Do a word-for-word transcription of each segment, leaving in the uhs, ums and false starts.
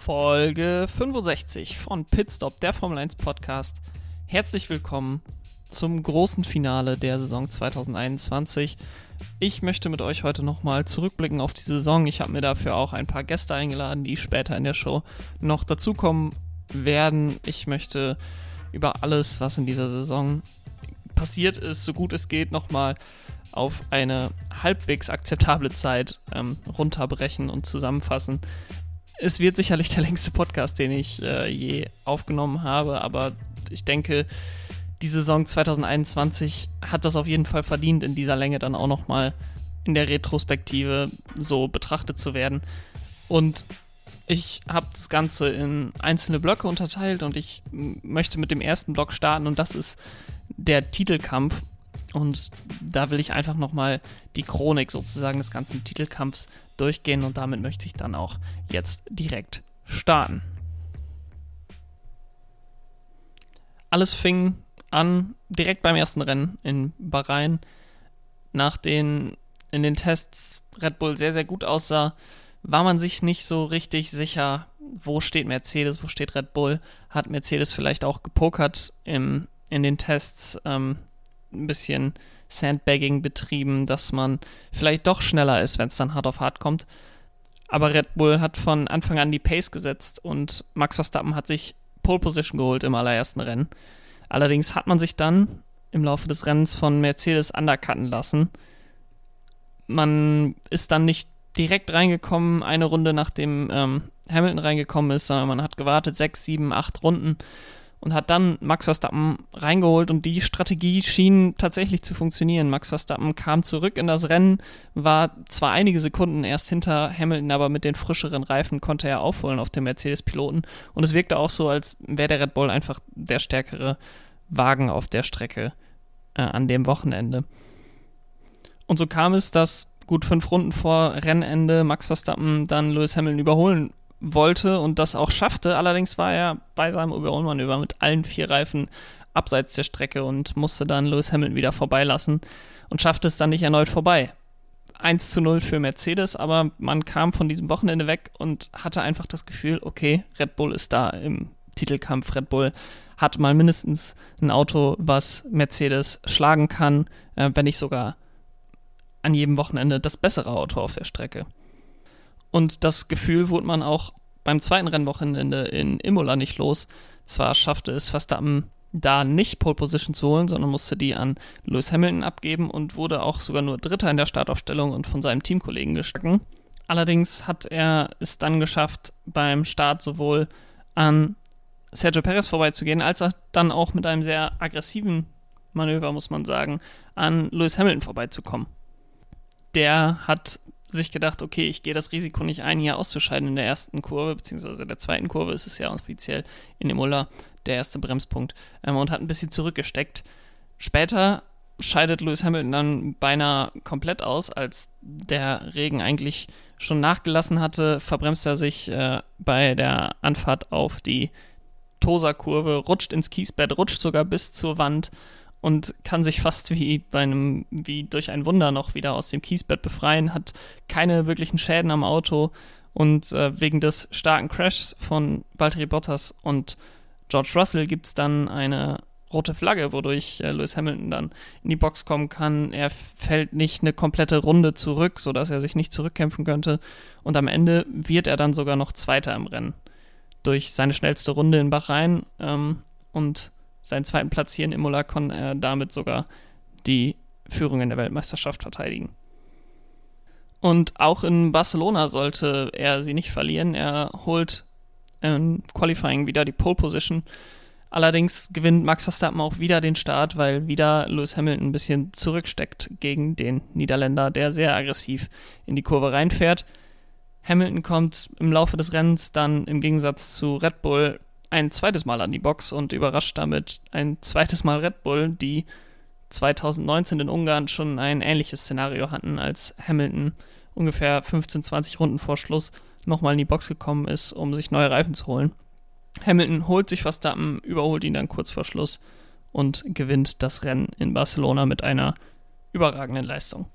Folge fünfundsechzig von Pitstop, der Formel eins Podcast. Herzlich willkommen zum großen Finale der Saison zwanzig einundzwanzig. Ich möchte mit euch heute nochmal zurückblicken auf die Saison. Ich habe mir dafür auch ein paar Gäste eingeladen, die später in der Show noch dazukommen werden. Ich möchte über alles, was in dieser Saison passiert ist, so gut es geht, nochmal auf eine halbwegs akzeptable Zeit ähm, runterbrechen und zusammenfassen. Es wird sicherlich der längste Podcast, den ich äh, je aufgenommen habe, aber ich denke, die Saison zwanzig einundzwanzig hat das auf jeden Fall verdient, in dieser Länge dann auch nochmal in der Retrospektive so betrachtet zu werden. Und ich habe das Ganze in einzelne Blöcke unterteilt und ich m- möchte mit dem ersten Block starten und das ist der Titelkampf. Und da will ich einfach nochmal die Chronik sozusagen des ganzen Titelkampfs durchgehen und damit möchte ich dann auch jetzt direkt starten. Alles fing an direkt beim ersten Rennen in Bahrain. Nach den in den Tests Red Bull sehr, sehr gut aussah, war man sich nicht so richtig sicher, wo steht Mercedes, wo steht Red Bull. Hat Mercedes vielleicht auch gepokert im, in den Tests, ähm, ein bisschen Sandbagging betrieben, dass man vielleicht doch schneller ist, wenn es dann hart auf hart kommt. Aber Red Bull hat von Anfang an die Pace gesetzt und Max Verstappen hat sich Pole Position geholt im allerersten Rennen. Allerdings hat man sich dann im Laufe des Rennens von Mercedes undercutten lassen. Man ist dann nicht direkt reingekommen, eine Runde nachdem ähm, Hamilton reingekommen ist, sondern man hat gewartet, sechs, sieben, acht Runden und hat dann Max Verstappen reingeholt und die Strategie schien tatsächlich zu funktionieren. Max Verstappen kam zurück in das Rennen, war zwar einige Sekunden erst hinter Hamilton, aber mit den frischeren Reifen konnte er aufholen auf dem Mercedes-Piloten und es wirkte auch so, als wäre der Red Bull einfach der stärkere Wagen auf der Strecke äh, an dem Wochenende. Und so kam es, dass gut fünf Runden vor Rennende Max Verstappen dann Lewis Hamilton überholen wollte und das auch schaffte. Allerdings war er bei seinem Überholmanöver mit allen vier Reifen abseits der Strecke und musste dann Lewis Hamilton wieder vorbeilassen und schaffte es dann nicht erneut vorbei. eins zu null für Mercedes, aber man kam von diesem Wochenende weg und hatte einfach das Gefühl, okay, Red Bull ist da im Titelkampf. Red Bull hat mal mindestens ein Auto, was Mercedes schlagen kann, äh, wenn nicht sogar an jedem Wochenende das bessere Auto auf der Strecke. Und das Gefühl wurde man auch beim zweiten Rennwochenende in Imola nicht los. Zwar schaffte es Verstappen da nicht Pole Position zu holen, sondern musste die an Lewis Hamilton abgeben und wurde auch sogar nur Dritter in der Startaufstellung und von seinem Teamkollegen geschlagen. Allerdings hat er es dann geschafft, beim Start sowohl an Sergio Perez vorbeizugehen, als auch dann auch mit einem sehr aggressiven Manöver, muss man sagen, an Lewis Hamilton vorbeizukommen. Der hat sich gedacht, okay, ich gehe das Risiko nicht ein, hier auszuscheiden in der ersten Kurve, beziehungsweise der zweiten Kurve ist es ja offiziell in Imola der erste Bremspunkt, ähm, und hat ein bisschen zurückgesteckt. Später scheidet Lewis Hamilton dann beinahe komplett aus, als der Regen eigentlich schon nachgelassen hatte, verbremst er sich äh, bei der Anfahrt auf die Tosa-Kurve, rutscht ins Kiesbett, rutscht sogar bis zur Wand und kann sich fast wie bei einem, wie durch ein Wunder noch wieder aus dem Kiesbett befreien, hat keine wirklichen Schäden am Auto und äh, wegen des starken Crashs von Valtteri Bottas und George Russell gibt es dann eine rote Flagge, wodurch äh, Lewis Hamilton dann in die Box kommen kann. Er fällt nicht eine komplette Runde zurück, sodass er sich nicht zurückkämpfen könnte und am Ende wird er dann sogar noch Zweiter im Rennen durch seine schnellste Runde in Bahrain ähm, und seinen zweiten Platz hier in Imola konnte er damit sogar die Führung in der Weltmeisterschaft verteidigen. Und auch in Barcelona sollte er sie nicht verlieren. Er holt im Qualifying wieder die Pole Position. Allerdings gewinnt Max Verstappen auch wieder den Start, weil wieder Lewis Hamilton ein bisschen zurücksteckt gegen den Niederländer, der sehr aggressiv in die Kurve reinfährt. Hamilton kommt im Laufe des Rennens dann im Gegensatz zu Red Bull ein zweites Mal an die Box und überrascht damit ein zweites Mal Red Bull, die zwanzig neunzehn in Ungarn schon ein ähnliches Szenario hatten, als Hamilton ungefähr fünfzehn, zwanzig Runden vor Schluss nochmal in die Box gekommen ist, um sich neue Reifen zu holen. Hamilton holt sich Verstappen, überholt ihn dann kurz vor Schluss und gewinnt das Rennen in Barcelona mit einer überragenden Leistung.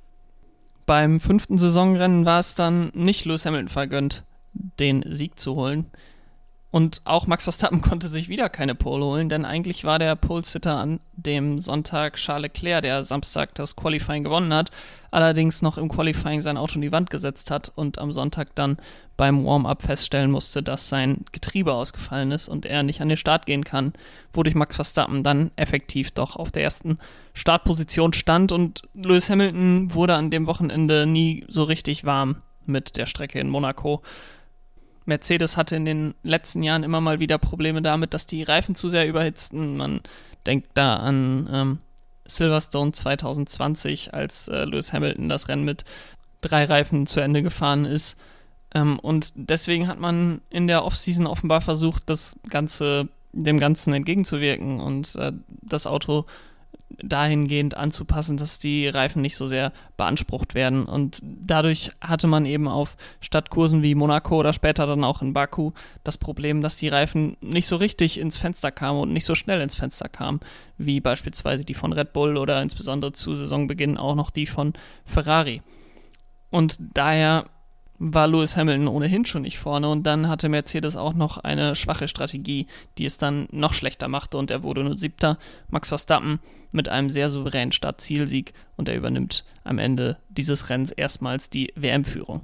Beim fünften Saisonrennen war es dann nicht Lewis Hamilton vergönnt, den Sieg zu holen. Und auch Max Verstappen konnte sich wieder keine Pole holen, denn eigentlich war der Pole-Sitter an dem Sonntag Charles Leclerc, der Samstag das Qualifying gewonnen hat, allerdings noch im Qualifying sein Auto in die Wand gesetzt hat und am Sonntag dann beim Warm-Up feststellen musste, dass sein Getriebe ausgefallen ist und er nicht an den Start gehen kann, wodurch Max Verstappen dann effektiv doch auf der ersten Startposition stand und Lewis Hamilton wurde an dem Wochenende nie so richtig warm mit der Strecke in Monaco. Mercedes hatte in den letzten Jahren immer mal wieder Probleme damit, dass die Reifen zu sehr überhitzten. Man denkt da an ähm, Silverstone zwanzig zwanzig, als äh, Lewis Hamilton das Rennen mit drei Reifen zu Ende gefahren ist. Ähm, und deswegen hat man in der Offseason offenbar versucht, das Ganze, dem Ganzen entgegenzuwirken und äh, das Auto dahingehend anzupassen, dass die Reifen nicht so sehr beansprucht werden. Und dadurch hatte man eben auf Stadtkursen wie Monaco oder später dann auch in Baku das Problem, dass die Reifen nicht so richtig ins Fenster kamen und nicht so schnell ins Fenster kamen, wie beispielsweise die von Red Bull oder insbesondere zu Saisonbeginn auch noch die von Ferrari. Und daher war Lewis Hamilton ohnehin schon nicht vorne und dann hatte Mercedes auch noch eine schwache Strategie, die es dann noch schlechter machte und er wurde nur Siebter. Max Verstappen mit einem sehr souveränen Start-Zielsieg und er übernimmt am Ende dieses Rennens erstmals die W M-Führung.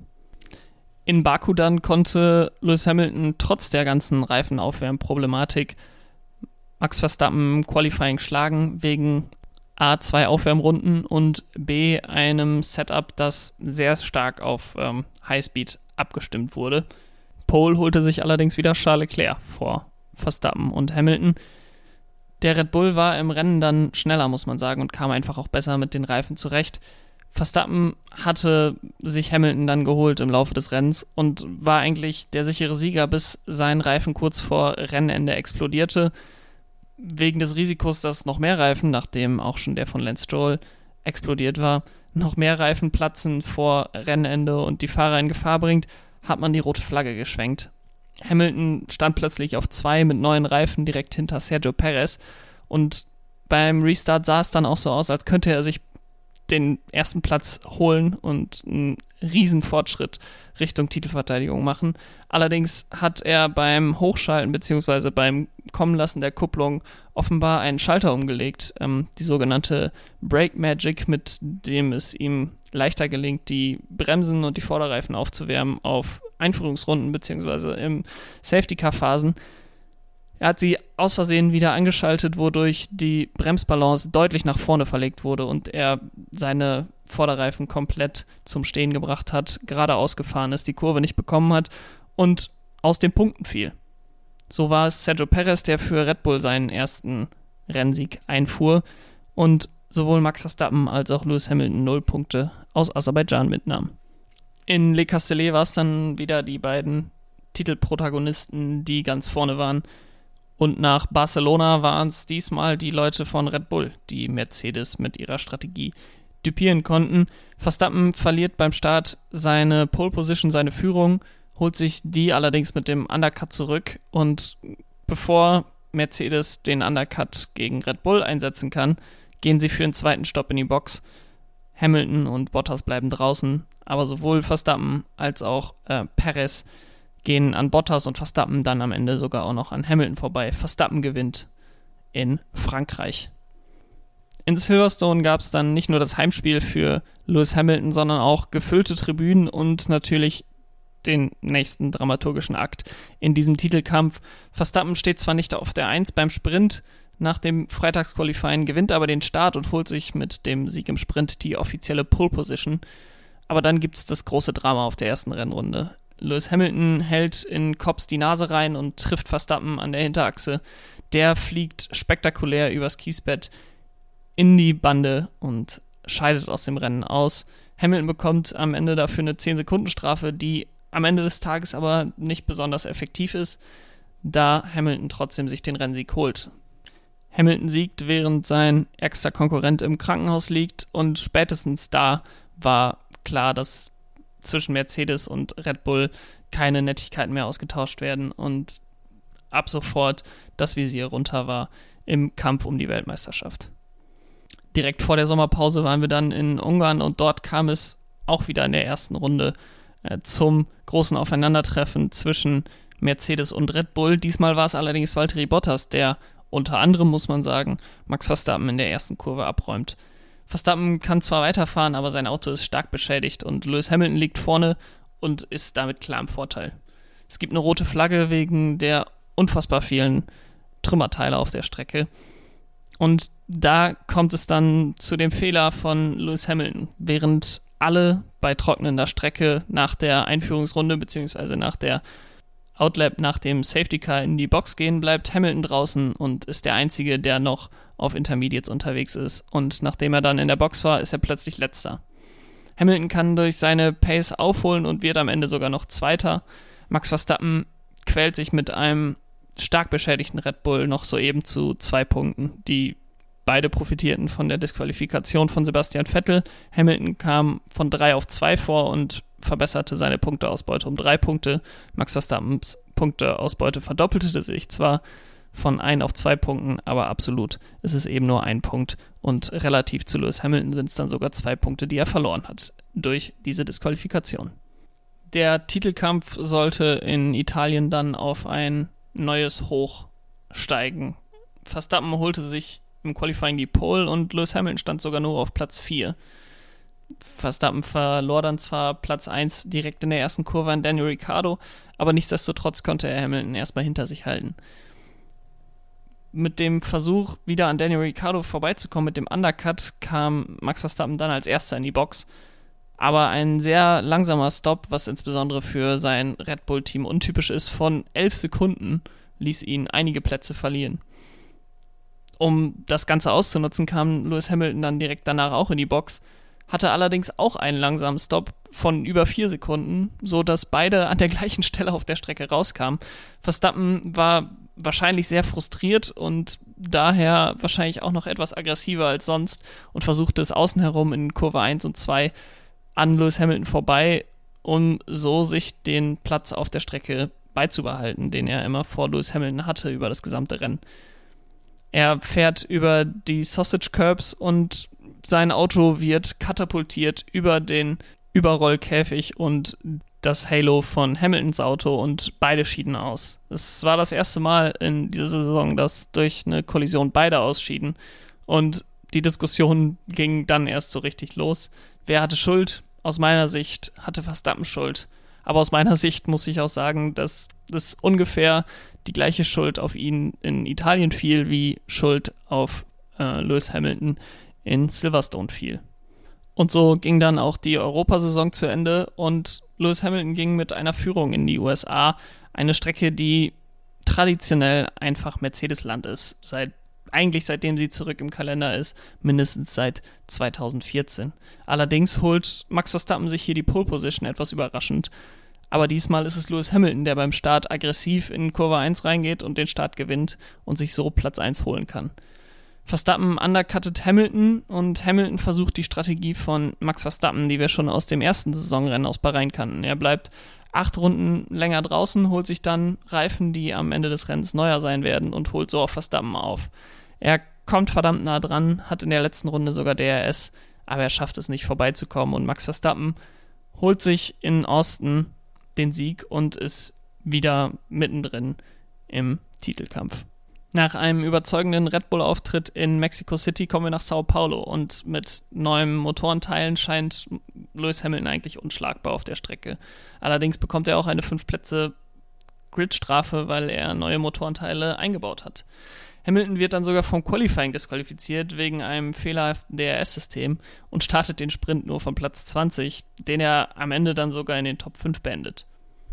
In Baku dann konnte Lewis Hamilton trotz der ganzen Reifenaufwärmproblematik Max Verstappen im Qualifying schlagen wegen A, zwei Aufwärmrunden und B, einem Setup, das sehr stark auf ähm, Highspeed abgestimmt wurde. Pole holte sich allerdings wieder Charles Leclerc vor Verstappen und Hamilton. Der Red Bull war im Rennen dann schneller, muss man sagen, und kam einfach auch besser mit den Reifen zurecht. Verstappen hatte sich Hamilton dann geholt im Laufe des Rennens und war eigentlich der sichere Sieger, bis sein Reifen kurz vor Rennende explodierte. Wegen des Risikos, dass noch mehr Reifen, nachdem auch schon der von Lance Stroll explodiert war, noch mehr Reifen platzen vor Rennende und die Fahrer in Gefahr bringt, hat man die rote Flagge geschwenkt. Hamilton stand plötzlich auf zwei mit neuen Reifen direkt hinter Sergio Perez und beim Restart sah es dann auch so aus, als könnte er sich den ersten Platz holen und einen riesen Fortschritt Richtung Titelverteidigung machen. Allerdings hat er beim Hochschalten bzw. beim Kommenlassen der Kupplung offenbar einen Schalter umgelegt, ähm, die sogenannte Brake Magic, mit dem es ihm leichter gelingt, die Bremsen und die Vorderreifen aufzuwärmen auf Einführungsrunden bzw. im Safety-Car-Phasen. Er hat sie aus Versehen wieder angeschaltet, wodurch die Bremsbalance deutlich nach vorne verlegt wurde und er seine Vorderreifen komplett zum Stehen gebracht hat, geradeaus gefahren ist, die Kurve nicht bekommen hat und aus den Punkten fiel. So war es Sergio Perez, der für Red Bull seinen ersten Rennsieg einfuhr und sowohl Max Verstappen als auch Lewis Hamilton null Punkte aus Aserbaidschan mitnahm. In Le Castellet war es dann wieder die beiden Titelprotagonisten, die ganz vorne waren. Und nach Barcelona waren es diesmal die Leute von Red Bull, die Mercedes mit ihrer Strategie düpieren konnten. Verstappen verliert beim Start seine Pole Position, seine Führung, holt sich die allerdings mit dem Undercut zurück und bevor Mercedes den Undercut gegen Red Bull einsetzen kann, gehen sie für einen zweiten Stopp in die Box. Hamilton und Bottas bleiben draußen, aber sowohl Verstappen als auch äh, Perez gehen an Bottas und Verstappen dann am Ende sogar auch noch an Hamilton vorbei. Verstappen gewinnt in Frankreich. In Silverstone gab es dann nicht nur das Heimspiel für Lewis Hamilton, sondern auch gefüllte Tribünen und natürlich den nächsten dramaturgischen Akt in diesem Titelkampf. Verstappen steht zwar nicht auf der eins beim Sprint nach dem Freitagsqualifying, gewinnt aber den Start und holt sich mit dem Sieg im Sprint die offizielle Pole Position. Aber dann gibt es das große Drama auf der ersten Rennrunde. Lewis Hamilton hält in Copse die Nase rein und trifft Verstappen an der Hinterachse. Der fliegt spektakulär übers Kiesbett in die Bande und scheidet aus dem Rennen aus. Hamilton bekommt am Ende dafür eine zehn-Sekunden-Strafe, die am Ende des Tages aber nicht besonders effektiv ist, da Hamilton trotzdem sich den Rennsieg holt. Hamilton siegt, während sein ärgster Konkurrent im Krankenhaus liegt und spätestens da war klar, dass zwischen Mercedes und Red Bull keine Nettigkeiten mehr ausgetauscht werden und ab sofort das Visier runter war im Kampf um die Weltmeisterschaft. Direkt vor der Sommerpause waren wir dann in Ungarn und dort kam es auch wieder in der ersten Runde äh, zum großen Aufeinandertreffen zwischen Mercedes und Red Bull. Diesmal war es allerdings Valtteri Bottas, der unter anderem, muss man sagen, Max Verstappen in der ersten Kurve abräumt. Verstappen kann zwar weiterfahren, aber sein Auto ist stark beschädigt und Lewis Hamilton liegt vorne und ist damit klar im Vorteil. Es gibt eine rote Flagge wegen der unfassbar vielen Trümmerteile auf der Strecke. Und da kommt es dann zu dem Fehler von Lewis Hamilton. Während alle bei trocknender Strecke nach der Einführungsrunde bzw. nach der Outlap, nach dem Safety Car in die Box gehen, bleibt Hamilton draußen und ist der Einzige, der noch auf Intermediates unterwegs ist. Und nachdem er dann in der Box war, ist er plötzlich Letzter. Hamilton kann durch seine Pace aufholen und wird am Ende sogar noch Zweiter. Max Verstappen quält sich mit einem stark beschädigten Red Bull noch soeben zu zwei Punkten. Die beide profitierten von der Disqualifikation von Sebastian Vettel. Hamilton kam von drei auf zwei vor und verbesserte seine Punkteausbeute um drei Punkte. Max Verstappens Punkteausbeute verdoppelte sich zwar von ein auf zwei Punkten, aber absolut ist es eben nur ein Punkt und relativ zu Lewis Hamilton sind es dann sogar zwei Punkte, die er verloren hat durch diese Disqualifikation. Der Titelkampf sollte in Italien dann auf ein neues Hoch steigen. Verstappen holte sich im Qualifying die Pole und Lewis Hamilton stand sogar nur auf Platz vier. Verstappen verlor dann zwar Platz eins direkt in der ersten Kurve an Daniel Ricciardo, aber nichtsdestotrotz konnte er Hamilton erstmal hinter sich halten. Mit dem Versuch, wieder an Daniel Ricciardo vorbeizukommen, mit dem Undercut, kam Max Verstappen dann als Erster in die Box. Aber ein sehr langsamer Stop, was insbesondere für sein Red Bull-Team untypisch ist, von elf Sekunden ließ ihn einige Plätze verlieren. Um das Ganze auszunutzen, kam Lewis Hamilton dann direkt danach auch in die Box, hatte allerdings auch einen langsamen Stop von über vier Sekunden, so dass beide an der gleichen Stelle auf der Strecke rauskamen. Verstappen war wahrscheinlich sehr frustriert und daher wahrscheinlich auch noch etwas aggressiver als sonst und versuchte es außen herum in Kurve eins und zwei an Lewis Hamilton vorbei, um so sich den Platz auf der Strecke beizubehalten, den er immer vor Lewis Hamilton hatte über das gesamte Rennen. Er fährt über die Sausage Curbs und sein Auto wird katapultiert über den Überrollkäfig und das Halo von Hamiltons Auto und beide schieden aus. Es war das erste Mal in dieser Saison, dass durch eine Kollision beide ausschieden und die Diskussion ging dann erst so richtig los. Wer hatte Schuld? Aus meiner Sicht hatte Verstappen Schuld. Aber aus meiner Sicht muss ich auch sagen, dass das ungefähr die gleiche Schuld auf ihn in Italien fiel, wie Schuld auf äh, Lewis Hamilton in Silverstone fiel. Und so ging dann auch die Europasaison zu Ende und Lewis Hamilton ging mit einer Führung in die U S A, eine Strecke, die traditionell einfach Mercedes-Land ist, seit eigentlich seitdem sie zurück im Kalender ist, mindestens seit zweitausendvierzehn. Allerdings holt Max Verstappen sich hier die Pole Position etwas überraschend, aber diesmal ist es Lewis Hamilton, der beim Start aggressiv in Kurve eins reingeht und den Start gewinnt und sich so Platz eins holen kann. Verstappen undercuttet Hamilton und Hamilton versucht die Strategie von Max Verstappen, die wir schon aus dem ersten Saisonrennen aus Bahrain kannten. Er bleibt acht Runden länger draußen, holt sich dann Reifen, die am Ende des Rennens neuer sein werden und holt so auf Verstappen auf. Er kommt verdammt nah dran, hat in der letzten Runde sogar D R S, aber er schafft es nicht vorbeizukommen und Max Verstappen holt sich in Austin den Sieg und ist wieder mittendrin im Titelkampf. Nach einem überzeugenden Red Bull-Auftritt in Mexico City kommen wir nach Sao Paulo und mit neuen Motorenteilen scheint Lewis Hamilton eigentlich unschlagbar auf der Strecke. Allerdings bekommt er auch eine fünf Plätze Gridstrafe, weil er neue Motorenteile eingebaut hat. Hamilton wird dann sogar vom Qualifying disqualifiziert wegen einem fehlerhaften D R S-System und startet den Sprint nur von Platz zwanzig, den er am Ende dann sogar in den Top fünf beendet.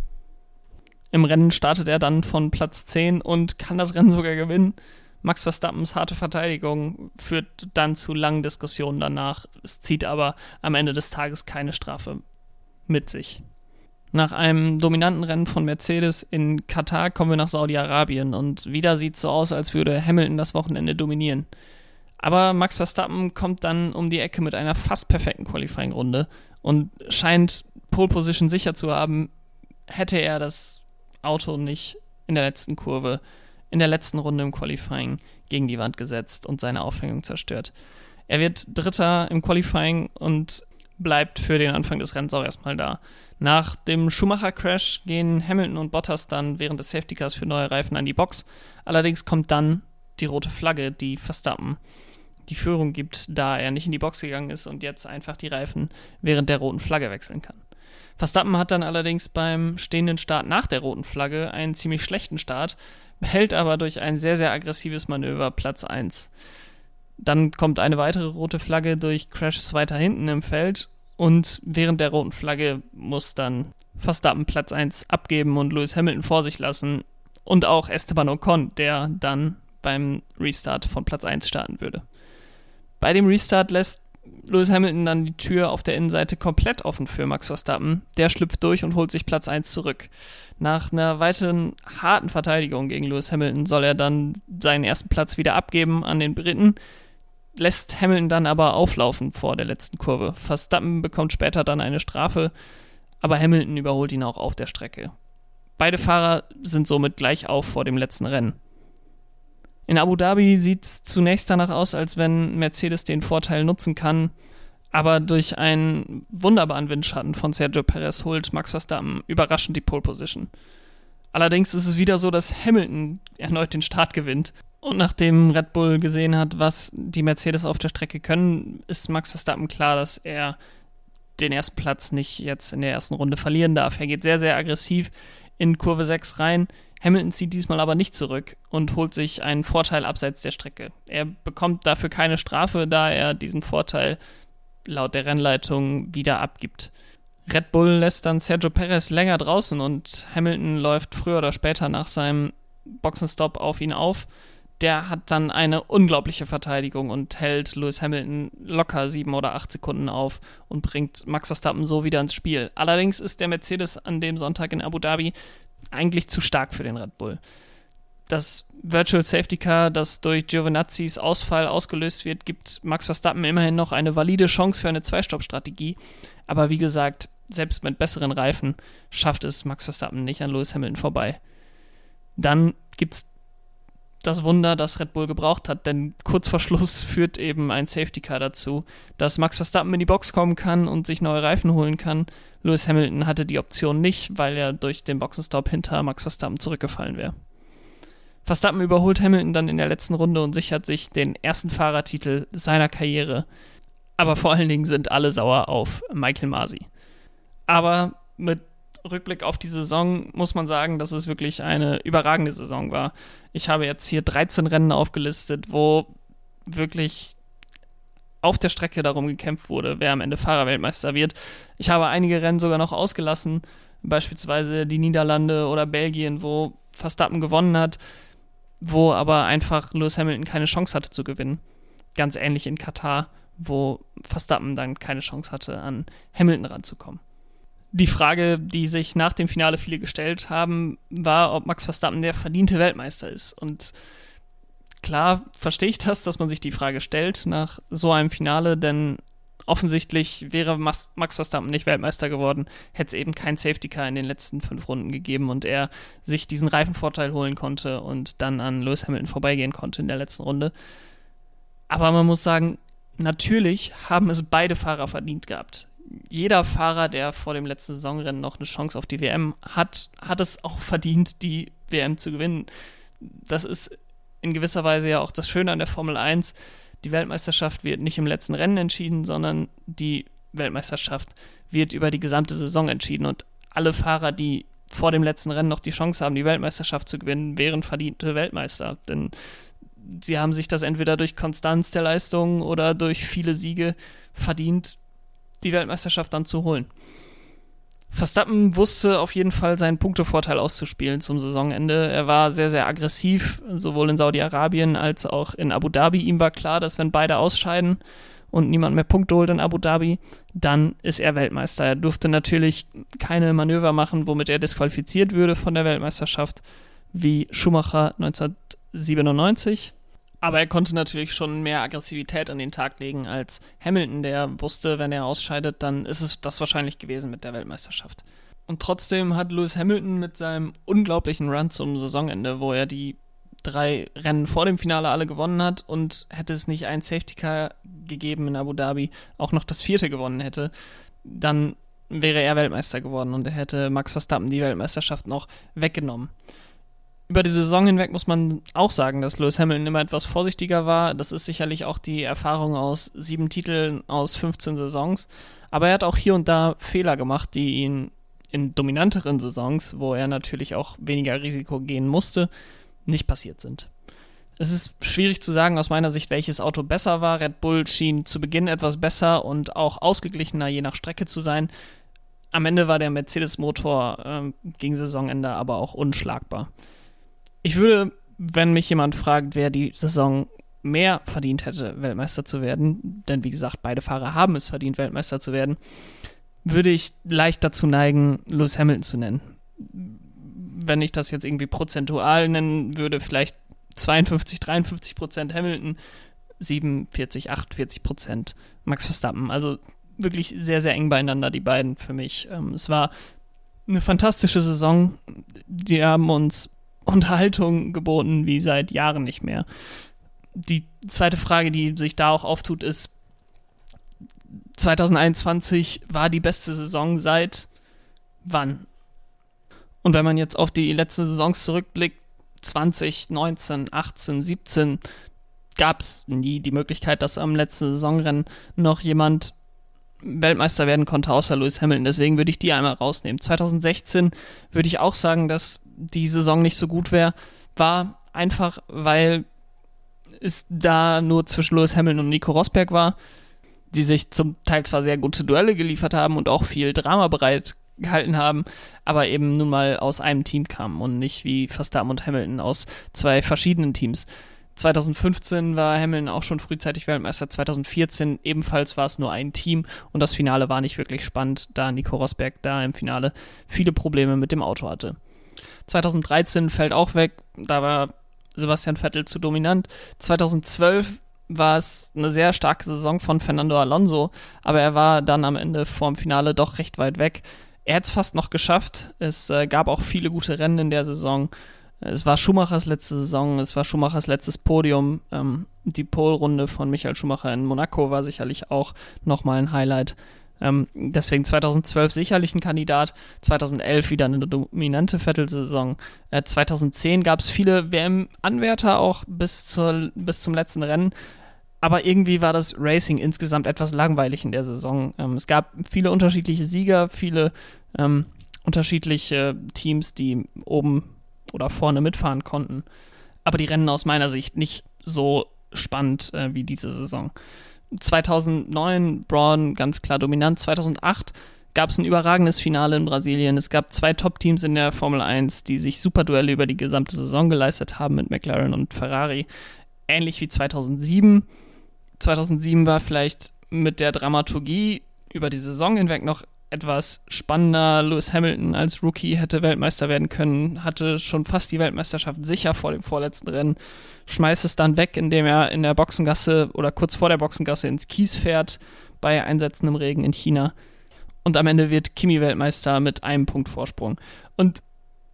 Im Rennen startet er dann von Platz zehn und kann das Rennen sogar gewinnen. Max Verstappens harte Verteidigung führt dann zu langen Diskussionen danach. Es zieht aber am Ende des Tages keine Strafe mit sich. Nach einem dominanten Rennen von Mercedes in Katar kommen wir nach Saudi-Arabien und wieder sieht es so aus, als würde Hamilton das Wochenende dominieren. Aber Max Verstappen kommt dann um die Ecke mit einer fast perfekten Qualifying-Runde und scheint Pole Position sicher zu haben, hätte er das Auto nicht in der letzten Kurve, in der letzten Runde im Qualifying gegen die Wand gesetzt und seine Aufhängung zerstört. Er wird Dritter im Qualifying und bleibt für den Anfang des Rennens auch erstmal da. Nach dem Schumacher-Crash gehen Hamilton und Bottas dann während des Safety Cars für neue Reifen an die Box. Allerdings kommt dann die rote Flagge, die Verstappen die Führung gibt, da er nicht in die Box gegangen ist und jetzt einfach die Reifen während der roten Flagge wechseln kann. Verstappen hat dann allerdings beim stehenden Start nach der roten Flagge einen ziemlich schlechten Start, behält aber durch ein sehr, sehr aggressives Manöver Platz eins. Dann kommt eine weitere rote Flagge durch Crashes weiter hinten im Feld und während der roten Flagge muss dann Verstappen Platz eins abgeben und Lewis Hamilton vor sich lassen und auch Esteban Ocon, der dann beim Restart von Platz eins starten würde. Bei dem Restart lässt Lewis Hamilton dann die Tür auf der Innenseite komplett offen für Max Verstappen. Der schlüpft durch und holt sich Platz eins zurück. Nach einer weiteren harten Verteidigung gegen Lewis Hamilton soll er dann seinen ersten Platz wieder abgeben an den Briten, lässt Hamilton dann aber auflaufen vor der letzten Kurve. Verstappen bekommt später dann eine Strafe, aber Hamilton überholt ihn auch auf der Strecke. Beide Fahrer sind somit gleich auf vor dem letzten Rennen. In Abu Dhabi sieht es zunächst danach aus, als wenn Mercedes den Vorteil nutzen kann, aber durch einen wunderbaren Windschatten von Sergio Perez holt Max Verstappen überraschend die Pole Position. Allerdings ist es wieder so, dass Hamilton erneut den Start gewinnt. Und nachdem Red Bull gesehen hat, was die Mercedes auf der Strecke können, ist Max Verstappen klar, dass er den ersten Platz nicht jetzt in der ersten Runde verlieren darf. Er geht sehr, sehr aggressiv in Kurve sechs rein. Hamilton zieht diesmal aber nicht zurück und holt sich einen Vorteil abseits der Strecke. Er bekommt dafür keine Strafe, da er diesen Vorteil laut der Rennleitung wieder abgibt. Red Bull lässt dann Sergio Perez länger draußen und Hamilton läuft früher oder später nach seinem Boxenstopp auf ihn auf. Der hat dann eine unglaubliche Verteidigung und hält Lewis Hamilton locker sieben oder acht Sekunden auf und bringt Max Verstappen so wieder ins Spiel. Allerdings ist der Mercedes an dem Sonntag in Abu Dhabi eigentlich zu stark für den Red Bull. Das Virtual Safety Car, das durch Giovinazzis Ausfall ausgelöst wird, gibt Max Verstappen immerhin noch eine valide Chance für eine Zwei-Stopp-Strategie. Aber wie gesagt, selbst mit besseren Reifen schafft es Max Verstappen nicht an Lewis Hamilton vorbei. Dann gibt es das Wunder, das Red Bull gebraucht hat, denn kurz vor Schluss führt eben ein Safety Car dazu, dass Max Verstappen in die Box kommen kann und sich neue Reifen holen kann. Lewis Hamilton hatte die Option nicht, weil er durch den Boxenstopp hinter Max Verstappen zurückgefallen wäre. Verstappen überholt Hamilton dann in der letzten Runde und sichert sich den ersten Fahrertitel seiner Karriere. Aber vor allen Dingen sind alle sauer auf Michael Masi. Aber mit Rückblick auf die Saison muss man sagen, dass es wirklich eine überragende Saison war. Ich habe jetzt hier dreizehn Rennen aufgelistet, wo wirklich auf der Strecke darum gekämpft wurde, wer am Ende Fahrerweltmeister wird. Ich habe einige Rennen sogar noch ausgelassen, beispielsweise die Niederlande oder Belgien, wo Verstappen gewonnen hat, wo aber einfach Lewis Hamilton keine Chance hatte zu gewinnen. Ganz ähnlich in Katar, wo Verstappen dann keine Chance hatte, an Hamilton ranzukommen. Die Frage, die sich nach dem Finale viele gestellt haben, war, ob Max Verstappen der verdiente Weltmeister ist. Und klar verstehe ich das, dass man sich die Frage stellt nach so einem Finale, denn offensichtlich wäre Max Verstappen nicht Weltmeister geworden, hätte es eben kein Safety Car in den letzten fünf Runden gegeben und er sich diesen Reifenvorteil holen konnte und dann an Lewis Hamilton vorbeigehen konnte in der letzten Runde. Aber man muss sagen, natürlich haben es beide Fahrer verdient gehabt. Jeder Fahrer, der vor dem letzten Saisonrennen noch eine Chance auf die W M hat, hat es auch verdient, die W M zu gewinnen. Das ist in gewisser Weise ja auch das Schöne an der Formel eins. Die Weltmeisterschaft wird nicht im letzten Rennen entschieden, sondern die Weltmeisterschaft wird über die gesamte Saison entschieden. Und alle Fahrer, die vor dem letzten Rennen noch die Chance haben, die Weltmeisterschaft zu gewinnen, wären verdiente Weltmeister. Denn sie haben sich das entweder durch Konstanz der Leistung oder durch viele Siege verdient, die Weltmeisterschaft dann zu holen. Verstappen wusste auf jeden Fall seinen Punktevorteil auszuspielen zum Saisonende. Er war sehr, sehr aggressiv, sowohl in Saudi-Arabien als auch in Abu Dhabi. Ihm war klar, dass wenn beide ausscheiden und niemand mehr Punkte holt in Abu Dhabi, dann ist er Weltmeister. Er durfte natürlich keine Manöver machen, womit er disqualifiziert würde von der Weltmeisterschaft, wie Schumacher neunzehnhundertsiebenundneunzig. Aber er konnte natürlich schon mehr Aggressivität an den Tag legen als Hamilton, der wusste, wenn er ausscheidet, dann ist es das wahrscheinlich gewesen mit der Weltmeisterschaft. Und trotzdem hat Lewis Hamilton mit seinem unglaublichen Run zum Saisonende, wo er die drei Rennen vor dem Finale alle gewonnen hat und hätte es nicht ein Safety Car gegeben in Abu Dhabi, auch noch das vierte gewonnen hätte, dann wäre er Weltmeister geworden und er hätte Max Verstappen die Weltmeisterschaft noch weggenommen. Über die Saison hinweg muss man auch sagen, dass Lewis Hamilton immer etwas vorsichtiger war. Das ist sicherlich auch die Erfahrung aus sieben Titeln aus fünfzehn Saisons. Aber er hat auch hier und da Fehler gemacht, die ihn in dominanteren Saisons, wo er natürlich auch weniger Risiko gehen musste, nicht passiert sind. Es ist schwierig zu sagen aus meiner Sicht, welches Auto besser war. Red Bull schien zu Beginn etwas besser und auch ausgeglichener je nach Strecke zu sein. Am Ende war der Mercedes-Motor äh, gegen Saisonende aber auch unschlagbar. Ich würde, wenn mich jemand fragt, wer die Saison mehr verdient hätte, Weltmeister zu werden, denn wie gesagt, beide Fahrer haben es verdient, Weltmeister zu werden, würde ich leicht dazu neigen, Lewis Hamilton zu nennen. Wenn ich das jetzt irgendwie prozentual nennen würde, vielleicht zweiundfünfzig, dreiundfünfzig Prozent Hamilton, siebenundvierzig, achtundvierzig Prozent Max Verstappen. Also wirklich sehr, sehr eng beieinander, die beiden für mich. Ähm, es war eine fantastische Saison. Die haben uns Unterhaltung geboten wie seit Jahren nicht mehr. Die zweite Frage, die sich da auch auftut, ist, zwanzig einundzwanzig war die beste Saison seit wann? Und wenn man jetzt auf die letzten Saisons zurückblickt, zwanzig, neunzehn, achtzehn, siebzehn, gab es nie die Möglichkeit, dass am letzten Saisonrennen noch jemand Weltmeister werden konnte, außer Lewis Hamilton. Deswegen würde ich die einmal rausnehmen. zwanzig sechzehn würde ich auch sagen, dass die Saison nicht so gut wär, war, einfach weil es da nur zwischen Lewis Hamilton und Nico Rosberg war, die sich zum Teil zwar sehr gute Duelle geliefert haben und auch viel Drama bereit gehalten haben, aber eben nun mal aus einem Team kamen und nicht wie Verstappen und Hamilton aus zwei verschiedenen Teams. zwanzig fünfzehn war Hamilton auch schon frühzeitig Weltmeister, zwanzig vierzehn ebenfalls war es nur ein Team und das Finale war nicht wirklich spannend, da Nico Rosberg da im Finale viele Probleme mit dem Auto hatte. zwanzig dreizehn fällt auch weg, da war Sebastian Vettel zu dominant. zwanzig zwölf war es eine sehr starke Saison von Fernando Alonso, aber er war dann am Ende vorm Finale doch recht weit weg. Er hat es fast noch geschafft, es äh, gab auch viele gute Rennen in der Saison. Es war Schumachers letzte Saison, es war Schumachers letztes Podium. Ähm, die Pole-Runde von Michael Schumacher in Monaco war sicherlich auch nochmal ein Highlight. Ähm, deswegen zwanzig zwölf sicherlich ein Kandidat, zwanzig elf wieder eine dominante Vettel-Saison. Äh, zwanzig zehn gab es viele W M-Anwärter auch bis, zur, bis zum letzten Rennen, aber irgendwie war das Racing insgesamt etwas langweilig in der Saison. Ähm, es gab viele unterschiedliche Sieger, viele ähm, unterschiedliche Teams, die oben oder vorne mitfahren konnten, aber die Rennen aus meiner Sicht nicht so spannend äh, wie diese Saison. zweitausendneun Braun ganz klar dominant, zweitausendacht gab es ein überragendes Finale in Brasilien, es gab zwei Top-Teams in der Formel eins, die sich super Duelle über die gesamte Saison geleistet haben mit McLaren und Ferrari, ähnlich wie zweitausendsieben. zweitausendsieben war vielleicht mit der Dramaturgie über die Saison hinweg noch etwas spannender. Lewis Hamilton als Rookie hätte Weltmeister werden können, hatte schon fast die Weltmeisterschaft sicher vor dem vorletzten Rennen, schmeißt es dann weg, indem er in der Boxengasse oder kurz vor der Boxengasse ins Kies fährt, bei einsetzendem Regen in China. Und am Ende wird Kimi Weltmeister mit einem Punkt Vorsprung. Und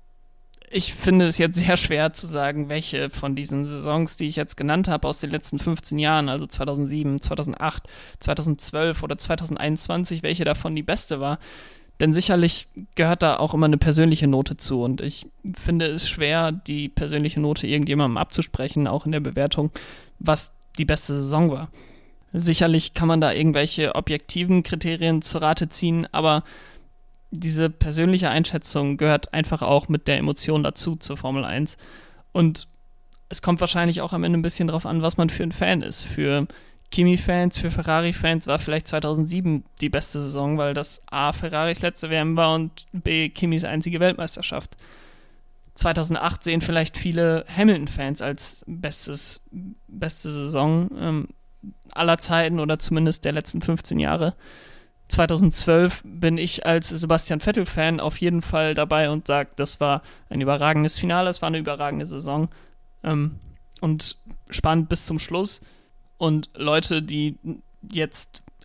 ich finde es jetzt sehr schwer zu sagen, welche von diesen Saisons, die ich jetzt genannt habe, aus den letzten fünfzehn Jahren, also zweitausendsieben, zweitausendacht, zweitausendzwölf oder zweitausendeinundzwanzig, welche davon die beste war. Denn sicherlich gehört da auch immer eine persönliche Note zu und ich finde es schwer, die persönliche Note irgendjemandem abzusprechen, auch in der Bewertung, was die beste Saison war. Sicherlich kann man da irgendwelche objektiven Kriterien zur Rate ziehen, aber diese persönliche Einschätzung gehört einfach auch mit der Emotion dazu zur Formel eins. Und es kommt wahrscheinlich auch am Ende ein bisschen drauf an, was man für ein Fan ist. Für Kimi-Fans, für Ferrari-Fans war vielleicht zweitausendsieben die beste Saison, weil das A. Ferraris letzte W M war und B. Kimis einzige Weltmeisterschaft. zweitausendacht sehen vielleicht viele Hamilton-Fans als bestes, beste Saison ähm, aller Zeiten oder zumindest der letzten fünfzehn Jahre. zweitausendzwölf bin ich als Sebastian Vettel-Fan auf jeden Fall dabei und sage, das war ein überragendes Finale, es war eine überragende Saison ähm, und spannend bis zum Schluss. Und Leute, die jetzt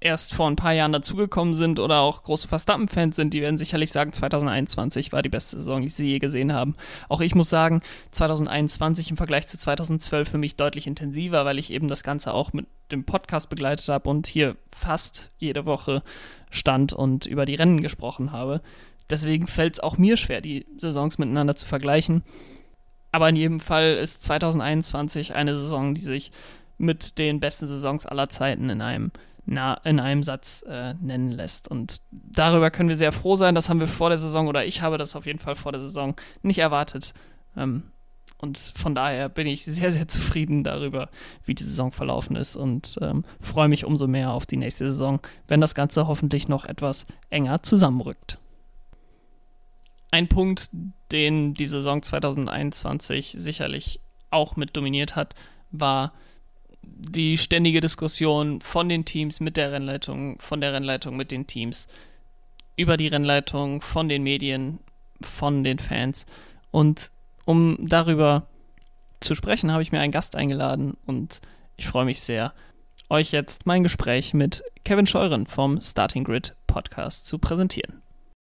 erst vor ein paar Jahren dazugekommen sind oder auch große Verstappen-Fans sind, die werden sicherlich sagen, zwanzig einundzwanzig war die beste Saison, die sie je gesehen haben. Auch ich muss sagen, zwanzig einundzwanzig im Vergleich zu zweitausendzwölf für mich deutlich intensiver, weil ich eben das Ganze auch mit dem Podcast begleitet habe und hier fast jede Woche stand und über die Rennen gesprochen habe. Deswegen fällt es auch mir schwer, die Saisons miteinander zu vergleichen. Aber in jedem Fall ist zwanzig einundzwanzig eine Saison, die sich mit den besten Saisons aller Zeiten in einem, na, in einem Satz äh, nennen lässt. Und darüber können wir sehr froh sein. Das haben wir vor der Saison, oder ich habe das auf jeden Fall vor der Saison nicht erwartet. Ähm, und von daher bin ich sehr, sehr zufrieden darüber, wie die Saison verlaufen ist und ähm, freue mich umso mehr auf die nächste Saison, wenn das Ganze hoffentlich noch etwas enger zusammenrückt. Ein Punkt, den die Saison zwanzig einundzwanzig sicherlich auch mit dominiert hat, war die ständige Diskussion von den Teams mit der Rennleitung, von der Rennleitung mit den Teams, über die Rennleitung, von den Medien, von den Fans. Und um darüber zu sprechen, habe ich mir einen Gast eingeladen und ich freue mich sehr, euch jetzt mein Gespräch mit Kevin Scheuren vom Starting Grid Podcast zu präsentieren.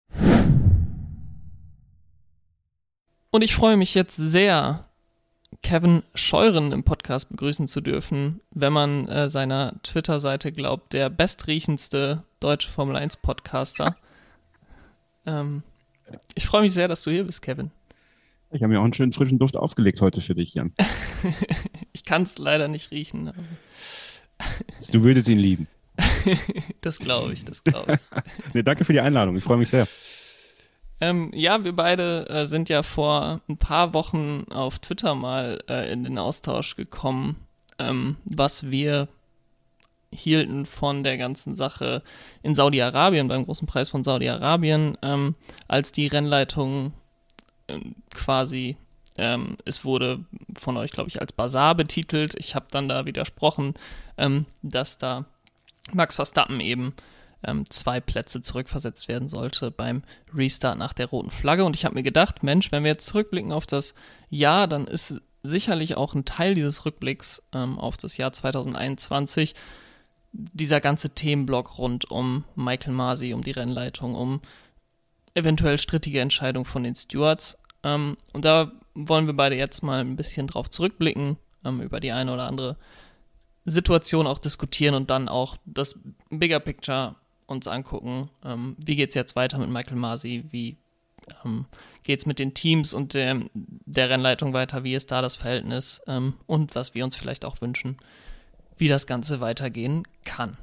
Und ich freue mich jetzt sehr, Kevin Scheuren im Podcast begrüßen zu dürfen, wenn man äh, seiner Twitter-Seite glaubt, der bestriechendste deutsche Formel eins Podcaster. ähm, ich freue mich sehr, dass du hier bist, Kevin. Ich habe mir auch einen schönen frischen Duft aufgelegt heute für dich, Jan. Ich kann es leider nicht riechen. Du würdest ihn lieben. Das glaube ich, das glaube ich. Nee, danke für die Einladung, ich freue mich sehr. Ähm, ja, wir beide äh, sind ja vor ein paar Wochen auf Twitter mal äh, in den Austausch gekommen, ähm, was wir hielten von der ganzen Sache in Saudi-Arabien, beim großen Preis von Saudi-Arabien, ähm, als die Rennleitung äh, quasi, ähm, es wurde von euch, glaube ich, als Basar betitelt. Ich habe dann da widersprochen, ähm, dass da Max Verstappen eben ähm, zwei Plätze zurückversetzt werden sollte beim Restart nach der roten Flagge. Und ich habe mir gedacht, Mensch, wenn wir jetzt zurückblicken auf das Jahr, dann ist sicherlich auch ein Teil dieses Rückblicks ähm, auf das Jahr zwanzig einundzwanzig dieser ganze Themenblock rund um Michael Masi, um die Rennleitung, um eventuell strittige Entscheidungen von den Stewards. Ähm, und da wollen wir beide jetzt mal ein bisschen drauf zurückblicken, ähm, über die eine oder andere Situation auch diskutieren und dann auch das Bigger Picture uns angucken. Ähm, wie geht es jetzt weiter mit Michael Masi? Wie ähm, geht es mit den Teams und der, der Rennleitung weiter? Wie ist da das Verhältnis? Ähm, und was wir uns vielleicht auch wünschen, wie das Ganze weitergehen kann.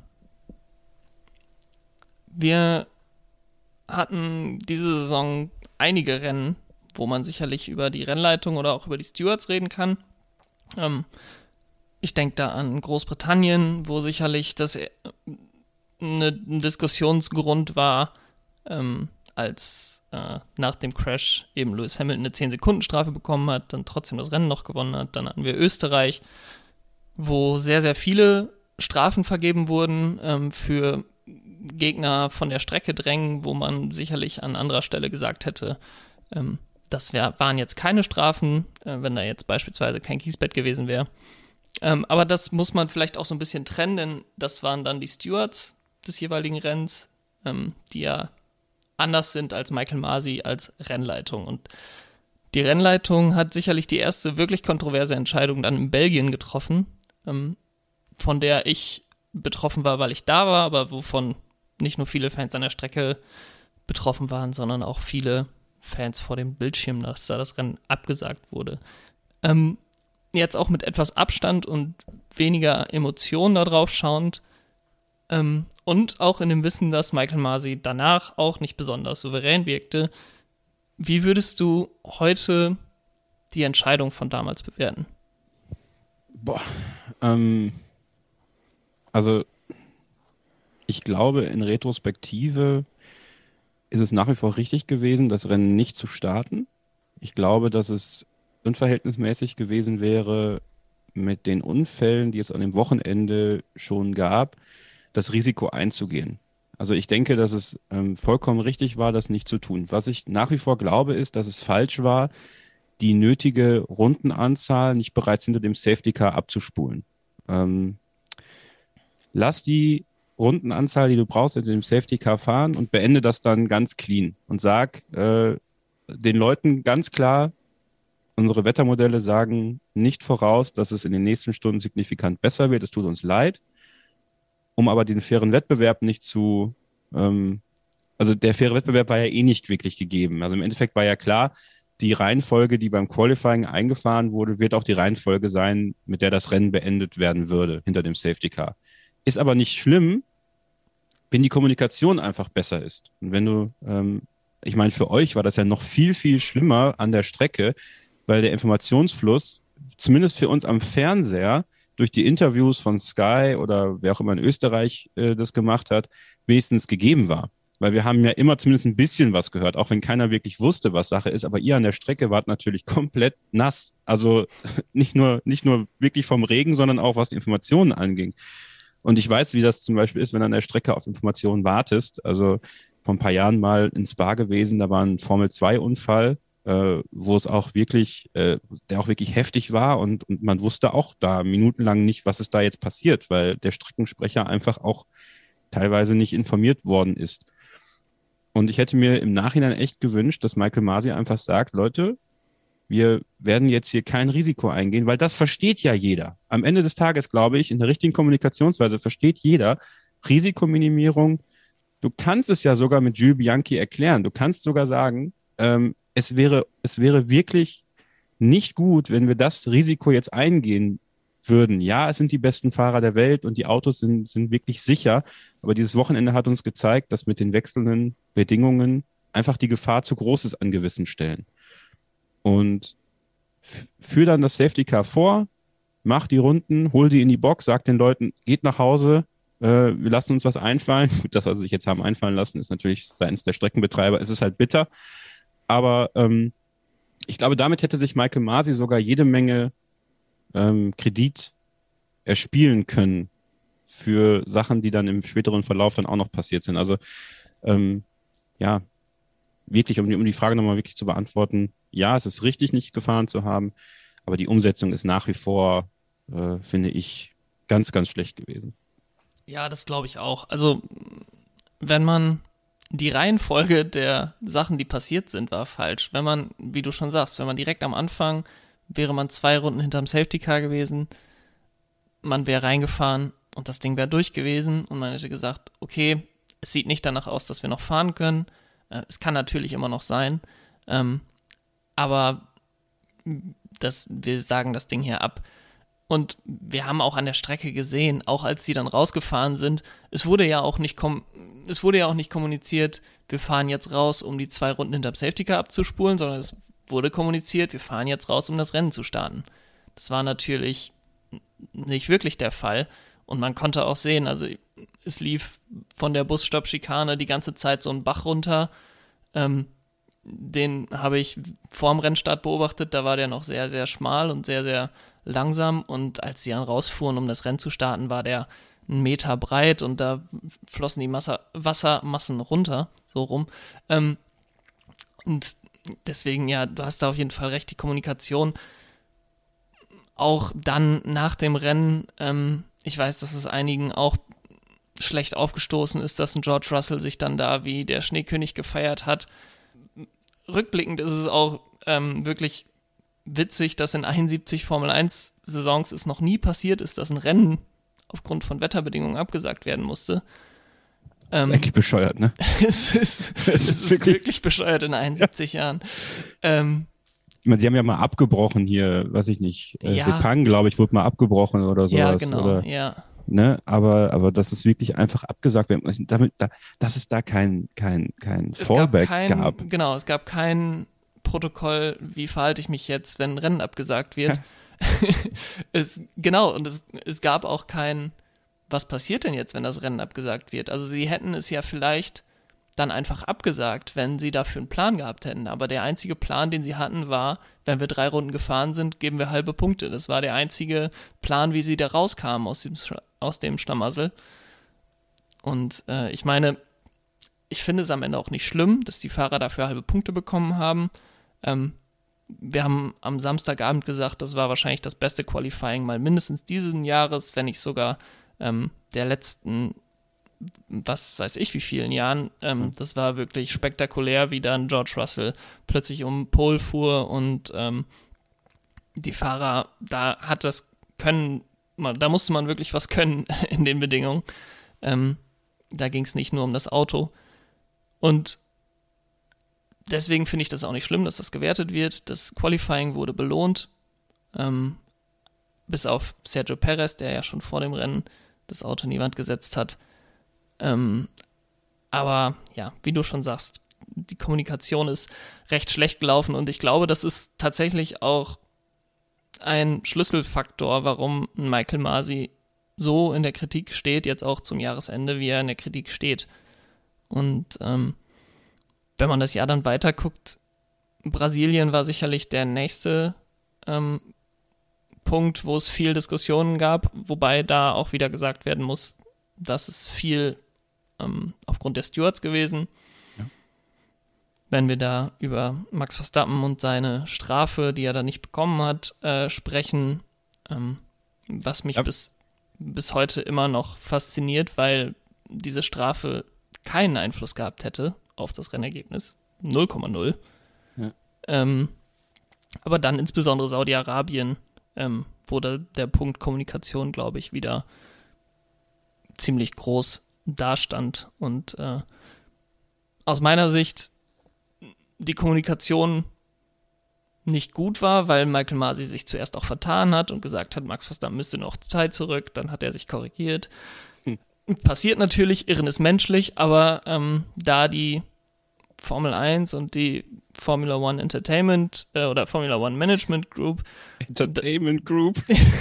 Wir hatten diese Saison einige Rennen, wo man sicherlich über die Rennleitung oder auch über die Stewards reden kann. Ähm, ich denke da an Großbritannien, wo sicherlich das eine, ein Diskussionsgrund war, ähm, als äh, nach dem Crash eben Lewis Hamilton eine zehn-Sekunden-Strafe bekommen hat, dann trotzdem das Rennen noch gewonnen hat. Dann hatten wir Österreich, wo sehr, sehr viele Strafen vergeben wurden ähm, für Gegner von der Strecke drängen, wo man sicherlich an anderer Stelle gesagt hätte, ähm, das wär, waren jetzt keine Strafen, äh, wenn da jetzt beispielsweise kein Kiesbett gewesen wäre. Ähm, aber das muss man vielleicht auch so ein bisschen trennen, denn das waren dann die Stewards des jeweiligen Rennens, ähm, die ja anders sind als Michael Masi als Rennleitung. Und die Rennleitung hat sicherlich die erste wirklich kontroverse Entscheidung dann in Belgien getroffen, ähm, von der ich betroffen war, weil ich da war, aber wovon nicht nur viele Fans an der Strecke betroffen waren, sondern auch viele Fans vor dem Bildschirm, dass da das Rennen abgesagt wurde. Ähm, jetzt auch mit etwas Abstand und weniger Emotionen da drauf schauend ähm, und auch in dem Wissen, dass Michael Masi danach auch nicht besonders souverän wirkte. Wie würdest du heute die Entscheidung von damals bewerten? Boah, ähm, also ich glaube, in Retrospektive ist es nach wie vor richtig gewesen, das Rennen nicht zu starten. Ich glaube, dass es unverhältnismäßig gewesen wäre, mit den Unfällen, die es an dem Wochenende schon gab, das Risiko einzugehen. Also ich denke, dass es ähm, vollkommen richtig war, das nicht zu tun. Was ich nach wie vor glaube, ist, dass es falsch war, die nötige Rundenanzahl nicht bereits hinter dem Safety Car abzuspulen. Ähm, lass die Rundenanzahl, die du brauchst, in dem Safety Car fahren und beende das dann ganz clean und sag äh, den Leuten ganz klar, unsere Wettermodelle sagen nicht voraus, dass es in den nächsten Stunden signifikant besser wird. Es tut uns leid. Um aber den fairen Wettbewerb nicht zu, ähm, also der faire Wettbewerb war ja eh nicht wirklich gegeben. Also im Endeffekt war ja klar, die Reihenfolge, die beim Qualifying eingefahren wurde, wird auch die Reihenfolge sein, mit der das Rennen beendet werden würde hinter dem Safety Car. Ist aber nicht schlimm, wenn die Kommunikation einfach besser ist. Und wenn du, ähm, ich meine, für euch war das ja noch viel, viel schlimmer an der Strecke, weil der Informationsfluss, zumindest für uns am Fernseher, durch die Interviews von Sky oder wer auch immer in Österreich äh, das gemacht hat, wenigstens gegeben war. Weil wir haben ja immer zumindest ein bisschen was gehört, auch wenn keiner wirklich wusste, was Sache ist. Aber ihr an der Strecke wart natürlich komplett nass. Also nicht nur, nicht nur wirklich vom Regen, sondern auch was die Informationen anging. Und ich weiß, wie das zum Beispiel ist, wenn du an der Strecke auf Informationen wartest. Also vor ein paar Jahren mal in Spa gewesen, da war ein Formel zwei Unfall, äh, wo es auch wirklich, äh, der auch wirklich heftig war und, und man wusste auch da minutenlang nicht, was ist da jetzt passiert, weil der Streckensprecher einfach auch teilweise nicht informiert worden ist. Und ich hätte mir im Nachhinein echt gewünscht, dass Michael Masi einfach sagt, Leute, wir werden jetzt hier kein Risiko eingehen, weil das versteht ja jeder. Am Ende des Tages, glaube ich, in der richtigen Kommunikationsweise versteht jeder Risikominimierung. Du kannst es ja sogar mit Jules Bianchi erklären. Du kannst sogar sagen, ähm, es wäre, es wäre wirklich nicht gut, wenn wir das Risiko jetzt eingehen würden. Ja, es sind die besten Fahrer der Welt und die Autos sind, sind wirklich sicher. Aber dieses Wochenende hat uns gezeigt, dass mit den wechselnden Bedingungen einfach die Gefahr zu groß ist an gewissen Stellen. Und f- führ dann das Safety Car vor, mach die Runden, hol die in die Box, sag den Leuten, geht nach Hause, äh, wir lassen uns was einfallen. Gut, das, was sie sich jetzt haben einfallen lassen, ist natürlich seitens der Streckenbetreiber, es ist halt bitter. Aber ähm, ich glaube, damit hätte sich Michael Masi sogar jede Menge ähm, Kredit erspielen können für Sachen, die dann im späteren Verlauf dann auch noch passiert sind. Also ähm, ja, wirklich, um die, um die Frage nochmal wirklich zu beantworten, ja, es ist richtig, nicht gefahren zu haben, aber die Umsetzung ist nach wie vor, äh, finde ich, ganz, ganz schlecht gewesen. Ja, das glaube ich auch. Also, wenn man die Reihenfolge der Sachen, die passiert sind, war falsch. Wenn man, wie du schon sagst, wenn man direkt am Anfang, wäre man zwei Runden hinterm Safety Car gewesen, man wäre reingefahren und das Ding wäre durch gewesen und man hätte gesagt, okay, es sieht nicht danach aus, dass wir noch fahren können. Äh, es kann natürlich immer noch sein, ähm, aber das, wir sagen das Ding hier ab. Und wir haben auch an der Strecke gesehen, auch als sie dann rausgefahren sind, es wurde ja auch nicht kom- es wurde ja auch nicht kommuniziert, wir fahren jetzt raus, um die zwei Runden hinterm Safety Car abzuspulen, sondern es wurde kommuniziert, wir fahren jetzt raus, um das Rennen zu starten. Das war natürlich nicht wirklich der Fall. Und man konnte auch sehen, also es lief von der Busstopp-Schikane die ganze Zeit so ein Bach runter. Ähm, den habe ich vorm Rennstart beobachtet, da war der noch sehr, sehr schmal und sehr, sehr langsam. Und als sie dann rausfuhren, um das Rennen zu starten, war der einen Meter breit und da flossen die Masse, Wassermassen runter, so rum. Ähm, und deswegen, ja, du hast da auf jeden Fall recht, die Kommunikation auch dann nach dem Rennen, ähm, ich weiß, dass es einigen auch schlecht aufgestoßen ist, dass ein George Russell sich dann da wie der Schneekönig gefeiert hat. Rückblickend ist es auch ähm, wirklich witzig, dass in einundsiebzig Formel eins Saisons es noch nie passiert ist, dass ein Rennen aufgrund von Wetterbedingungen abgesagt werden musste. Das ist ähm, eigentlich bescheuert, ne? es ist, es ist wirklich, wirklich bescheuert in einundsiebzig ja. Jahren. Ähm, Ich meine, sie haben ja mal abgebrochen hier, weiß ich nicht, äh, ja. Sepang, glaube ich, wurde mal abgebrochen oder sowas. Ja, genau, oder, ja. Ne? Aber, aber dass es wirklich einfach abgesagt wird, damit, da, dass es da kein, kein, kein es Fallback gab, kein, gab. Genau, es gab kein Protokoll, wie verhalte ich mich jetzt, wenn ein Rennen abgesagt wird. es, genau, und es, es gab auch kein, was passiert denn jetzt, wenn das Rennen abgesagt wird? Also sie hätten es ja vielleicht dann einfach abgesagt, wenn sie dafür einen Plan gehabt hätten. Aber der einzige Plan, den sie hatten, war, wenn wir drei Runden gefahren sind, geben wir halbe Punkte. Das war der einzige Plan, wie sie da rauskamen aus dem, aus dem Schlamassel. Und äh, ich meine, ich finde es am Ende auch nicht schlimm, dass die Fahrer dafür halbe Punkte bekommen haben. Ähm, wir haben am Samstagabend gesagt, das war wahrscheinlich das beste Qualifying mal mindestens diesen Jahres, wenn nicht sogar ähm, der letzten was weiß ich wie vielen Jahren. Ähm, das war wirklich spektakulär, wie dann George Russell plötzlich um Pole fuhr und ähm, die Fahrer, da hat das können, da musste man wirklich was können in den Bedingungen. Ähm, da ging es nicht nur um das Auto. Und deswegen finde ich das auch nicht schlimm, dass das gewertet wird. Das Qualifying wurde belohnt. Ähm, bis auf Sergio Perez, der ja schon vor dem Rennen das Auto in die Wand gesetzt hat. Ähm, aber ja, wie du schon sagst, die Kommunikation ist recht schlecht gelaufen und ich glaube, das ist tatsächlich auch ein Schlüsselfaktor, warum Michael Masi so in der Kritik steht, jetzt auch zum Jahresende, wie er in der Kritik steht. Und ähm, wenn man das Jahr dann weiter guckt, Brasilien war sicherlich der nächste ähm, Punkt, wo es viel Diskussionen gab, wobei da auch wieder gesagt werden muss, dass es viel ähm, aufgrund der Stewards gewesen. Ja. Wenn wir da über Max Verstappen und seine Strafe, die er da nicht bekommen hat, äh, sprechen, ähm, was mich ja. bis, bis heute immer noch fasziniert, weil diese Strafe keinen Einfluss gehabt hätte auf das Rennergebnis. null Komma null. Ja. Ähm, aber dann insbesondere Saudi-Arabien, ähm, wo da der Punkt Kommunikation, glaube ich, wieder ziemlich groß dastand. Und äh, aus meiner Sicht die Kommunikation nicht gut war, weil Michael Masi sich zuerst auch vertan hat und gesagt hat, Max Verstappen müsste noch Zeit zurück, dann hat er sich korrigiert. Hm. Passiert natürlich, Irren ist menschlich, aber ähm, da die Formel eins und die Formula One Entertainment äh, oder Formula One Management Group. Entertainment Group.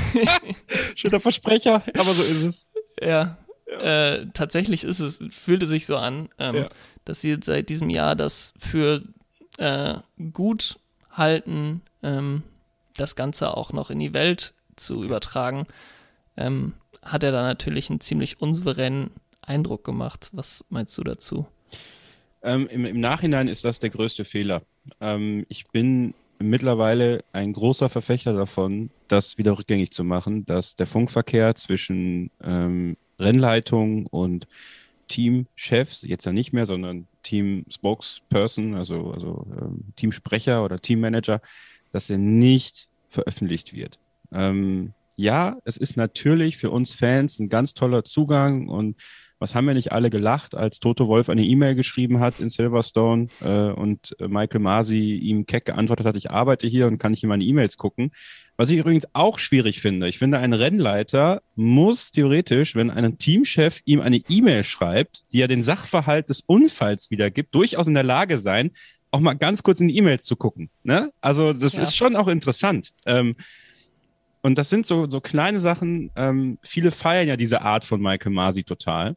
Schöner Versprecher, aber so ist es. Ja, ja. Äh, tatsächlich ist es, fühlte sich so an, ähm, ja. dass sie seit diesem Jahr das für äh, gut halten, ähm, das Ganze auch noch in die Welt zu übertragen, ähm, hat er da natürlich einen ziemlich unsouveränen Eindruck gemacht. Was meinst du dazu? Ähm, im, Im Nachhinein ist das der größte Fehler. Ähm, ich bin mittlerweile ein großer Verfechter davon, das wieder rückgängig zu machen, dass der Funkverkehr zwischen ähm, Rennleitung und Teamchefs, jetzt ja nicht mehr, sondern Team-Spokesperson, also, also ähm, Teamsprecher oder Teammanager, dass er nicht veröffentlicht wird. Ähm, ja, es ist natürlich für uns Fans ein ganz toller Zugang und was haben wir nicht alle gelacht, als Toto Wolff eine E-Mail geschrieben hat in Silverstone äh, und Michael Masi ihm keck geantwortet hat, ich arbeite hier und kann ich in meine E-Mails gucken. Was ich übrigens auch schwierig finde. Ich finde, ein Rennleiter muss theoretisch, wenn ein Teamchef ihm eine E-Mail schreibt, die ja den Sachverhalt des Unfalls wiedergibt, durchaus in der Lage sein, auch mal ganz kurz in die E-Mails zu gucken. Ne? Also das ja. ist schon auch interessant. Ähm, und das sind so, so kleine Sachen. Ähm, viele feiern ja diese Art von Michael Masi total.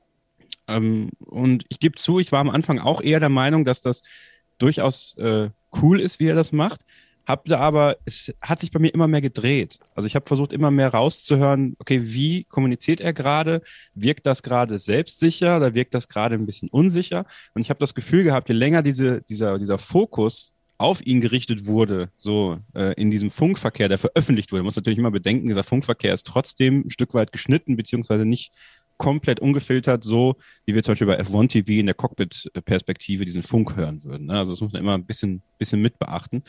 Ähm, und ich gebe zu, ich war am Anfang auch eher der Meinung, dass das durchaus äh, cool ist, wie er das macht. Hab da aber, es hat sich bei mir immer mehr gedreht. Also ich habe versucht, immer mehr rauszuhören, okay, wie kommuniziert er gerade? Wirkt das gerade selbstsicher oder wirkt das gerade ein bisschen unsicher? Und ich habe das Gefühl gehabt, je länger diese, dieser, dieser Fokus auf ihn gerichtet wurde, so äh, in diesem Funkverkehr, der veröffentlicht wurde, man muss natürlich immer bedenken, dieser Funkverkehr ist trotzdem ein Stück weit geschnitten, beziehungsweise nicht komplett ungefiltert, so wie wir zum Beispiel bei F eins T V in der Cockpit-Perspektive diesen Funk hören würden. Ne? Also das muss man immer ein bisschen, bisschen mit beachten.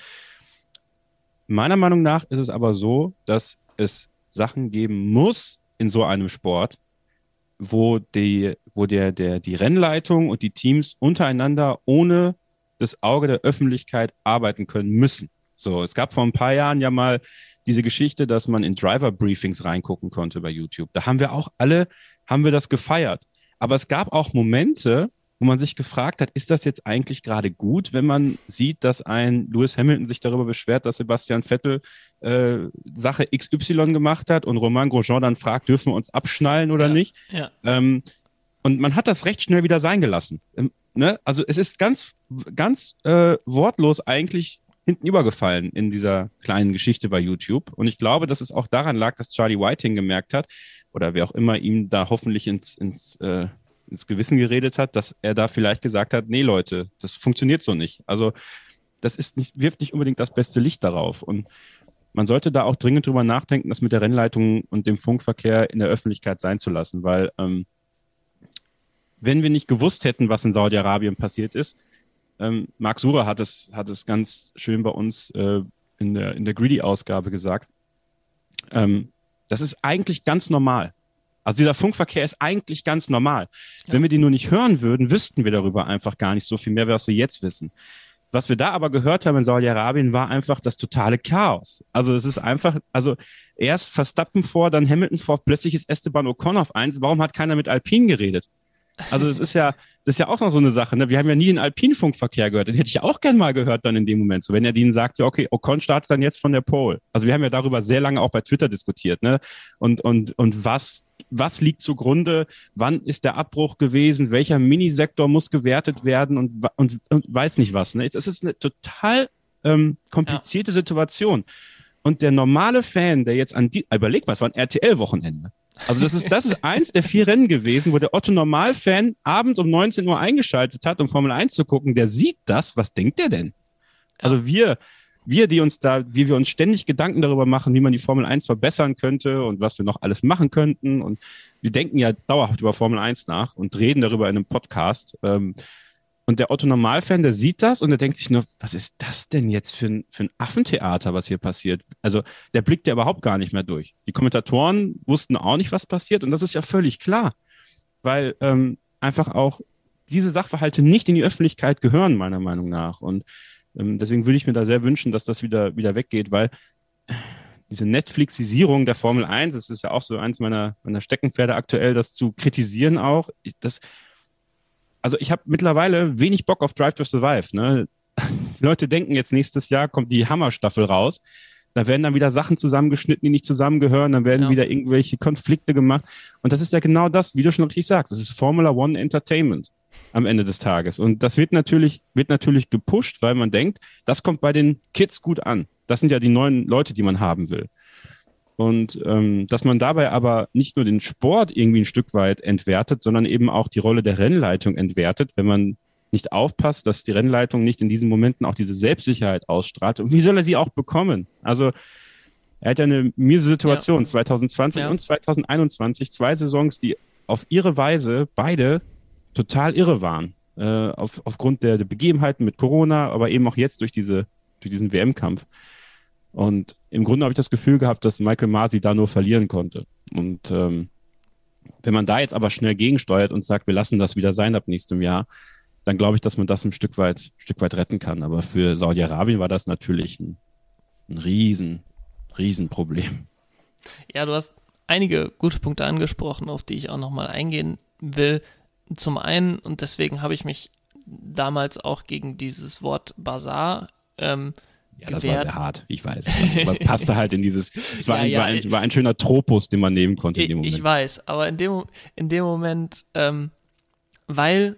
Meiner Meinung nach ist es aber so, dass es Sachen geben muss in so einem Sport, wo die, wo der, der, die Rennleitung und die Teams untereinander ohne das Auge der Öffentlichkeit arbeiten können müssen. So, es gab vor ein paar Jahren ja mal diese Geschichte, dass man in Driver-Briefings reingucken konnte bei YouTube. Da haben wir auch alle, haben wir das gefeiert. Aber es gab auch Momente, wo man sich gefragt hat, ist das jetzt eigentlich gerade gut, wenn man sieht, dass ein Lewis Hamilton sich darüber beschwert, dass Sebastian Vettel äh, Sache X Y gemacht hat und Romain Grosjean dann fragt, dürfen wir uns abschnallen oder ja, nicht? Ja. Ähm, und man hat das recht schnell wieder sein gelassen. Ähm, ne? Also es ist ganz, ganz äh, wortlos eigentlich hinten übergefallen in dieser kleinen Geschichte bei YouTube. Und ich glaube, dass es auch daran lag, dass Charlie Whiting gemerkt hat, oder wer auch immer ihm da hoffentlich ins, ins, äh, ins Gewissen geredet hat, dass er da vielleicht gesagt hat, nee Leute, das funktioniert so nicht. Also das ist nicht, wirft nicht unbedingt das beste Licht darauf. Und man sollte da auch dringend drüber nachdenken, das mit der Rennleitung und dem Funkverkehr in der Öffentlichkeit sein zu lassen, weil ähm, wenn wir nicht gewusst hätten, was in Saudi-Arabien passiert ist. Ähm, Marc Surer hat es, hat es ganz schön bei uns äh, in der, in der Greedy-Ausgabe gesagt. Ähm, das ist eigentlich ganz normal. Also dieser Funkverkehr ist eigentlich ganz normal. Ja. Wenn wir den nur nicht hören würden, wüssten wir darüber einfach gar nicht so viel mehr, was wir jetzt wissen. Was wir da aber gehört haben in Saudi-Arabien, war einfach das totale Chaos. Also es ist einfach, also erst Verstappen vor, dann Hamilton vor, plötzlich ist Esteban Ocon auf eins. Warum hat keiner mit Alpine geredet? Also es ist ja, das ist ja auch noch so eine Sache, ne? Wir haben ja nie den Alpine-Funkverkehr gehört. Den hätte ich auch gern mal gehört dann in dem Moment. So, wenn er denen sagt, ja, okay, Ocon startet dann jetzt von der Pole. Also wir haben ja darüber sehr lange auch bei Twitter diskutiert, ne? Und, und, und was, was liegt zugrunde? Wann ist der Abbruch gewesen? Welcher Minisektor muss gewertet werden? Und, und, und weiß nicht was, ne? Das ist eine total ähm, komplizierte ja. Situation. Und der normale Fan, der jetzt an die, überleg mal, es war ein R T L-Wochenende. Also das ist, das ist eins der vier Rennen gewesen, wo der Otto-Normal-Fan abends um neunzehn Uhr eingeschaltet hat, um Formel eins zu gucken. Der sieht das. Was denkt der denn? Ja. Also wir, wir, die uns da, wie wir uns ständig Gedanken darüber machen, wie man die Formel eins verbessern könnte und was wir noch alles machen könnten. Und wir denken ja dauerhaft über Formel eins nach und reden darüber in einem Podcast. Ähm, Und der Otto-Normal-Fan, der sieht das und der denkt sich nur, was ist das denn jetzt für ein, für ein Affentheater, was hier passiert? Also der blickt ja überhaupt gar nicht mehr durch. Die Kommentatoren wussten auch nicht, was passiert und das ist ja völlig klar, weil ähm, einfach auch diese Sachverhalte nicht in die Öffentlichkeit gehören, meiner Meinung nach. Und ähm, deswegen würde ich mir da sehr wünschen, dass das wieder, wieder weggeht, weil diese Netflixisierung der Formel eins, das ist ja auch so eins meiner, meiner Steckenpferde aktuell, das zu kritisieren auch, ich, das Also ich habe mittlerweile wenig Bock auf Drive to Survive. Ne? Die Leute denken jetzt, nächstes Jahr kommt die Hammer-Staffel raus. Da werden dann wieder Sachen zusammengeschnitten, die nicht zusammengehören. Dann werden ja. wieder irgendwelche Konflikte gemacht. Und das ist ja genau das, wie du schon richtig sagst. Das ist Formula One Entertainment am Ende des Tages. Und das wird natürlich, wird natürlich gepusht, weil man denkt, das kommt bei den Kids gut an. Das sind ja die neuen Leute, die man haben will. Und ähm, dass man dabei aber nicht nur den Sport irgendwie ein Stück weit entwertet, sondern eben auch die Rolle der Rennleitung entwertet, wenn man nicht aufpasst, dass die Rennleitung nicht in diesen Momenten auch diese Selbstsicherheit ausstrahlt. Und wie soll er sie auch bekommen? Also er hat ja eine miese Situation, ja. zwanzig zwanzig ja. und zwanzig einundzwanzig, zwei Saisons, die auf ihre Weise beide total irre waren. Äh, auf, aufgrund der, der Begebenheiten mit Corona, aber eben auch jetzt durch, diese, durch diesen W M-Kampf. Und im Grunde habe ich das Gefühl gehabt, dass Michael Masi da nur verlieren konnte. Und ähm, wenn man da jetzt aber schnell gegensteuert und sagt, wir lassen das wieder sein ab nächstem Jahr, dann glaube ich, dass man das ein Stück weit, Stück weit retten kann. Aber für Saudi-Arabien war das natürlich ein, ein riesen, riesen Problem. Ja, du hast einige gute Punkte angesprochen, auf die ich auch nochmal eingehen will. Zum einen, und deswegen habe ich mich damals auch gegen dieses Wort Bazar ähm, Ja, das gewährt. War sehr hart, ich weiß. Was passte halt in dieses, es war, ja, ein, ja, war, ein, war ein schöner Tropus, den man nehmen konnte in dem Moment. Ich weiß, aber in dem, in dem Moment, ähm, weil,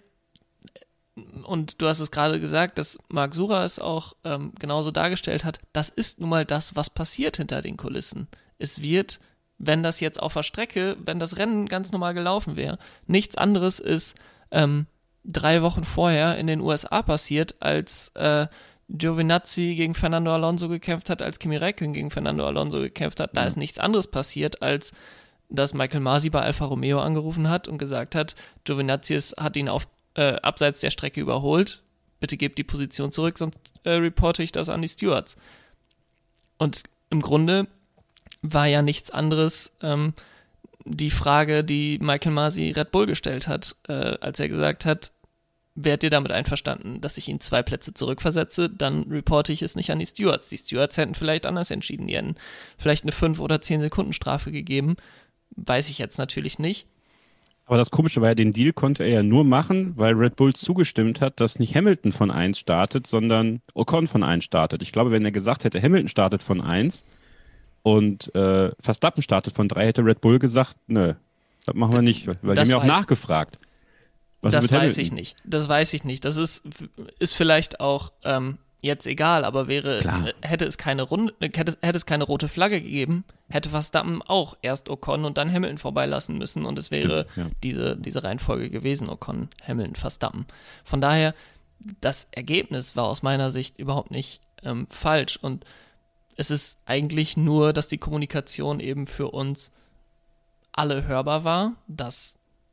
und du hast es gerade gesagt, dass Marc Surer es auch ähm, genauso dargestellt hat, das ist nun mal das, was passiert hinter den Kulissen. Es wird, wenn das jetzt auf der Strecke, wenn das Rennen ganz normal gelaufen wäre, nichts anderes ist ähm, drei Wochen vorher in den U S A passiert, als äh, Giovinazzi gegen Fernando Alonso gekämpft hat, als Kimi Räikkönen gegen Fernando Alonso gekämpft hat. Da ja. ist nichts anderes passiert, als dass Michael Masi bei Alfa Romeo angerufen hat und gesagt hat, Giovinazzi ist, hat ihn auf, äh, abseits der Strecke überholt. Bitte gebt die Position zurück, sonst äh, reporte ich das an die Stewards. Und im Grunde war ja nichts anderes ähm, die Frage, die Michael Masi Red Bull gestellt hat, äh, als er gesagt hat, wärt ihr damit einverstanden, dass ich ihn zwei Plätze zurückversetze, dann reporte ich es nicht an die Stewards. Die Stewards hätten vielleicht anders entschieden, die hätten vielleicht eine fünf oder zehn Sekunden Strafe gegeben. Weiß ich jetzt natürlich nicht. Aber das Komische war ja, den Deal konnte er ja nur machen, weil Red Bull zugestimmt hat, dass nicht Hamilton von eins startet, sondern Ocon von eins startet. Ich glaube, wenn er gesagt hätte, Hamilton startet von eins und äh, Verstappen startet von drei, hätte Red Bull gesagt, nö, das machen wir nicht, weil die haben ja auch nachgefragt. Was das weiß ich nicht. Das weiß ich nicht. Das ist, ist vielleicht auch ähm, jetzt egal, aber wäre, Klar. hätte es keine Runde, hätte, hätte es keine rote Flagge gegeben, hätte Verstappen auch erst Ocon und dann Hamilton vorbeilassen müssen und es wäre Stimmt, ja. diese, diese Reihenfolge gewesen, Ocon, Hamilton, Verstappen. Von daher, das Ergebnis war aus meiner Sicht überhaupt nicht ähm, falsch und es ist eigentlich nur, dass die Kommunikation eben für uns alle hörbar war, dass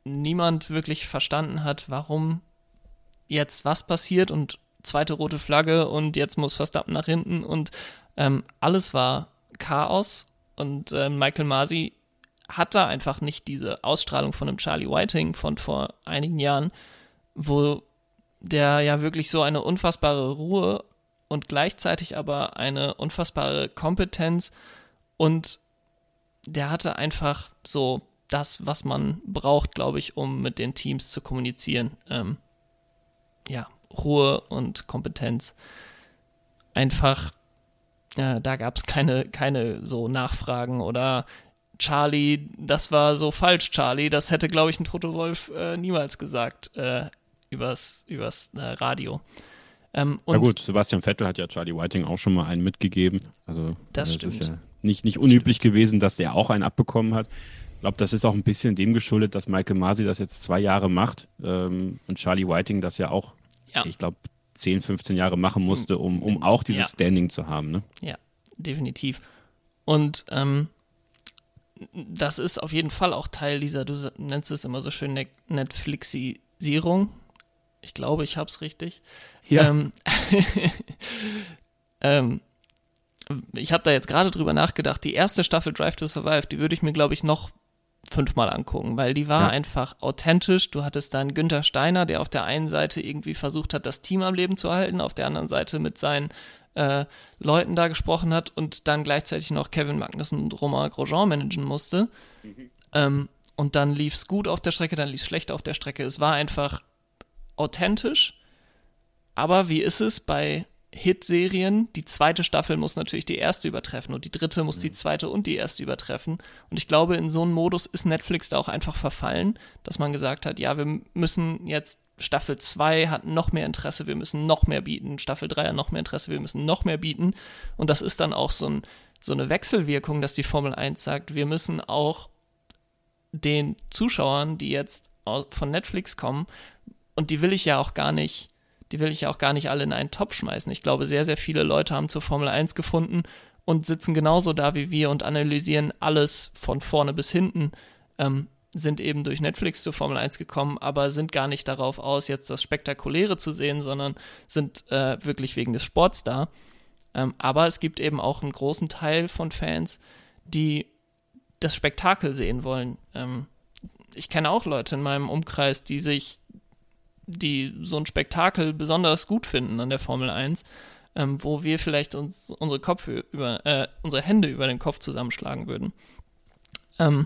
niemand wirklich verstanden hat, warum jetzt was passiert und zweite rote Flagge und jetzt muss Verstappen nach hinten und ähm, alles war Chaos und äh, Michael Masi hat da einfach nicht diese Ausstrahlung von einem Charlie Whiting von vor einigen Jahren, wo der ja wirklich so eine unfassbare Ruhe und gleichzeitig aber eine unfassbare Kompetenz und der hatte einfach so das, was man braucht, glaube ich, um mit den Teams zu kommunizieren. Ähm, ja, Ruhe und Kompetenz. Einfach, äh, da gab es keine, keine so Nachfragen oder Charlie, das war so falsch, Charlie, das hätte, glaube ich, ein Toto Wolff äh, niemals gesagt äh, übers, übers äh, Radio. Ähm, und ja gut, Sebastian Vettel hat ja Charlie Whiting auch schon mal einen mitgegeben. Also das, das stimmt. ist ja nicht, nicht unüblich gewesen, dass der auch einen abbekommen hat. Ich glaube, das ist auch ein bisschen dem geschuldet, dass Michael Masi das jetzt zwei Jahre macht ähm, und Charlie Whiting das ja auch, ja. ich glaube, zehn, fünfzehn Jahre machen musste, um, um auch dieses ja. Standing zu haben. Ne? Ja, definitiv. Und ähm, das ist auf jeden Fall auch Teil dieser, du nennst es immer so schön ne- Netflixisierung. Ich glaube, ich habe es richtig. Ja. Ähm, ähm, ich habe da jetzt gerade drüber nachgedacht. Die erste Staffel Drive to Survive, die würde ich mir, glaube ich, noch fünfmal angucken, weil die war ja. einfach authentisch. Du hattest dann Günther Steiner, der auf der einen Seite irgendwie versucht hat, das Team am Leben zu halten, auf der anderen Seite mit seinen äh, Leuten da gesprochen hat und dann gleichzeitig noch Kevin Magnussen und Romain Grosjean managen musste. Mhm. Ähm, und dann lief es gut auf der Strecke, dann lief es schlecht auf der Strecke. Es war einfach authentisch, aber wie ist es bei Hit-Serien? Die zweite Staffel muss natürlich die erste übertreffen und die dritte muss die zweite und die erste übertreffen. Und ich glaube, in so einem Modus ist Netflix da auch einfach verfallen, dass man gesagt hat, ja, wir müssen jetzt, Staffel zwei hat noch mehr Interesse, wir müssen noch mehr bieten, Staffel drei hat noch mehr Interesse, wir müssen noch mehr bieten. Und das ist dann auch so, ein, so eine Wechselwirkung, dass die Formel eins sagt, wir müssen auch den Zuschauern, die jetzt von Netflix kommen, und die will ich ja auch gar nicht Die will ich ja auch gar nicht alle in einen Topf schmeißen. Ich glaube, sehr, sehr viele Leute haben zur Formel eins gefunden und sitzen genauso da wie wir und analysieren alles von vorne bis hinten, ähm, sind eben durch Netflix zur Formel eins gekommen, aber sind gar nicht darauf aus, jetzt das Spektakuläre zu sehen, sondern sind äh, wirklich wegen des Sports da. Ähm, aber es gibt eben auch einen großen Teil von Fans, die das Spektakel sehen wollen. Ähm, ich kenne auch Leute in meinem Umkreis, die sich die so ein Spektakel besonders gut finden an der Formel eins, ähm, wo wir vielleicht uns unsere Köpfe über, äh, unsere Hände über den Kopf zusammenschlagen würden. Ähm,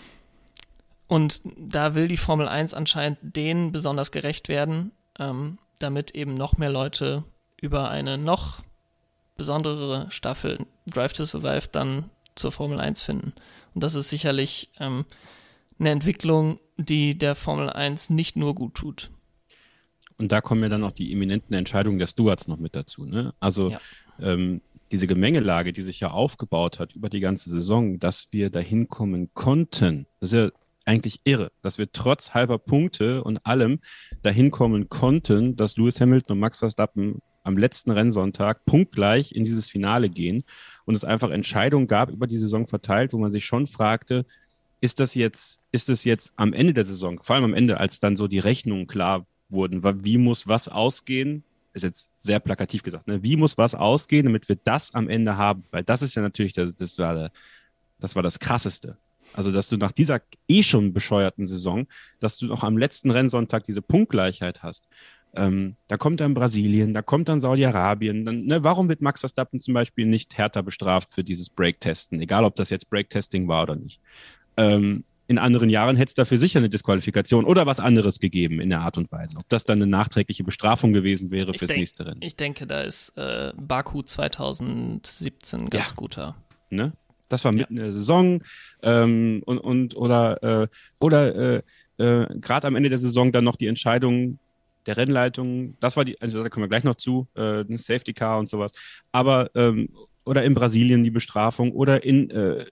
und da will die Formel eins anscheinend denen besonders gerecht werden, ähm, damit eben noch mehr Leute über eine noch besondere Staffel Drive to Survive dann zur Formel eins finden. Und das ist sicherlich ähm, eine Entwicklung, die der Formel eins nicht nur gut tut. Und da kommen ja dann auch die eminenten Entscheidungen der Stewards noch mit dazu. Ne? Also ja. ähm, diese Gemengelage, die sich ja aufgebaut hat über die ganze Saison, dass wir dahin kommen konnten, das ist ja eigentlich irre, dass wir trotz halber Punkte und allem dahin kommen konnten, dass Lewis Hamilton und Max Verstappen am letzten Rennsonntag punktgleich in dieses Finale gehen und es einfach Entscheidungen gab über die Saison verteilt, wo man sich schon fragte, ist das jetzt, ist das jetzt am Ende der Saison, vor allem am Ende, als dann so die Rechnungen klar wurden, wie muss was ausgehen, ist jetzt sehr plakativ gesagt, ne? Wie muss was ausgehen, damit wir das am Ende haben, weil das ist ja natürlich, das, das, war, das war das Krasseste. Also, dass du nach dieser eh schon bescheuerten Saison, dass du noch am letzten Rennsonntag diese Punktgleichheit hast. Ähm, da kommt dann Brasilien, da kommt dann Saudi-Arabien. Dann, ne, warum wird Max Verstappen zum Beispiel nicht härter bestraft für dieses Brake-Testen, egal ob das jetzt Brake-Testing war oder nicht? Ähm, in anderen Jahren hätte es dafür sicher eine Disqualifikation oder was anderes gegeben in der Art und Weise. Ob das dann eine nachträgliche Bestrafung gewesen wäre ich fürs denk, nächste Rennen. Ich denke, da ist äh, Baku zwanzig siebzehn ganz ja. guter. Ne? Das war mitten ja. in der Saison ähm, und, und oder, äh, oder äh, äh, gerade am Ende der Saison dann noch die Entscheidung der Rennleitung, das war die, also da kommen wir gleich noch zu, äh, ein Safety Car und sowas, aber ähm, oder in Brasilien die Bestrafung oder in äh,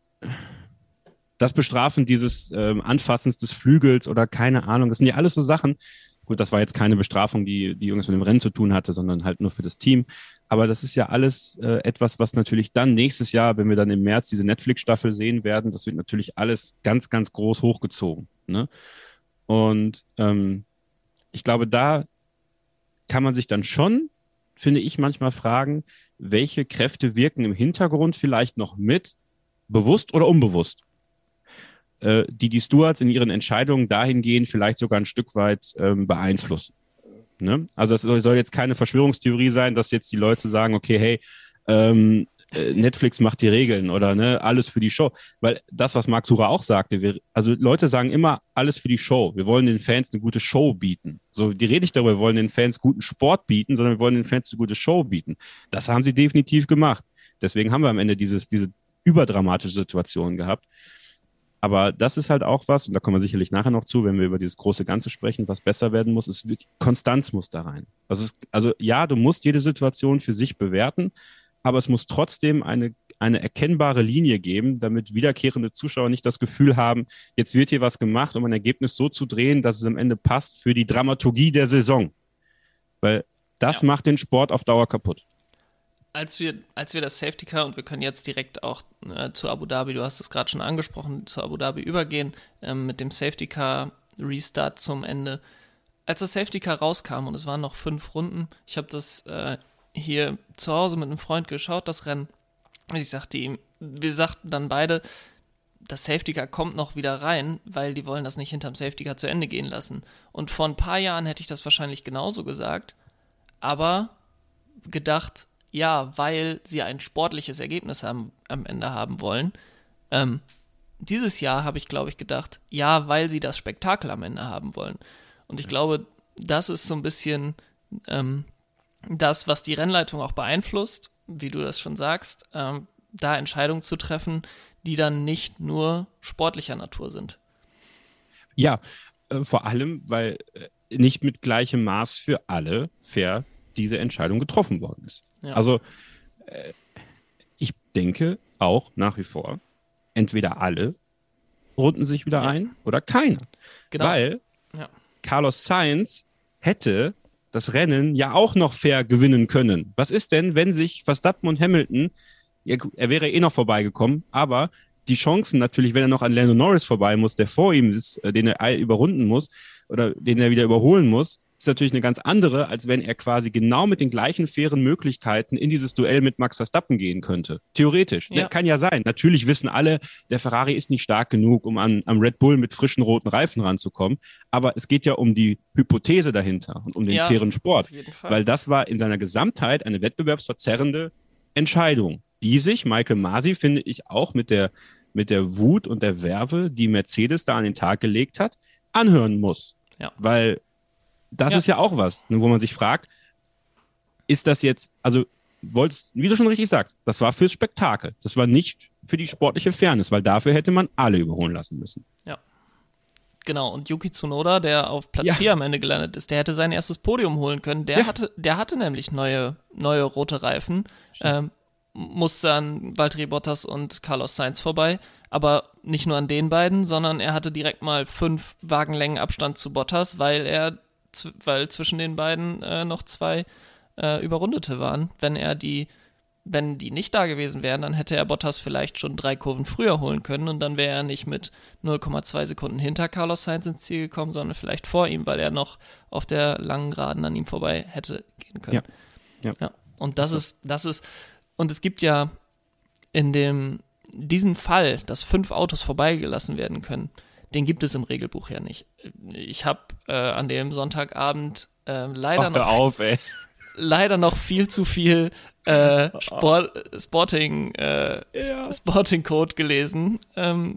das Bestrafen dieses ähm, Anfassens des Flügels oder keine Ahnung, das sind ja alles so Sachen. Gut, das war jetzt keine Bestrafung, die, die irgendwas mit dem Rennen zu tun hatte, sondern halt nur für das Team. Aber das ist ja alles äh, etwas, was natürlich dann nächstes Jahr, wenn wir dann im März diese Netflix-Staffel sehen werden, das wird natürlich alles ganz, ganz groß hochgezogen. Ne? Und ähm, ich glaube, da kann man sich dann schon, finde ich, manchmal fragen, welche Kräfte wirken im Hintergrund vielleicht noch mit, bewusst oder unbewusst, äh, die die Stewards in ihren Entscheidungen dahingehend vielleicht sogar ein Stück weit ähm, beeinflussen. Ne? Also es soll, soll jetzt keine Verschwörungstheorie sein, dass jetzt die Leute sagen, okay, hey, ähm, Netflix macht die Regeln oder ne, alles für die Show. Weil das, was Marc Sucher auch sagte, wir, also Leute sagen immer, alles für die Show. Wir wollen den Fans eine gute Show bieten. So, die rede ich darüber, wir wollen den Fans guten Sport bieten, sondern wir wollen den Fans eine gute Show bieten. Das haben sie definitiv gemacht. Deswegen haben wir am Ende dieses, diese überdramatische Situation gehabt. Aber das ist halt auch was, und da kommen wir sicherlich nachher noch zu, wenn wir über dieses große Ganze sprechen, was besser werden muss, ist wirklich, Konstanz muss da rein. Das ist, also ja, du musst jede Situation für sich bewerten, aber es muss trotzdem eine, eine erkennbare Linie geben, damit wiederkehrende Zuschauer nicht das Gefühl haben, jetzt wird hier was gemacht, um ein Ergebnis so zu drehen, dass es am Ende passt für die Dramaturgie der Saison. Weil das ja. macht den Sport auf Dauer kaputt. Als wir, als wir das Safety Car, und wir können jetzt direkt auch äh, zu Abu Dhabi, du hast es gerade schon angesprochen, zu Abu Dhabi übergehen, ähm, mit dem Safety Car Restart zum Ende. Als das Safety Car rauskam und es waren noch fünf Runden, ich habe das äh, hier zu Hause mit einem Freund geschaut, das Rennen. Und ich sagte ihm, wir sagten dann beide, das Safety Car kommt noch wieder rein, weil die wollen das nicht hinterm Safety Car zu Ende gehen lassen. Und vor ein paar Jahren hätte ich das wahrscheinlich genauso gesagt, aber gedacht, ja, weil sie ein sportliches Ergebnis haben, am Ende haben wollen. Ähm, dieses Jahr habe ich, glaube ich, gedacht, ja, weil sie das Spektakel am Ende haben wollen. Und ich glaube, das ist so ein bisschen ähm, das, was die Rennleitung auch beeinflusst, wie du das schon sagst, ähm, da Entscheidungen zu treffen, die dann nicht nur sportlicher Natur sind. Ja, äh, vor allem, weil äh, nicht mit gleichem Maß für alle fair diese Entscheidung getroffen worden ist. Ja. Also äh, ich denke auch nach wie vor, entweder alle runden sich wieder ja. ein oder keiner. Genau. Weil ja. Carlos Sainz hätte das Rennen ja auch noch fair gewinnen können. Was ist denn, wenn sich Verstappen und Hamilton, ja, er wäre eh noch vorbeigekommen, aber die Chancen natürlich, wenn er noch an Lando Norris vorbei muss, der vor ihm ist, den er überrunden muss oder den er wieder überholen muss, ist natürlich eine ganz andere, als wenn er quasi genau mit den gleichen fairen Möglichkeiten in dieses Duell mit Max Verstappen gehen könnte. Theoretisch. Ja. Ne, kann ja sein. Natürlich wissen alle, der Ferrari ist nicht stark genug, um an, am Red Bull mit frischen roten Reifen ranzukommen. Aber es geht ja um die Hypothese dahinter und um den ja, fairen Sport. Weil das war in seiner Gesamtheit eine wettbewerbsverzerrende Entscheidung, die sich Michael Masi, finde ich, auch mit der, mit der Wut und der Werbe, die Mercedes da an den Tag gelegt hat, anhören muss. Ja. Weil das ja. ist ja auch was, wo man sich fragt, ist das jetzt, also wolltest, wie du schon richtig sagst, das war fürs Spektakel. Das war nicht für die sportliche Fairness, weil dafür hätte man alle überholen lassen müssen. Ja. Genau, und Yuki Tsunoda, der auf Platz ja. vier am Ende gelandet ist, der hätte sein erstes Podium holen können. Der, ja. hatte, der hatte nämlich neue, neue rote Reifen, ähm, musste an Valtteri Bottas und Carlos Sainz vorbei, aber nicht nur an den beiden, sondern er hatte direkt mal fünf Wagenlängen Abstand zu Bottas, weil er weil zwischen den beiden äh, noch zwei äh, Überrundete waren. Wenn er die, wenn die nicht da gewesen wären, dann hätte er Bottas vielleicht schon drei Kurven früher holen können und dann wäre er nicht mit null Komma zwei Sekunden hinter Carlos Sainz ins Ziel gekommen, sondern vielleicht vor ihm, weil er noch auf der langen Geraden an ihm vorbei hätte gehen können. Ja. Ja. Ja. Und das ist, das ist, und es gibt ja in dem, diesen Fall, dass fünf Autos vorbeigelassen werden können, den gibt es im Regelbuch ja nicht. Ich habe äh, an dem Sonntagabend äh, leider, Ach, noch, auf, ey. leider noch viel zu viel äh, Sport, Sporting, äh, ja. Sporting Code gelesen. Ähm,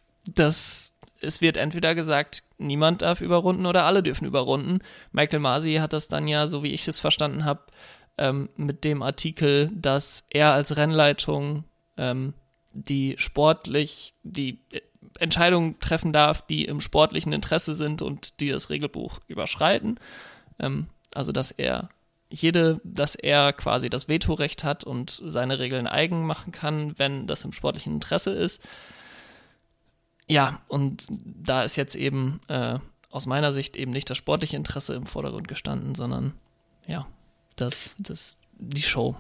dass es wird entweder gesagt, niemand darf überrunden oder alle dürfen überrunden. Michael Masi hat das dann ja, so wie ich es verstanden habe, ähm, mit dem Artikel, dass er als Rennleitung ähm, die sportlich, die Entscheidungen treffen darf, die im sportlichen Interesse sind und die das Regelbuch überschreiten. Ähm, also, dass er jede, dass er quasi das Vetorecht hat und seine Regeln eigen machen kann, wenn das im sportlichen Interesse ist. Ja, und da ist jetzt eben äh, aus meiner Sicht eben nicht das sportliche Interesse im Vordergrund gestanden, sondern ja, das, das, die Show,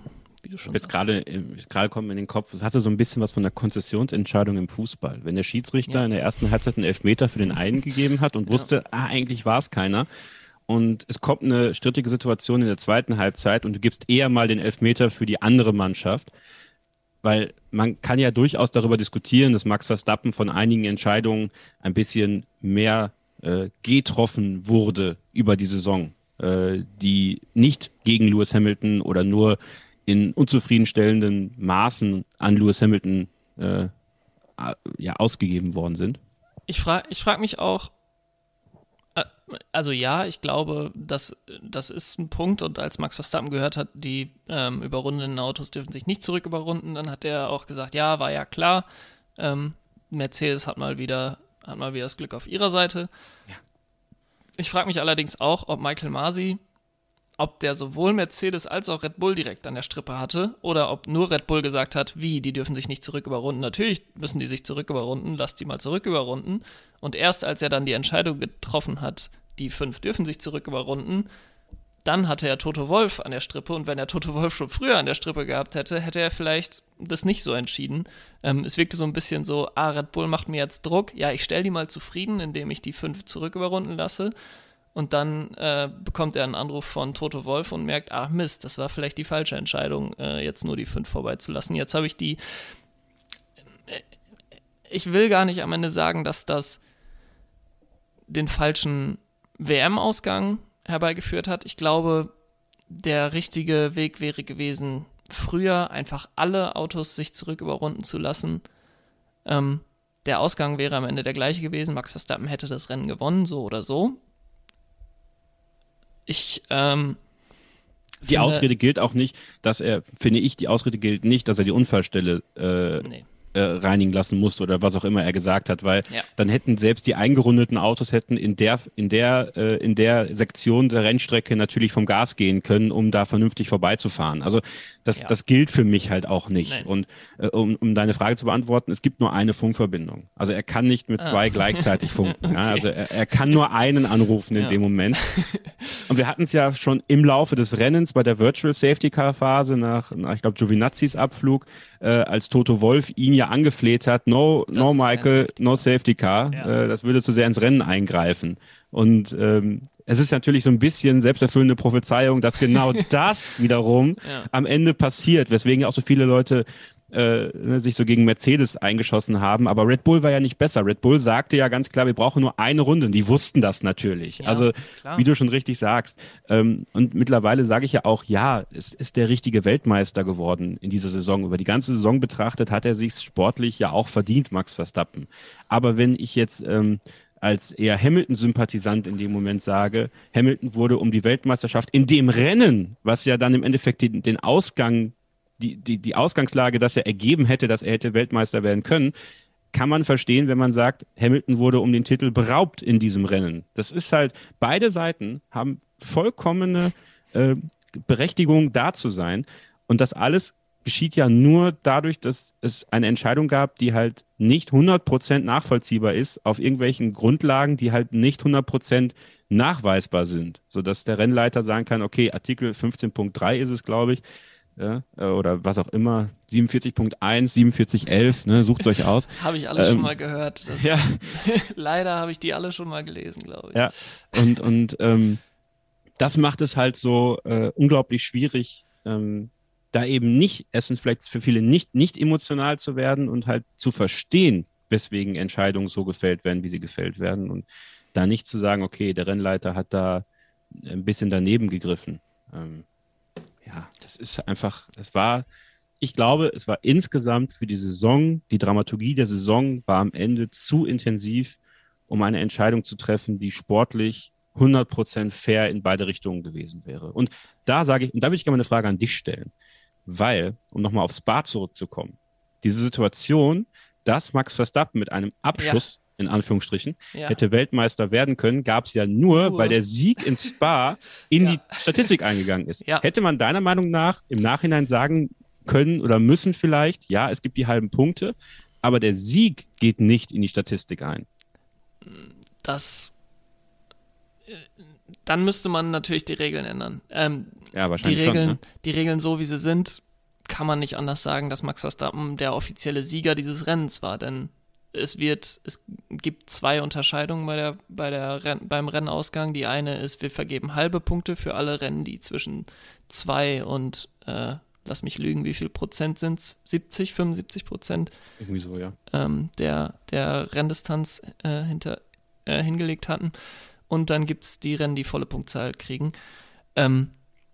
wie du schon Jetzt sagst. gerade gerade kommt mir in den Kopf, es hatte so ein bisschen was von der Konzessionsentscheidung im Fußball. Wenn der Schiedsrichter Ja. in der ersten Halbzeit einen Elfmeter für den einen gegeben hat und wusste, ah, eigentlich war es keiner. Und es kommt eine strittige Situation in der zweiten Halbzeit und du gibst eher mal den Elfmeter für die andere Mannschaft. Weil man kann ja durchaus darüber diskutieren, dass Max Verstappen von einigen Entscheidungen ein bisschen mehr äh, getroffen wurde über die Saison, äh, die nicht gegen Lewis Hamilton oder nur in unzufriedenstellenden Maßen an Lewis Hamilton äh, ja, ausgegeben worden sind. Ich frage ich frag mich auch, äh, also ja, ich glaube, das, das ist ein Punkt und als Max Verstappen gehört hat, die ähm, überrundenen Autos dürfen sich nicht zurück überrunden, dann hat er auch gesagt, ja, war ja klar, ähm, Mercedes hat mal wieder, hat mal wieder das Glück auf ihrer Seite. Ja. Ich frage mich allerdings auch, ob Michael Masi, ob der sowohl Mercedes als auch Red Bull direkt an der Strippe hatte oder ob nur Red Bull gesagt hat, wie, die dürfen sich nicht zurück überrunden. Natürlich müssen die sich zurück überrunden, lasst die mal zurück überrunden. Und erst als er dann die Entscheidung getroffen hat, die fünf dürfen sich zurück überrunden, dann hatte er Toto Wolff an der Strippe und wenn er Toto Wolff schon früher an der Strippe gehabt hätte, hätte er vielleicht das nicht so entschieden. Ähm, es wirkte so ein bisschen so, ah, Red Bull macht mir jetzt Druck, ja, ich stelle die mal zufrieden, indem ich die fünf zurück überrunden lasse. Und dann äh, bekommt er einen Anruf von Toto Wolff und merkt, ach Mist, das war vielleicht die falsche Entscheidung, äh, jetzt nur die fünf vorbeizulassen. Jetzt habe ich die, äh, ich will gar nicht am Ende sagen, dass das den falschen W M-Ausgang herbeigeführt hat. Ich glaube, der richtige Weg wäre gewesen, früher einfach alle Autos sich zurück überrunden zu lassen. Ähm, der Ausgang wäre am Ende der gleiche gewesen. Max Verstappen hätte das Rennen gewonnen, so oder so. Ich, ähm, Die finde, Ausrede gilt auch nicht, dass er, finde ich, die Ausrede gilt nicht, dass er die Unfallstelle äh, nee. äh, reinigen lassen musste oder was auch immer er gesagt hat, weil Ja. dann hätten selbst die eingerundeten Autos hätten in der in der äh, in der Sektion der Rennstrecke natürlich vom Gas gehen können, um da vernünftig vorbeizufahren. Also das Ja. das gilt für mich halt auch nicht. Nein. Und äh, um um deine Frage zu beantworten, es gibt nur eine Funkverbindung. Also er kann nicht mit Ah. zwei gleichzeitig funken. Ja? Also er, er kann nur einen anrufen in Ja. dem Moment. Und wir hatten es ja schon im Laufe des Rennens bei der Virtual Safety Car Phase nach, nach ich glaube, Giovinazzis Abflug, äh, als Toto Wolff ihn ja angefleht hat, no, Das no ist kein Michael, Safety no Car. Safety Car. Ja. Äh, das würde zu sehr ins Rennen eingreifen. Und ähm, es ist natürlich so ein bisschen selbsterfüllende Prophezeiung, dass genau das wiederum Ja. am Ende passiert, weswegen auch so viele Leute äh, ne, sich so gegen Mercedes eingeschossen haben. Aber Red Bull war ja nicht besser. Red Bull sagte ja ganz klar, wir brauchen nur eine Runde. Die wussten das natürlich. Ja, also klar. wie du schon richtig sagst. Ähm, und mittlerweile sage ich ja auch, ja, es ist der richtige Weltmeister geworden in dieser Saison. Über die ganze Saison betrachtet hat er sich sportlich ja auch verdient, Max Verstappen. Aber wenn ich jetzt ähm, als eher Hamilton-Sympathisant in dem Moment sage, Hamilton wurde um die Weltmeisterschaft in dem Rennen, was ja dann im Endeffekt den, den Ausgang, die, die, die Ausgangslage, dass er ergeben hätte, dass er hätte Weltmeister werden können, kann man verstehen, wenn man sagt, Hamilton wurde um den Titel beraubt in diesem Rennen. Das ist halt, beide Seiten haben vollkommene äh, Berechtigung, da zu sein. Und das alles geschieht ja nur dadurch, dass es eine Entscheidung gab, die halt nicht hundert Prozent nachvollziehbar ist, auf irgendwelchen Grundlagen, die halt nicht hundert Prozent nachweisbar sind, sodass der Rennleiter sagen kann, okay, Artikel fünfzehn Punkt drei ist es, glaube ich, ja, oder was auch immer, siebenundvierzig Punkt eins, siebenundvierzig Punkt elf, ne, sucht euch aus. Habe ich alle Ähm, schon mal gehört. Das ja. ist, leider habe ich die alle schon mal gelesen, glaube ich. Ja, und, und ähm, das macht es halt so äh, unglaublich schwierig, ähm, da eben nicht, erstens vielleicht für viele nicht, nicht emotional zu werden und halt zu verstehen, weswegen Entscheidungen so gefällt werden, wie sie gefällt werden und da nicht zu sagen, okay, der Rennleiter hat da ein bisschen daneben gegriffen. Ähm, ja, das ist einfach, das war, ich glaube, es war insgesamt für die Saison, die Dramaturgie der Saison war am Ende zu intensiv, um eine Entscheidung zu treffen, die sportlich hundert Prozent fair in beide Richtungen gewesen wäre. Und da sage ich, und da würde ich gerne eine Frage an dich stellen, weil, um nochmal aufs Spa zurückzukommen, diese Situation, dass Max Verstappen mit einem Abschuss, ja, in Anführungsstrichen, Ja. hätte Weltmeister werden können, gab es ja nur, Nur. weil der Sieg in Spa in Ja. die Statistik eingegangen ist. Ja. Hätte man deiner Meinung nach im Nachhinein sagen können oder müssen vielleicht, ja, es gibt die halben Punkte, aber der Sieg geht nicht in die Statistik ein. Das, äh, dann müsste man natürlich die Regeln ändern. Ähm, Ja, die wahrscheinlich Regeln, schon. Ne? die Regeln so wie sie sind, kann man nicht anders sagen, dass Max Verstappen der offizielle Sieger dieses Rennens war, denn es wird, es gibt zwei Unterscheidungen bei der, bei der Renn, beim Rennausgang. Die eine ist, wir vergeben halbe Punkte für alle Rennen, die zwischen zwei und, äh, lass mich lügen, wie viel Prozent sind es? siebzig, fünfundsiebzig Prozent? Irgendwie so, ja. Ähm, der, der Renndistanz äh, hinter, äh, hingelegt hatten. Und dann gibt es die Rennen, die volle Punktzahl kriegen. Ähm,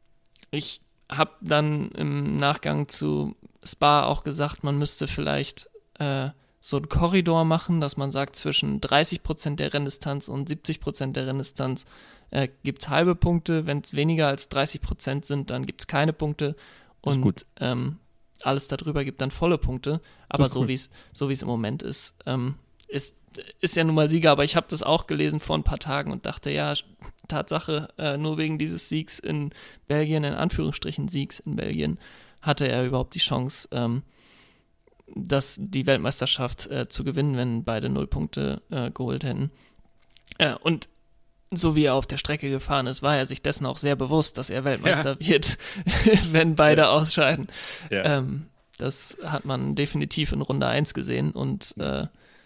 ich habe dann im Nachgang zu Spa auch gesagt, man müsste vielleicht äh, so einen Korridor machen, dass man sagt, zwischen dreißig Prozent der Renndistanz und siebzig Prozent der Renndistanz äh, gibt es halbe Punkte. Wenn es weniger als dreißig Prozent sind, dann gibt es keine Punkte. Und gut. Ähm, alles darüber gibt dann volle Punkte. Aber so wie es so wie es im Moment ist, ähm, ist, ist ja nun mal Sieger. Aber ich habe das auch gelesen vor ein paar Tagen und dachte, ja, Tatsache, äh, nur wegen dieses Siegs in Belgien, in Anführungsstrichen Siegs in Belgien, hatte er überhaupt die Chance, ähm, das, die Weltmeisterschaft äh, zu gewinnen, wenn beide null Punkte äh, geholt hätten. Äh, und so wie er auf der Strecke gefahren ist, war er sich dessen auch sehr bewusst, dass er Weltmeister ja. wird, wenn beide ja. ausscheiden. Ja. Ähm, das hat man definitiv in Runde eins gesehen und äh,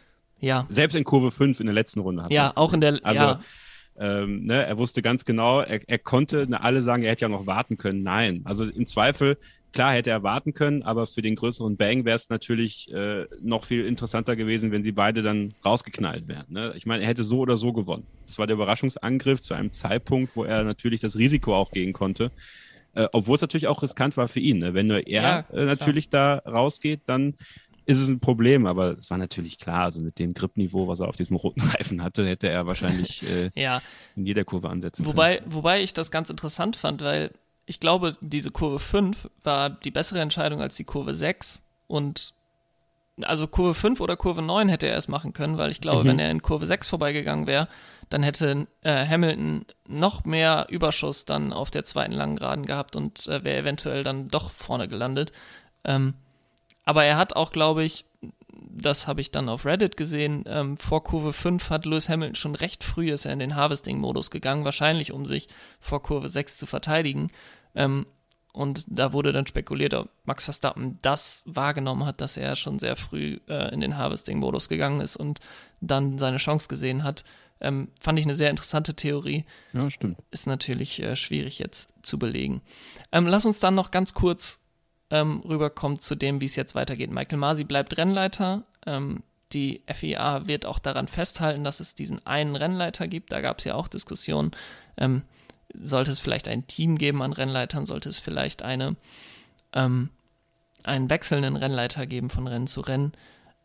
ja. Selbst in Kurve fünf in der letzten Runde. Hat ja, auch in der, also, ja. ähm, ne, er wusste ganz genau, er, er konnte, ne, alle sagen, er hätte ja noch warten können. Nein, also im Zweifel, klar hätte er warten können, aber für den größeren Bang wäre es natürlich äh, noch viel interessanter gewesen, wenn sie beide dann rausgeknallt wären. Ne? Ich meine, er hätte so oder so gewonnen. Das war der Überraschungsangriff zu einem Zeitpunkt, wo er natürlich das Risiko auch gehen konnte. Äh, obwohl es natürlich auch riskant war für ihn. Ne? Wenn nur er ja, äh, natürlich da rausgeht, dann ist es ein Problem. Aber es war natürlich klar, also mit dem Gripniveau, was er auf diesem roten Reifen hatte, hätte er wahrscheinlich äh, ja. in jeder Kurve ansetzen wobei, können. Wobei ich das ganz interessant fand, weil ich glaube, diese Kurve fünf war die bessere Entscheidung als die Kurve sechs. Und also Kurve fünf oder Kurve neun hätte er es machen können, weil ich glaube, mhm. wenn er in Kurve sechs vorbeigegangen wäre, dann hätte äh, Hamilton noch mehr Überschuss dann auf der zweiten langen Geraden gehabt und äh, wäre eventuell dann doch vorne gelandet. Ähm, aber er hat auch, glaube ich, das habe ich dann auf Reddit gesehen, ähm, vor Kurve fünf hat Lewis Hamilton schon recht früh ist er in den Harvesting-Modus gegangen, wahrscheinlich um sich vor Kurve sechs zu verteidigen. Ähm, und da wurde dann spekuliert, ob Max Verstappen das wahrgenommen hat, dass er schon sehr früh äh, in den Harvesting-Modus gegangen ist und dann seine Chance gesehen hat. Ähm, fand ich eine sehr interessante Theorie. Ja, stimmt. Ist natürlich äh, schwierig jetzt zu belegen. Ähm, lass uns dann noch ganz kurz ähm, rüberkommen zu dem, wie es jetzt weitergeht. Michael Masi bleibt Rennleiter. Ähm, die F I A wird auch daran festhalten, dass es diesen einen Rennleiter gibt. Da gab es ja auch Diskussionen. Ähm, sollte es vielleicht ein Team geben an Rennleitern? Sollte es vielleicht eine, ähm, einen wechselnden Rennleiter geben von Rennen zu Rennen?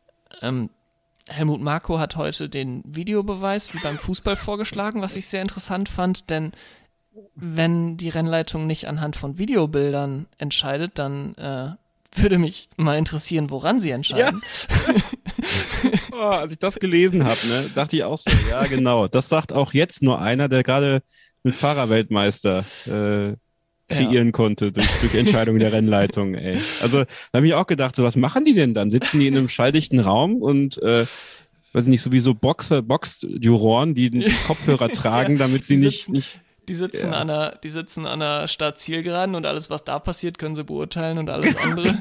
Ähm, Helmut Marko hat heute den Videobeweis wie beim Fußball vorgeschlagen, was ich sehr interessant fand, denn wenn die Rennleitung nicht anhand von Videobildern entscheidet, dann äh, würde mich mal interessieren, woran sie entscheiden. Ja. Oh, als ich das gelesen habe, ne, dachte ich auch so, ja genau, das sagt auch jetzt nur einer, der gerade einen Fahrerweltmeister äh, kreieren ja. konnte durch, durch Entscheidungen der Rennleitung. Ey. Also da habe ich auch gedacht, so was machen die denn dann? Sitzen die in einem schalldichten Raum und äh, weiß ich nicht, sowieso Boxer, Boxjuroren, die den Kopfhörer tragen, ja, damit sie die nicht, sitzen, nicht die sitzen ja. an der, die sitzen an der Startzielgeraden und alles, was da passiert, können sie beurteilen und alles andere.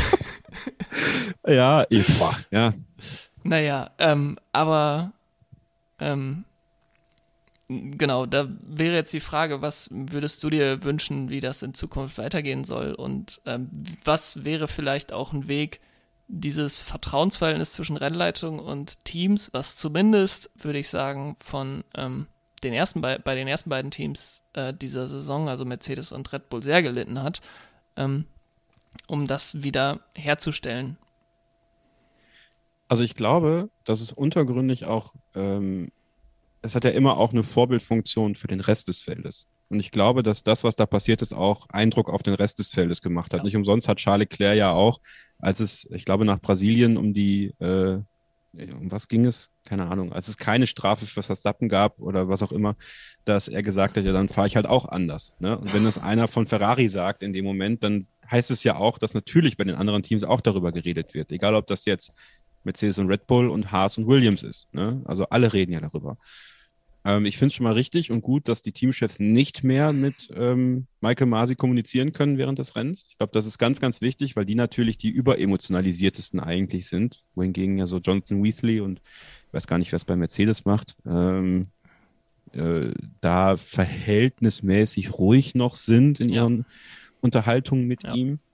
ja, ich, boah, ja. Naja, ähm, aber ähm, genau, da wäre jetzt die Frage, was würdest du dir wünschen, wie das in Zukunft weitergehen soll und ähm, was wäre vielleicht auch ein Weg, dieses Vertrauensverhältnis zwischen Rennleitung und Teams, was zumindest, würde ich sagen, von ähm, den ersten Be- bei den ersten beiden Teams äh, dieser Saison, also Mercedes und Red Bull, sehr gelitten hat, ähm, um das wieder herzustellen. Also ich glaube, dass es untergründig auch, ähm, es hat ja immer auch eine Vorbildfunktion für den Rest des Feldes. Und ich glaube, dass das, was da passiert ist, auch Eindruck auf den Rest des Feldes gemacht hat. Ja. Nicht umsonst hat Charles Leclerc ja auch, als es, ich glaube, nach Brasilien um die, äh, um was ging es? Keine Ahnung. Als es keine Strafe für Verstappen gab oder was auch immer, dass er gesagt hat, ja, dann fahre ich halt auch anders. Ne? Und wenn das einer von Ferrari sagt in dem Moment, dann heißt es ja auch, dass natürlich bei den anderen Teams auch darüber geredet wird. Egal, ob das jetzt Mercedes und Red Bull und Haas und Williams ist. Ne? Also alle reden ja darüber. Ähm, ich finde es schon mal richtig und gut, dass die Teamchefs nicht mehr mit ähm, Michael Masi kommunizieren können während des Rennens. Ich glaube, das ist ganz, ganz wichtig, weil die natürlich die überemotionalisiertesten eigentlich sind. Wohingegen ja so Jonathan Wheatley und ich weiß gar nicht, wer es bei Mercedes macht, ähm, äh, da verhältnismäßig ruhig noch sind in Ja. ihren Unterhaltungen mit Ja. ihm.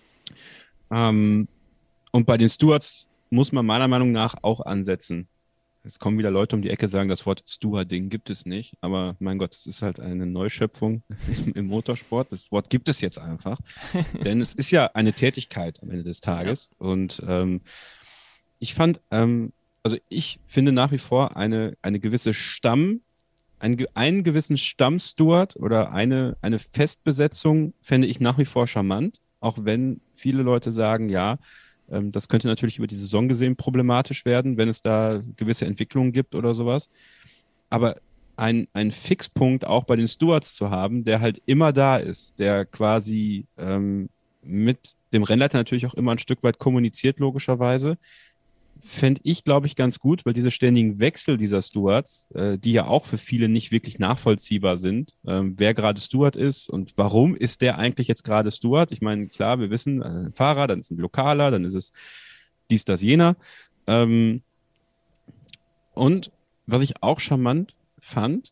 Ähm, und bei den Stewards muss man meiner Meinung nach auch ansetzen. Es kommen wieder Leute um die Ecke, sagen, das Wort Stewarding gibt es nicht. Aber mein Gott, es ist halt eine Neuschöpfung im, im Motorsport. Das Wort gibt es jetzt einfach. Denn es ist ja eine Tätigkeit am Ende des Tages. Ja. Und ähm, ich fand, ähm, also ich finde nach wie vor eine, eine gewisse Stamm, einen, einen gewissen Stammsteward oder eine, eine Festbesetzung fände ich nach wie vor charmant. Auch wenn viele Leute sagen, ja, das könnte natürlich über die Saison gesehen problematisch werden, wenn es da gewisse Entwicklungen gibt oder sowas. Aber ein, ein Fixpunkt auch bei den Stewards zu haben, der halt immer da ist, der quasi ähm, mit dem Rennleiter natürlich auch immer ein Stück weit kommuniziert, logischerweise, fände ich, glaube ich, ganz gut, weil diese ständigen Wechsel dieser Stewards, äh, die ja auch für viele nicht wirklich nachvollziehbar sind, ähm, wer gerade Steward ist und warum ist der eigentlich jetzt gerade Steward? Ich meine, klar, wir wissen, äh, ein Fahrer, dann ist ein Lokaler, dann ist es dies, das, jener. Ähm, und was ich auch charmant fand,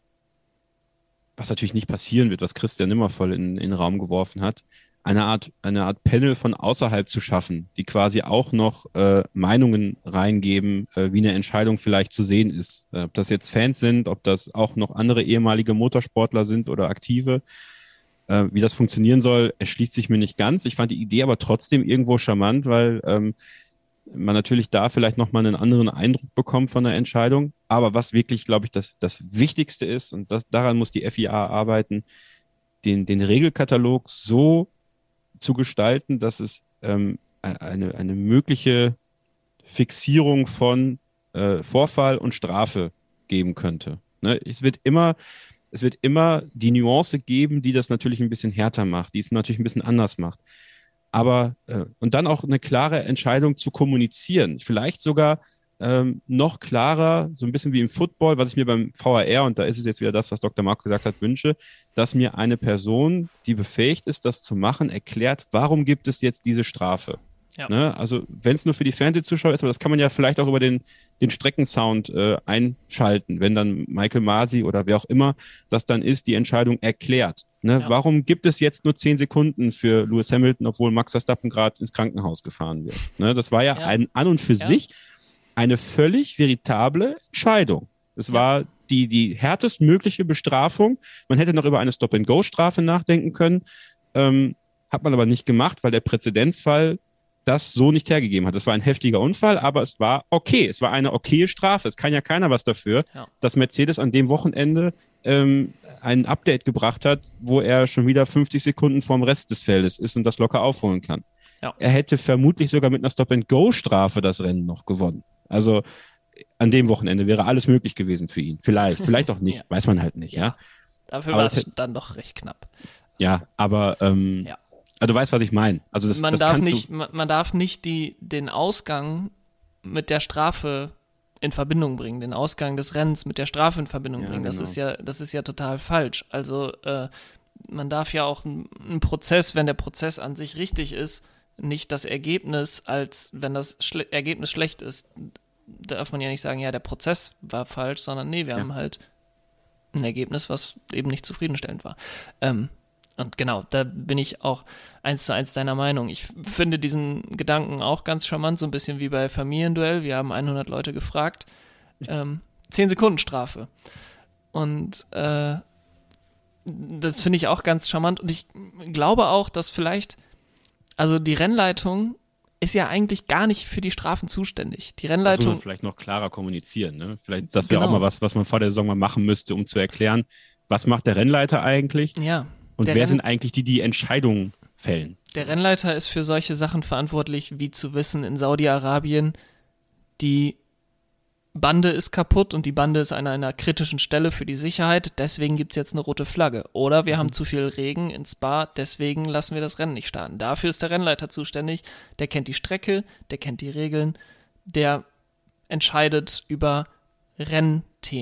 was natürlich nicht passieren wird, was Christian Nimmervoll in, in den Raum geworfen hat, eine Art, eine Art Panel von außerhalb zu schaffen, die quasi auch noch äh, Meinungen reingeben, äh, wie eine Entscheidung vielleicht zu sehen ist. Äh, ob das jetzt Fans sind, ob das auch noch andere ehemalige Motorsportler sind oder Aktive. Äh, wie das funktionieren soll, erschließt sich mir nicht ganz. Ich fand die Idee aber trotzdem irgendwo charmant, weil ähm, man natürlich da vielleicht nochmal einen anderen Eindruck bekommt von der Entscheidung. Aber was wirklich, glaube ich, das, das Wichtigste ist, und das, daran muss die F I A arbeiten, den, den Regelkatalog so zu gestalten, dass es ähm, eine, eine mögliche Fixierung von äh, Vorfall und Strafe geben könnte. Ne? Es wird immer, es wird immer die Nuance geben, die das natürlich ein bisschen härter macht, die es natürlich ein bisschen anders macht. Aber äh, und dann auch eine klare Entscheidung zu kommunizieren, vielleicht sogar ähm, noch klarer, so ein bisschen wie im Football, was ich mir beim V A R, und da ist es jetzt wieder das, was Doktor Marco gesagt hat, wünsche, dass mir eine Person, die befähigt ist, das zu machen, erklärt, warum gibt es jetzt diese Strafe. Ja. Ne? Also wenn es nur für die Fernsehzuschauer ist, aber das kann man ja vielleicht auch über den, den Streckensound äh, einschalten, wenn dann Michael Masi oder wer auch immer das dann ist, die Entscheidung erklärt. Ne? Ja. Warum gibt es jetzt nur zehn Sekunden für Lewis Hamilton, obwohl Max Verstappen gerade ins Krankenhaus gefahren wird? Ne? Das war ja, ja. ein an und für ja. sich eine völlig veritable Entscheidung. Es ja. war die, die härtestmögliche Bestrafung. Man hätte noch über eine Stop-and-Go-Strafe nachdenken können, ähm, hat man aber nicht gemacht, weil der Präzedenzfall das so nicht hergegeben hat. Es war ein heftiger Unfall, aber es war okay. Es war eine okaye Strafe. Es kann ja keiner was dafür, ja. dass Mercedes an dem Wochenende ähm, ein Update gebracht hat, wo er schon wieder fünfzig Sekunden vorm Rest des Feldes ist und das locker aufholen kann. Ja. Er hätte vermutlich sogar mit einer Stop-and-Go-Strafe das Rennen noch gewonnen. Also an dem Wochenende wäre alles möglich gewesen für ihn. Vielleicht, vielleicht auch nicht, ja. weiß man halt nicht. Ja. ja. Dafür war es hätte... dann doch recht knapp. Ja, aber ähm, ja. Also du weißt, was ich meine. Also das, man, das darf kannst nicht, du man, man darf nicht die, den Ausgang mit der Strafe in Verbindung bringen, den Ausgang des Rennens mit der Strafe in Verbindung ja, bringen. Das genau. ist ja, das ist ja total falsch. Also äh, man darf ja auch einen Prozess, wenn der Prozess an sich richtig ist, nicht das Ergebnis als, wenn das Schle- Ergebnis schlecht ist, darf man ja nicht sagen, ja, der Prozess war falsch, sondern nee, wir ja. haben halt ein Ergebnis, was eben nicht zufriedenstellend war. Ähm, und genau, da bin ich auch eins zu eins deiner Meinung. Ich finde diesen Gedanken auch ganz charmant, so ein bisschen wie bei Familienduell. Wir haben hundert Leute gefragt. Ähm, zehn Sekunden Strafe. Und äh, das finde ich auch ganz charmant. Und ich glaube auch, dass vielleicht, also die Rennleitung ist ja eigentlich gar nicht für die Strafen zuständig. Die Rennleitung... Das muss man vielleicht noch klarer kommunizieren. Ne? Vielleicht, das wäre genau. auch mal was, was man vor der Saison mal machen müsste, um zu erklären, was macht der Rennleiter eigentlich? Ja. Und wer Renn- sind eigentlich die, die Entscheidungen fällen? Der Rennleiter ist für solche Sachen verantwortlich, wie zu wissen, in Saudi-Arabien, die Bande ist kaputt und die Bande ist an einer kritischen Stelle für die Sicherheit, deswegen gibt es jetzt eine rote Flagge. Oder wir mhm. haben zu viel Regen in Spa, deswegen lassen wir das Rennen nicht starten. Dafür ist der Rennleiter zuständig, der kennt die Strecke, der kennt die Regeln, der entscheidet über Rennthemen.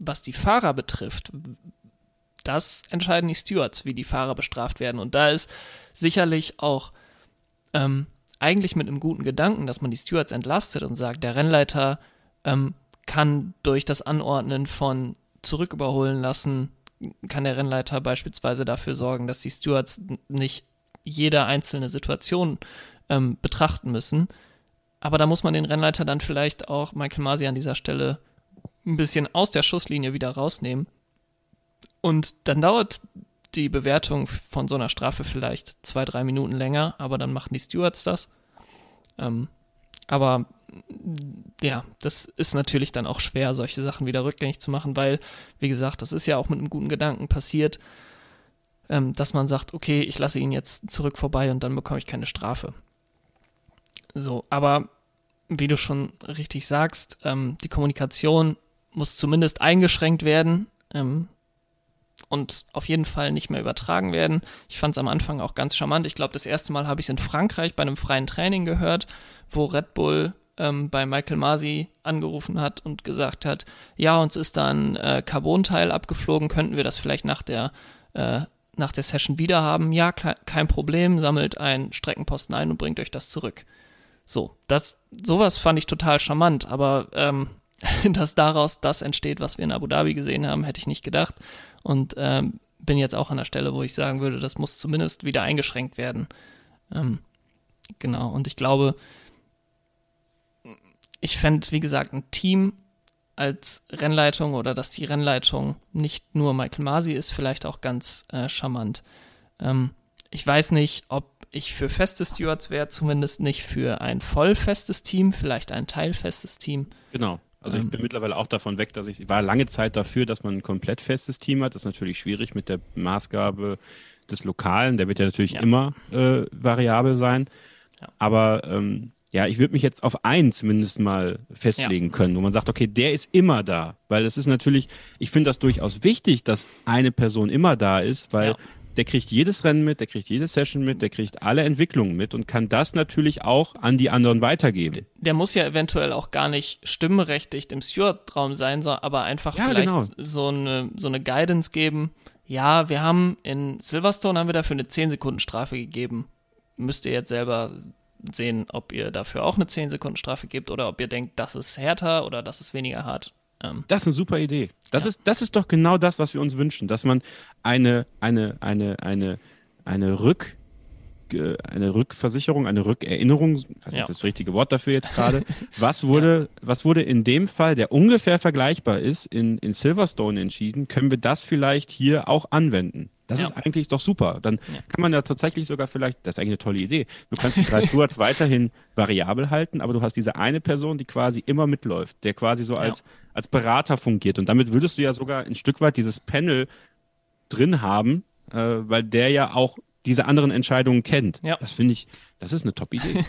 was die Fahrer betrifft, das entscheiden die Stewards, wie die Fahrer bestraft werden. Und da ist sicherlich auch ähm, eigentlich mit einem guten Gedanken, dass man die Stewards entlastet und sagt, der Rennleiter ähm, kann durch das Anordnen von zurücküberholen lassen, kann der Rennleiter beispielsweise dafür sorgen, dass die Stewards nicht jede einzelne Situation ähm, betrachten müssen. Aber da muss man den Rennleiter dann vielleicht auch, Michael Masi an dieser Stelle, ein bisschen aus der Schusslinie wieder rausnehmen. Und dann dauert die Bewertung von so einer Strafe vielleicht zwei, drei Minuten länger, aber dann machen die Stewards das. Ähm, aber ja, das ist natürlich dann auch schwer, solche Sachen wieder rückgängig zu machen, weil, wie gesagt, das ist ja auch mit einem guten Gedanken passiert, ähm, dass man sagt, okay, ich lasse ihn jetzt zurück vorbei und dann bekomme ich keine Strafe. So, aber wie du schon richtig sagst, ähm, die Kommunikation muss zumindest eingeschränkt werden, ähm, und auf jeden Fall nicht mehr übertragen werden. Ich fand es am Anfang auch ganz charmant. Ich glaube, das erste Mal habe ich es in Frankreich bei einem freien Training gehört, wo Red Bull ähm, bei Michael Masi angerufen hat und gesagt hat, ja, uns ist da ein äh, Carbon-Teil abgeflogen, könnten wir das vielleicht nach der, äh, nach der Session wieder haben? Ja, ke- kein Problem, sammelt einen Streckenposten ein und bringt euch das zurück. So, das, sowas fand ich total charmant, aber ähm, dass daraus das entsteht, was wir in Abu Dhabi gesehen haben, hätte ich nicht gedacht. Und ähm, bin jetzt auch an der Stelle, wo ich sagen würde, das muss zumindest wieder eingeschränkt werden. Ähm, genau, und ich glaube, ich fände, wie gesagt, ein Team als Rennleitung oder dass die Rennleitung nicht nur Michael Masi ist, vielleicht auch ganz äh, charmant. Ähm, ich weiß nicht, ob ich für feste Stewards wäre, zumindest nicht für ein vollfestes Team, vielleicht ein teilfestes Team. Genau. Also ich bin mittlerweile auch davon weg, dass ich, ich war lange Zeit dafür, dass man ein komplett festes Team hat. Das ist natürlich schwierig mit der Maßgabe des Lokalen. Der wird ja natürlich ja. immer äh, variabel sein. Ja. Aber ähm, ja, ich würde mich jetzt auf einen zumindest mal festlegen ja. können, wo man sagt, okay, der ist immer da. Weil es ist natürlich, ich finde das durchaus wichtig, dass eine Person immer da ist, weil ja. der kriegt jedes Rennen mit, der kriegt jede Session mit, der kriegt alle Entwicklungen mit und kann das natürlich auch an die anderen weitergeben. Der muss ja eventuell auch gar nicht stimmberechtigt im Steward-Raum sein, so, aber einfach ja, vielleicht genau. so, eine, so eine Guidance geben. Ja, wir haben in Silverstone haben wir dafür eine zehn Sekunden Strafe gegeben. Müsst ihr jetzt selber sehen, ob ihr dafür auch eine zehn Sekunden Strafe gebt oder ob ihr denkt, das ist härter oder das ist weniger hart. Das ist eine super Idee. Das, ja. ist, das ist doch genau das, was wir uns wünschen, dass man eine, eine, eine, eine, eine, Rück, eine Rückversicherung, eine Rückerinnerung, was ist ja. das richtige Wort dafür jetzt gerade, was wurde, ja. was wurde in dem Fall, der ungefähr vergleichbar ist, in, in Silverstone entschieden, können wir das vielleicht hier auch anwenden? Das ja. ist eigentlich doch super. Dann ja. kann man ja tatsächlich sogar vielleicht, das ist eigentlich eine tolle Idee, du kannst die drei Stewards weiterhin variabel halten, aber du hast diese eine Person, die quasi immer mitläuft, der quasi so als, ja. als Berater fungiert. Und damit würdest du ja sogar ein Stück weit dieses Panel drin haben, äh, weil der ja auch diese anderen Entscheidungen kennt. Ja. Das finde ich, das ist eine Top-Idee.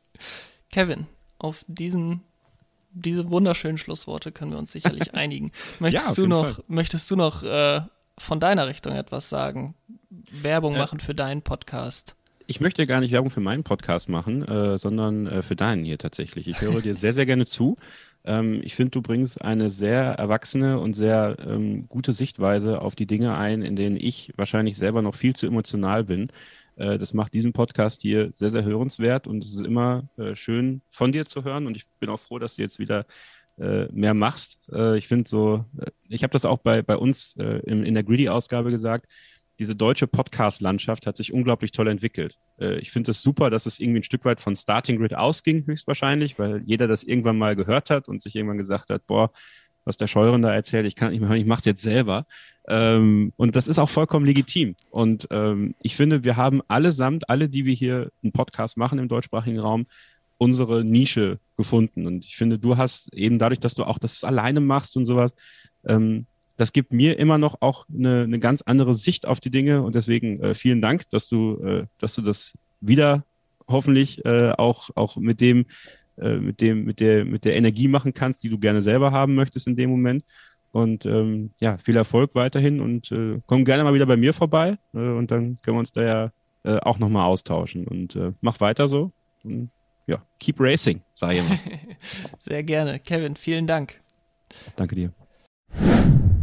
Kevin, auf diesen diese wunderschönen Schlussworte können wir uns sicherlich einigen. Möchtest, ja, du noch, möchtest du noch äh, von deiner Richtung etwas sagen? Werbung äh, machen für deinen Podcast? Ich möchte gar nicht Werbung für meinen Podcast machen, äh, sondern äh, für deinen hier tatsächlich. Ich höre dir sehr, sehr gerne zu. Ähm, ich finde, du bringst eine sehr erwachsene und sehr ähm, gute Sichtweise auf die Dinge ein, in denen ich wahrscheinlich selber noch viel zu emotional bin. Äh, das macht diesen Podcast hier sehr, sehr hörenswert und es ist immer äh, schön von dir zu hören und ich bin auch froh, dass du jetzt wieder äh, mehr machst. Äh, ich finde so, äh, ich habe das auch bei, bei uns äh, in, in der Greedy-Ausgabe gesagt, diese deutsche Podcast-Landschaft hat sich unglaublich toll entwickelt. Äh, ich finde es das super, dass es irgendwie ein Stück weit von Starting Grid ausging, höchstwahrscheinlich, weil jeder das irgendwann mal gehört hat und sich irgendwann gesagt hat, boah, was der Scheuren da erzählt, ich kann nicht mehr hören, ich mache es jetzt selber. Ähm, und das ist auch vollkommen legitim. Und ähm, ich finde, wir haben allesamt, alle, die wir hier einen Podcast machen im deutschsprachigen Raum, unsere Nische gefunden. Und ich finde, du hast eben dadurch, dass du auch das alleine machst und sowas, ähm, das gibt mir immer noch auch eine, eine ganz andere Sicht auf die Dinge und deswegen äh, vielen Dank, dass du, äh, dass du das wieder hoffentlich äh, auch, auch mit dem, äh, mit dem, mit der, mit der Energie machen kannst, die du gerne selber haben möchtest in dem Moment. Und ähm, ja, viel Erfolg weiterhin und äh, komm gerne mal wieder bei mir vorbei äh, und dann können wir uns da ja äh, auch nochmal austauschen und äh, mach weiter so. Und, ja, keep racing, sag ich mal. Sehr gerne. Kevin, vielen Dank. Danke dir.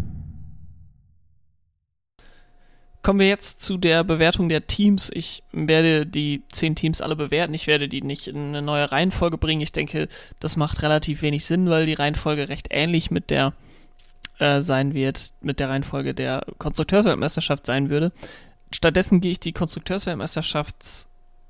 Kommen wir jetzt zu der Bewertung der Teams. Ich werde die zehn Teams alle bewerten. Ich werde die nicht in eine neue Reihenfolge bringen. Ich denke, das macht relativ wenig Sinn, weil die Reihenfolge recht ähnlich mit der äh, sein wird, mit der Reihenfolge der Konstrukteursweltmeisterschaft sein würde. Stattdessen gehe ich die Konstrukteursweltmeisterschafts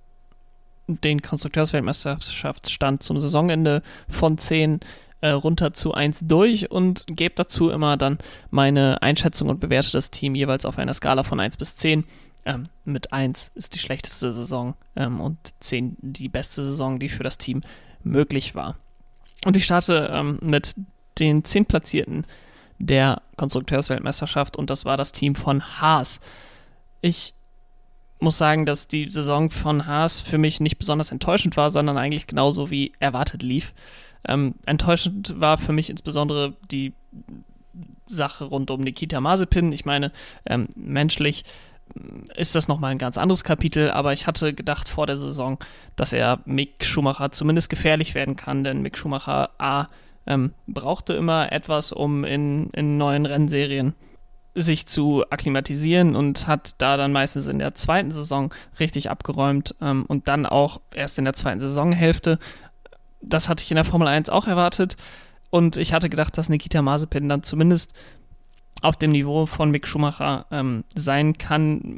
den Konstrukteursweltmeisterschaftsstand zum Saisonende von zehn äh, runter zu eins durch und gebe dazu immer dann meine Einschätzung und bewerte das Team jeweils auf einer Skala von eins bis zehn. Ähm, mit eins ist die schlechteste Saison ähm, und zehn die beste Saison, die für das Team möglich war. Und ich starte ähm, mit den zehn Platzierten der Konstrukteursweltmeisterschaft und das war das Team von Haas. Ich muss sagen, dass die Saison von Haas für mich nicht besonders enttäuschend war, sondern eigentlich genauso wie erwartet lief. Ähm, enttäuschend war für mich insbesondere die Sache rund um Nikita Mazepin. Ich meine, ähm, menschlich ist das nochmal ein ganz anderes Kapitel, aber ich hatte gedacht vor der Saison, dass er Mick Schumacher zumindest gefährlich werden kann, denn Mick Schumacher A ähm, brauchte immer etwas, um in, in neuen Rennserien sich zu akklimatisieren und hat da dann meistens in der zweiten Saison richtig abgeräumt ähm, und dann auch erst in der zweiten Saisonhälfte. Das hatte ich in der Formel eins auch erwartet und ich hatte gedacht, dass Nikita Mazepin dann zumindest auf dem Niveau von Mick Schumacher ähm, sein kann.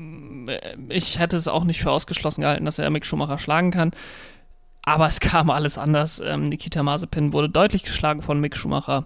Ich hätte es auch nicht für ausgeschlossen gehalten, dass er Mick Schumacher schlagen kann, aber es kam alles anders. Ähm, Nikita Mazepin wurde deutlich geschlagen von Mick Schumacher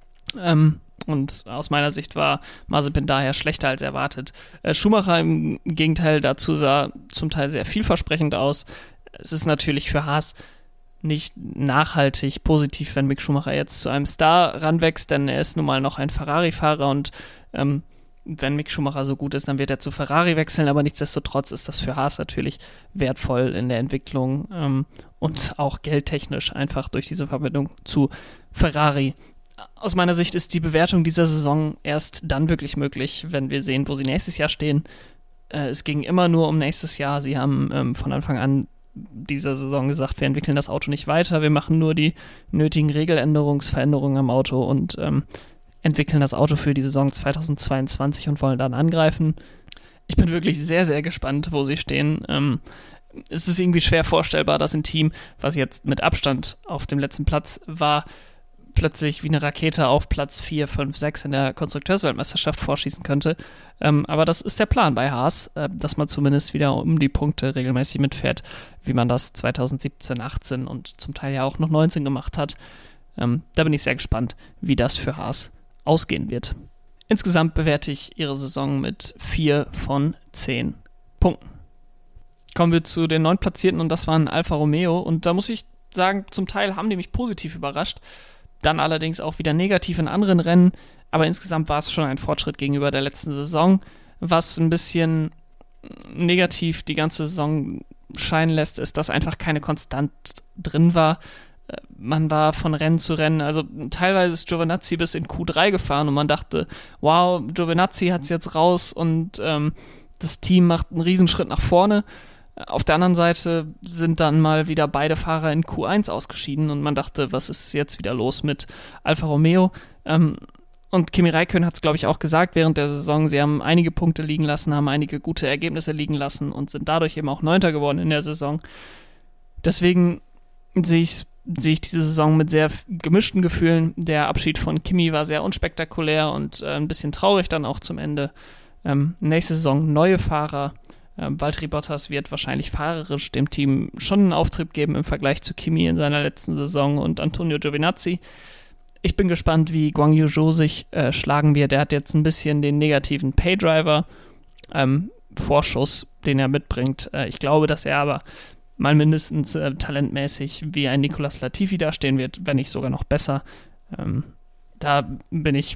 ähm, und aus meiner Sicht war Mazepin daher schlechter als erwartet. Äh, Schumacher im Gegenteil dazu sah zum Teil sehr vielversprechend aus. Es ist natürlich für Haas nicht nachhaltig positiv, wenn Mick Schumacher jetzt zu einem Star ranwächst, denn er ist nun mal noch ein Ferrari-Fahrer und ähm, wenn Mick Schumacher so gut ist, dann wird er zu Ferrari wechseln, aber nichtsdestotrotz ist das für Haas natürlich wertvoll in der Entwicklung ähm, und auch geldtechnisch einfach durch diese Verbindung zu Ferrari. Aus meiner Sicht ist die Bewertung dieser Saison erst dann wirklich möglich, wenn wir sehen, wo sie nächstes Jahr stehen. Äh, es ging immer nur um nächstes Jahr. Sie haben ähm, von Anfang an dieser Saison gesagt, wir entwickeln das Auto nicht weiter, wir machen nur die nötigen Regeländerungsveränderungen am Auto und ähm, entwickeln das Auto für die Saison zweitausendzweiundzwanzig und wollen dann angreifen. Ich bin wirklich sehr, sehr gespannt, wo sie stehen. Ähm, es ist irgendwie schwer vorstellbar, dass ein Team, was jetzt mit Abstand auf dem letzten Platz war, plötzlich wie eine Rakete auf Platz vier, fünf, sechs in der Konstrukteursweltmeisterschaft vorschießen könnte. Ähm, aber das ist der Plan bei Haas, äh, dass man zumindest wieder um die Punkte regelmäßig mitfährt, wie man das zweitausendsiebzehn, achtzehn und zum Teil ja auch noch neunzehn gemacht hat. Ähm, da bin ich sehr gespannt, wie das für Haas ausgehen wird. Insgesamt bewerte ich ihre Saison mit vier von zehn Punkten. Kommen wir zu den neun Platzierten und das waren Alfa Romeo und da muss ich sagen, zum Teil haben die mich positiv überrascht, dann allerdings auch wieder negativ in anderen Rennen, aber insgesamt war es schon ein Fortschritt gegenüber der letzten Saison. Was ein bisschen negativ die ganze Saison scheinen lässt, ist, dass einfach keine Konstant drin war. Man war von Rennen zu Rennen, also teilweise ist Giovinazzi bis in Q drei gefahren und man dachte, wow, Giovinazzi hat es jetzt raus und ähm, das Team macht einen Riesenschritt nach vorne. Auf der anderen Seite sind dann mal wieder beide Fahrer in Q eins ausgeschieden und man dachte, was ist jetzt wieder los mit Alfa Romeo? Ähm, und Kimi Räikkönen hat es, glaube ich, auch gesagt während der Saison, sie haben einige Punkte liegen lassen, haben einige gute Ergebnisse liegen lassen und sind dadurch eben auch Neunter geworden in der Saison. Deswegen sehe ich, sehe ich diese Saison mit sehr gemischten Gefühlen. Der Abschied von Kimi war sehr unspektakulär und äh, ein bisschen traurig dann auch zum Ende. Ähm, nächste Saison neue Fahrer. Valtteri Bottas wird wahrscheinlich fahrerisch dem Team schon einen Auftrieb geben im Vergleich zu Kimi in seiner letzten Saison und Antonio Giovinazzi. Ich bin gespannt, wie Guan Yu Zhou sich äh, schlagen wird. Er hat jetzt ein bisschen den negativen Paydriver ähm, Vorschuss, den er mitbringt. Äh, ich glaube, dass er aber mal mindestens äh, talentmäßig wie ein Nicolas Latifi dastehen wird, wenn nicht sogar noch besser. Ähm, da bin ich,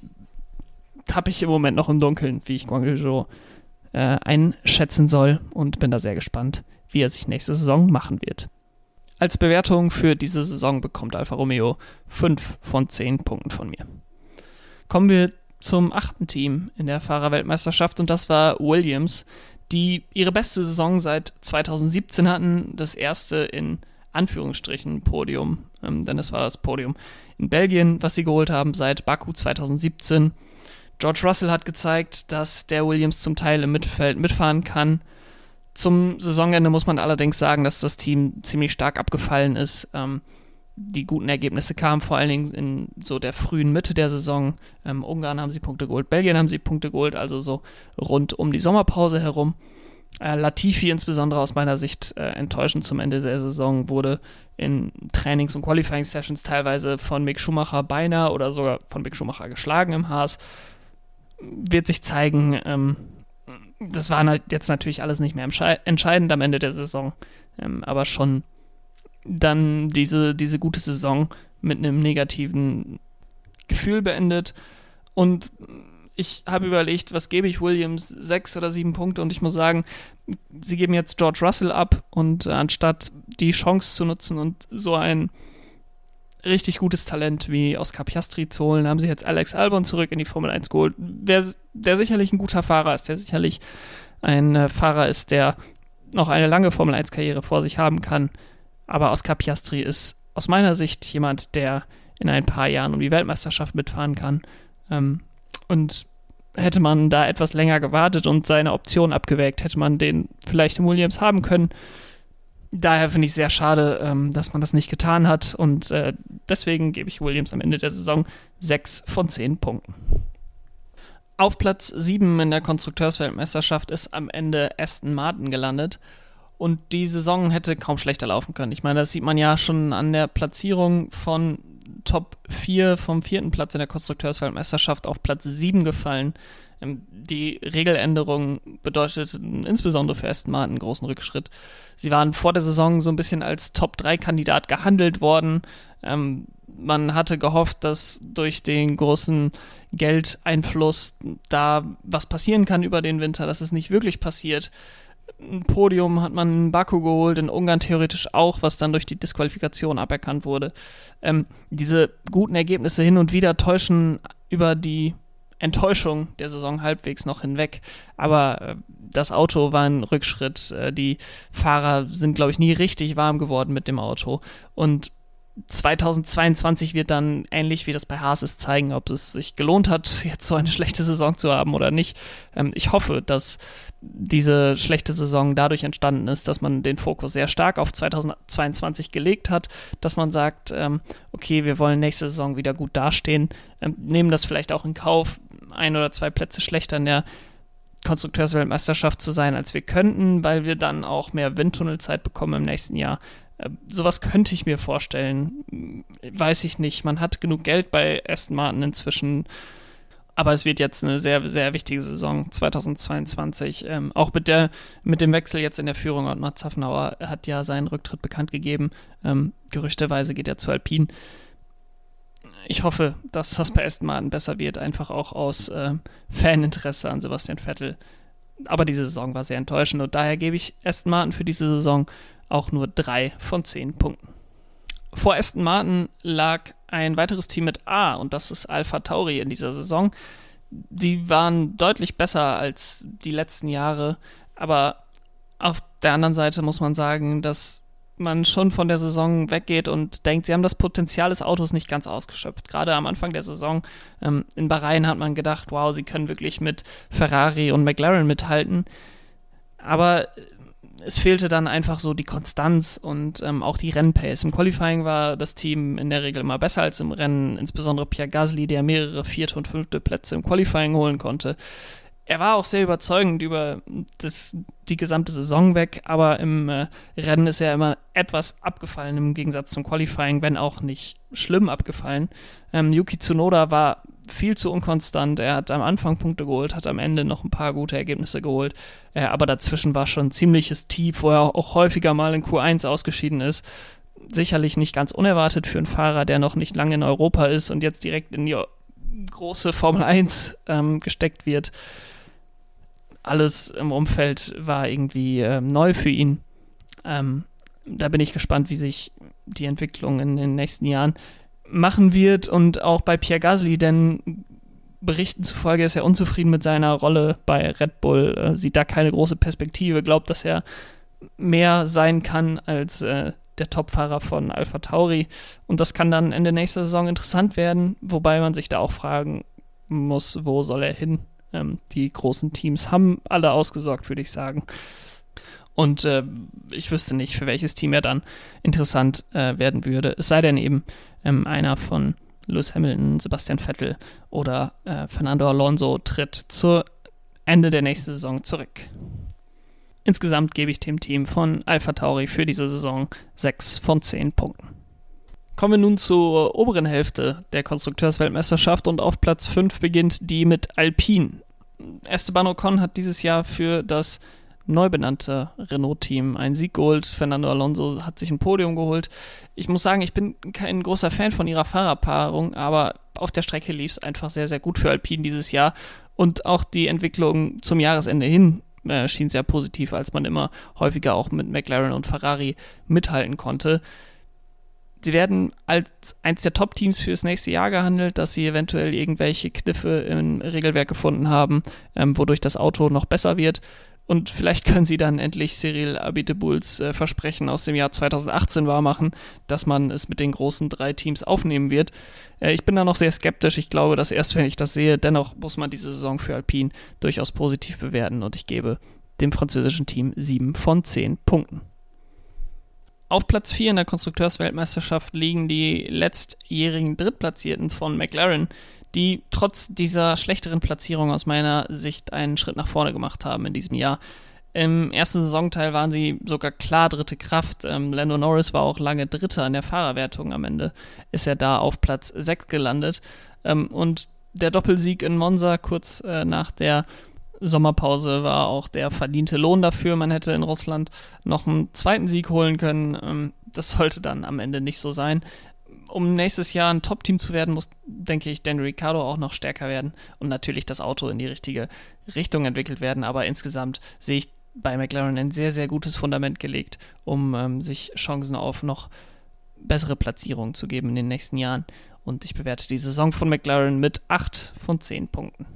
tappe ich im Moment noch im Dunkeln, wie ich Guan Yu Zhou Äh, einschätzen soll und bin da sehr gespannt, wie er sich nächste Saison machen wird. Als Bewertung für diese Saison bekommt Alfa Romeo fünf von zehn Punkten von mir. Kommen wir zum achten Team in der Fahrerweltmeisterschaft und das war Williams, die ihre beste Saison seit zweitausendsiebzehn hatten, das erste in Anführungsstrichen Podium, ähm, denn es war das Podium in Belgien, was sie geholt haben seit Baku zweitausendsiebzehn. George Russell hat gezeigt, dass der Williams zum Teil im Mittelfeld mitfahren kann. Zum Saisonende muss man allerdings sagen, dass das Team ziemlich stark abgefallen ist. Ähm, die guten Ergebnisse kamen vor allen Dingen in so der frühen Mitte der Saison. Ähm, Ungarn haben sie Punkte geholt, Belgien haben sie Punkte geholt, also so rund um die Sommerpause herum. Äh, Latifi insbesondere aus meiner Sicht äh, enttäuschend zum Ende der Saison, wurde in Trainings- und Qualifying-Sessions teilweise von Mick Schumacher beinahe oder sogar von Mick Schumacher geschlagen im Haas. Wird sich zeigen, ähm, das war halt jetzt natürlich alles nicht mehr entscheidend am Ende der Saison, ähm, aber schon dann diese, diese gute Saison mit einem negativen Gefühl beendet. Und ich habe überlegt, was gebe ich Williams? Sechs oder sieben Punkte, und ich muss sagen, sie geben jetzt George Russell ab, und äh, anstatt die Chance zu nutzen und so ein richtig gutes Talent wie Oscar Piastri zu holen, haben sie jetzt Alex Albon zurück in die Formel eins geholt, wer, der sicherlich ein guter Fahrer ist, der sicherlich ein äh, Fahrer ist, der noch eine lange Formel eins Karriere vor sich haben kann. Aber Oscar Piastri ist aus meiner Sicht jemand, der in ein paar Jahren um die Weltmeisterschaft mitfahren kann. Ähm, und hätte man da etwas länger gewartet und seine Option abgewägt, hätte man den vielleicht im Williams haben können. Daher finde ich sehr schade, ähm, dass man das nicht getan hat, und äh, deswegen gebe ich Williams am Ende der Saison sechs von zehn Punkten. Auf Platz sieben in der Konstrukteursweltmeisterschaft ist am Ende Aston Martin gelandet, und die Saison hätte kaum schlechter laufen können. Ich meine, das sieht man ja schon an der Platzierung von Top vier, vom vierten Platz in der Konstrukteursweltmeisterschaft auf Platz sieben gefallen. Die Regeländerung bedeuteten insbesondere für Aston Martin einen großen Rückschritt. Sie waren vor der Saison so ein bisschen als Top drei Kandidat gehandelt worden. Ähm, man hatte gehofft, dass durch den großen Geldeinfluss da was passieren kann über den Winter. Das ist nicht wirklich passiert. Ein Podium hat man in Baku geholt, in Ungarn theoretisch auch, was dann durch die Disqualifikation aberkannt wurde. Ähm, diese guten Ergebnisse hin und wieder täuschen über die Enttäuschung der Saison halbwegs noch hinweg, aber äh, das Auto war ein Rückschritt. Äh, die Fahrer sind, glaube ich, nie richtig warm geworden mit dem Auto, und zweitausendzweiundzwanzig wird dann, ähnlich wie das bei Haas ist, zeigen, ob es sich gelohnt hat, jetzt so eine schlechte Saison zu haben oder nicht. Ähm, ich hoffe, dass diese schlechte Saison dadurch entstanden ist, dass man den Fokus sehr stark auf zweitausendzweiundzwanzig gelegt hat, dass man sagt, ähm, okay, wir wollen nächste Saison wieder gut dastehen, ähm, nehmen das vielleicht auch in Kauf, ein oder zwei Plätze schlechter in der Konstrukteursweltmeisterschaft zu sein, als wir könnten, weil wir dann auch mehr Windtunnelzeit bekommen im nächsten Jahr. Äh, sowas könnte ich mir vorstellen. Weiß ich nicht. Man hat genug Geld bei Aston Martin inzwischen, aber es wird jetzt eine sehr, sehr wichtige Saison zweitausendzweiundzwanzig. Ähm, auch mit, der, mit dem Wechsel jetzt in der Führung. Und Mats Zafnauer hat ja seinen Rücktritt bekannt gegeben. Ähm, gerüchteweise geht er zu Alpine. Ich hoffe, dass das bei Aston Martin besser wird, einfach auch aus äh, Faninteresse an Sebastian Vettel. Aber diese Saison war sehr enttäuschend, und daher gebe ich Aston Martin für diese Saison auch nur drei von zehn Punkten. Vor Aston Martin lag ein weiteres Team mit A, und das ist AlphaTauri in dieser Saison. Die waren deutlich besser als die letzten Jahre, aber auf der anderen Seite muss man sagen, dass man schon von der Saison weggeht und denkt, sie haben das Potenzial des Autos nicht ganz ausgeschöpft. Gerade am Anfang der Saison ähm, in Bahrain hat man gedacht, wow, sie können wirklich mit Ferrari und McLaren mithalten. Aber es fehlte dann einfach so die Konstanz und ähm, auch die Rennpace. Im Qualifying war das Team in der Regel immer besser als im Rennen, insbesondere Pierre Gasly, der mehrere vierte und fünfte Plätze im Qualifying holen konnte. Er war auch sehr überzeugend über das, die gesamte Saison weg, aber im äh, Rennen ist er immer etwas abgefallen im Gegensatz zum Qualifying, wenn auch nicht schlimm abgefallen. Ähm, Yuki Tsunoda war viel zu unkonstant. Er hat am Anfang Punkte geholt, hat am Ende noch ein paar gute Ergebnisse geholt, äh, aber dazwischen war schon ein ziemliches Tief, wo er auch häufiger mal in Q eins ausgeschieden ist. Sicherlich nicht ganz unerwartet für einen Fahrer, der noch nicht lange in Europa ist und jetzt direkt in die große Formel eins ähm, gesteckt wird. Alles im Umfeld war irgendwie äh, neu für ihn. Ähm, da bin ich gespannt, wie sich die Entwicklung in den nächsten Jahren machen wird. Und auch bei Pierre Gasly, denn Berichten zufolge ist er unzufrieden mit seiner Rolle bei Red Bull, äh, sieht da keine große Perspektive, glaubt, dass er mehr sein kann als äh, der Topfahrer von AlphaTauri. Und das kann dann Ende nächster Saison interessant werden, wobei man sich da auch fragen muss, wo soll er hin? Ähm, die großen Teams haben alle ausgesorgt, würde ich sagen. Und äh, ich wüsste nicht, für welches Team er dann interessant äh, werden würde. Es sei denn eben ähm, einer von Lewis Hamilton, Sebastian Vettel oder äh, Fernando Alonso tritt zu Ende der nächsten Saison zurück. Insgesamt gebe ich dem Team von AlphaTauri für diese Saison sechs von zehn Punkten. Kommen wir nun zur oberen Hälfte der Konstrukteursweltmeisterschaft und auf Platz fünf beginnt die mit Alpine. Esteban Ocon hat dieses Jahr für das neu benannte Renault-Team einen Sieg geholt. Fernando Alonso hat sich ein Podium geholt. Ich muss sagen, ich bin kein großer Fan von ihrer Fahrerpaarung, aber auf der Strecke lief es einfach sehr, sehr gut für Alpine dieses Jahr. Und auch die Entwicklung zum Jahresende hin äh, schien sehr positiv, als man immer häufiger auch mit McLaren und Ferrari mithalten konnte. Sie werden als eins der Top-Teams fürs nächste Jahr gehandelt, dass sie eventuell irgendwelche Kniffe im Regelwerk gefunden haben, ähm, wodurch das Auto noch besser wird. Und vielleicht können sie dann endlich Cyril Abiteboul's äh, Versprechen aus dem Jahr zweitausendachtzehn wahrmachen, dass man es mit den großen drei Teams aufnehmen wird. Äh, ich bin da noch sehr skeptisch. Ich glaube, dass erst wenn ich das sehe, dennoch muss man diese Saison für Alpine durchaus positiv bewerten und ich gebe dem französischen Team sieben von zehn Punkten. Auf Platz vier in der Konstrukteursweltmeisterschaft liegen die letztjährigen Drittplatzierten von McLaren, die trotz dieser schlechteren Platzierung aus meiner Sicht einen Schritt nach vorne gemacht haben in diesem Jahr. Im ersten Saisonteil waren sie sogar klar dritte Kraft. Ähm, Lando Norris war auch lange Dritter in der Fahrerwertung. Am Ende ist er da auf Platz sechs gelandet. Ähm, und der Doppelsieg in Monza kurz äh, nach der Sommerpause war auch der verdiente Lohn dafür. Man hätte in Russland noch einen zweiten Sieg holen können. Ähm, das sollte dann am Ende nicht so sein. Um nächstes Jahr ein Top-Team zu werden, muss, denke ich, Daniel Ricciardo auch noch stärker werden und natürlich das Auto in die richtige Richtung entwickelt werden. Aber insgesamt sehe ich bei McLaren ein sehr, sehr gutes Fundament gelegt, um ähm, sich Chancen auf noch bessere Platzierungen zu geben in den nächsten Jahren. Und ich bewerte die Saison von McLaren mit acht von zehn Punkten.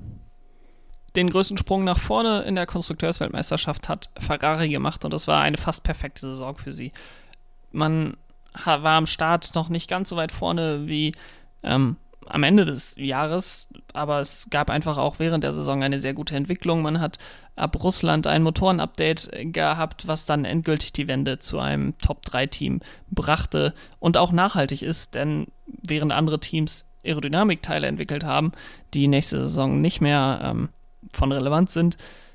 Den größten Sprung nach vorne in der Konstrukteursweltmeisterschaft hat Ferrari gemacht und das war eine fast perfekte Saison für sie. Man war am Start noch nicht ganz so weit vorne wie ähm, am Ende des Jahres, aber es gab einfach auch während der Saison eine sehr gute Entwicklung. Man hat ab Russland ein Motoren-Update gehabt, was dann endgültig die Wende zu einem Top drei Team brachte und auch nachhaltig ist, denn während andere Teams Aerodynamikteile entwickelt haben, die nächste Saison nicht mehr ähm, von Relevanz sind,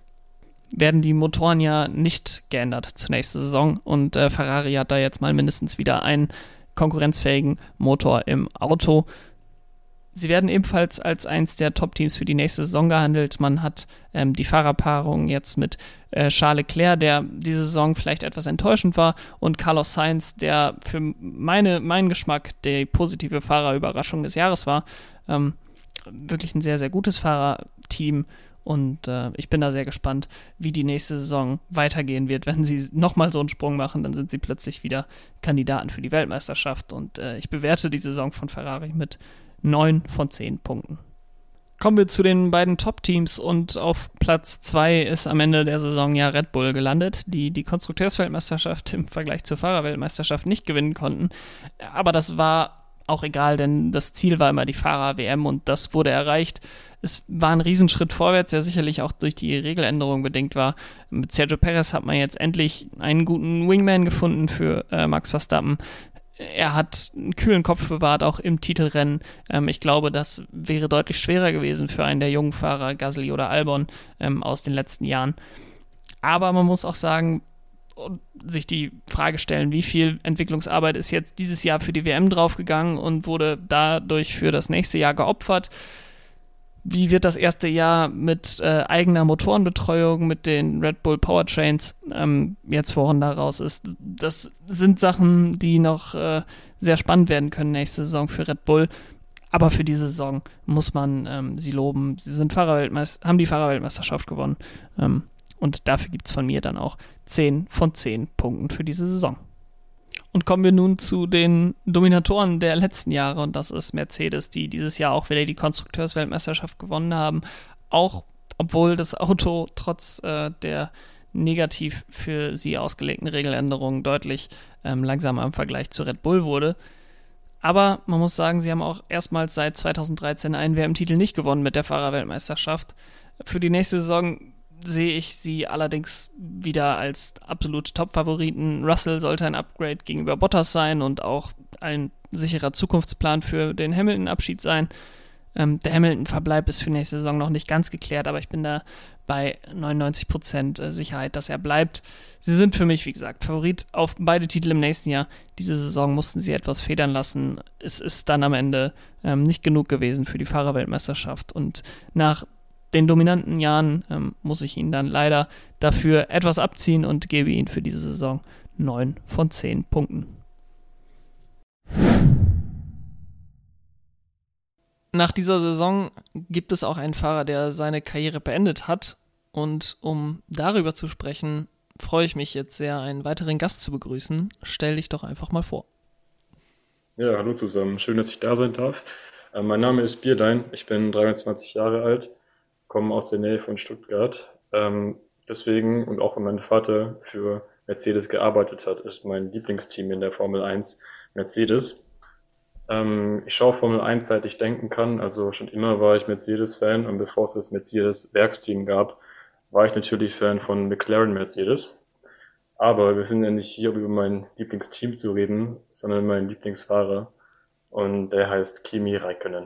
werden die Motoren ja nicht geändert zur nächsten Saison und äh, Ferrari hat da jetzt mal mindestens wieder einen konkurrenzfähigen Motor im Auto. Sie werden ebenfalls als eins der Top-Teams für die nächste Saison gehandelt. Man hat ähm, die Fahrerpaarung jetzt mit äh, Charles Leclerc, der diese Saison vielleicht etwas enttäuschend war, und Carlos Sainz, der für meine, meinen Geschmack die positive Fahrerüberraschung des Jahres war. Ähm, wirklich ein sehr, sehr gutes Fahrerteam. Und äh, ich bin da sehr gespannt, wie die nächste Saison weitergehen wird. Wenn sie nochmal so einen Sprung machen, dann sind sie plötzlich wieder Kandidaten für die Weltmeisterschaft. Und äh, ich bewerte die Saison von Ferrari mit neun von zehn Punkten. Kommen wir zu den beiden Top-Teams und auf Platz zwei ist am Ende der Saison ja Red Bull gelandet, die die Konstrukteursweltmeisterschaft im Vergleich zur Fahrerweltmeisterschaft nicht gewinnen konnten. Aber das war auch egal, denn das Ziel war immer die Fahrer-W M und das wurde erreicht. Es war ein Riesenschritt vorwärts, der sicherlich auch durch die Regeländerung bedingt war. Mit Sergio Perez hat man jetzt endlich einen guten Wingman gefunden für äh, Max Verstappen. Er hat einen kühlen Kopf bewahrt, auch im Titelrennen. Ähm, ich glaube, das wäre deutlich schwerer gewesen für einen der jungen Fahrer, Gasly oder Albon, ähm, aus den letzten Jahren. Aber man muss auch sagen, und sich die Frage stellen, wie viel Entwicklungsarbeit ist jetzt dieses Jahr für die W M draufgegangen und wurde dadurch für das nächste Jahr geopfert. Wie wird das erste Jahr mit äh, eigener Motorenbetreuung, mit den Red Bull Powertrains ähm, jetzt vor Honda raus ist? Das sind Sachen, die noch äh, sehr spannend werden können nächste Saison für Red Bull. Aber für diese Saison muss man ähm, sie loben. Sie sind Fahrerweltmeister, haben die Fahrerweltmeisterschaft gewonnen. Ähm, und dafür gibt es von mir dann auch zehn von zehn Punkten für diese Saison. Und kommen wir nun zu den Dominatoren der letzten Jahre und das ist Mercedes, die dieses Jahr auch wieder die Konstrukteursweltmeisterschaft gewonnen haben. Auch obwohl das Auto trotz äh, der negativ für sie ausgelegten Regeländerungen deutlich ähm, langsamer im Vergleich zu Red Bull wurde. Aber man muss sagen, sie haben auch erstmals seit zweitausenddreizehn einen W M-Titel nicht gewonnen mit der Fahrerweltmeisterschaft. Für die nächste Saison sehe ich sie allerdings wieder als absolute Top-Favoriten. Russell sollte ein Upgrade gegenüber Bottas sein und auch ein sicherer Zukunftsplan für den Hamilton-Abschied sein. Ähm, der Hamilton-Verbleib ist für nächste Saison noch nicht ganz geklärt, aber ich bin da bei neunundneunzig Prozent Sicherheit, dass er bleibt. Sie sind für mich, wie gesagt, Favorit auf beide Titel im nächsten Jahr. Diese Saison mussten sie etwas federn lassen. Es ist dann am Ende ähm, nicht genug gewesen für die Fahrerweltmeisterschaft. Und nach den dominanten Jahren ähm, muss ich ihn dann leider dafür etwas abziehen und gebe ihn für diese Saison neun von zehn Punkten. Nach dieser Saison gibt es auch einen Fahrer, der seine Karriere beendet hat. Und um darüber zu sprechen, freue ich mich jetzt sehr, einen weiteren Gast zu begrüßen. Stell dich doch einfach mal vor. Ja, hallo zusammen. Schön, dass ich da sein darf. Äh, mein Name ist Bierdein. Ich bin dreiundzwanzig Jahre alt, komme aus der Nähe von Stuttgart. Ähm, deswegen und auch wenn mein Vater für Mercedes gearbeitet hat, ist mein Lieblingsteam in der Formel eins Mercedes. Ähm, ich schaue Formel eins, seit ich denken kann. Also schon immer war ich Mercedes-Fan und bevor es das Mercedes-Werksteam gab, war ich natürlich Fan von McLaren Mercedes. Aber wir sind ja nicht hier, um über mein Lieblingsteam zu reden, sondern meinen Lieblingsfahrer. Und der heißt Kimi Räikkönen.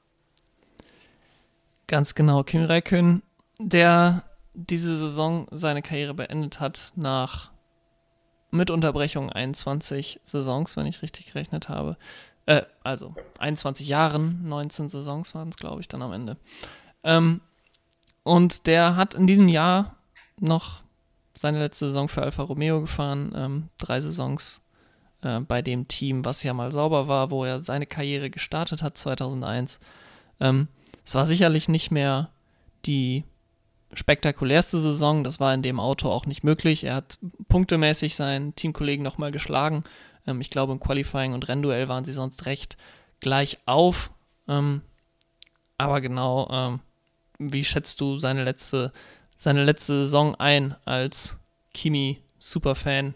Ganz genau, Kimi Räikkönen, der diese Saison seine Karriere beendet hat nach mit Unterbrechung einundzwanzig Saisons, wenn ich richtig gerechnet habe. Äh, also einundzwanzig Jahren, neunzehn Saisons waren es, glaube ich, dann am Ende. Ähm, und der hat in diesem Jahr noch seine letzte Saison für Alfa Romeo gefahren, ähm, drei Saisons äh, bei dem Team, was ja mal sauber war, wo er seine Karriere gestartet hat, zweitausendeins. Ähm, es war sicherlich nicht mehr die spektakulärste Saison, das war in dem Auto auch nicht möglich. Er hat punktemäßig seinen Teamkollegen nochmal geschlagen. Ähm, ich glaube, im Qualifying und Rennduell waren sie sonst recht gleich auf. Ähm, aber genau, ähm, wie schätzt du seine letzte, seine letzte Saison ein als Kimi-Superfan?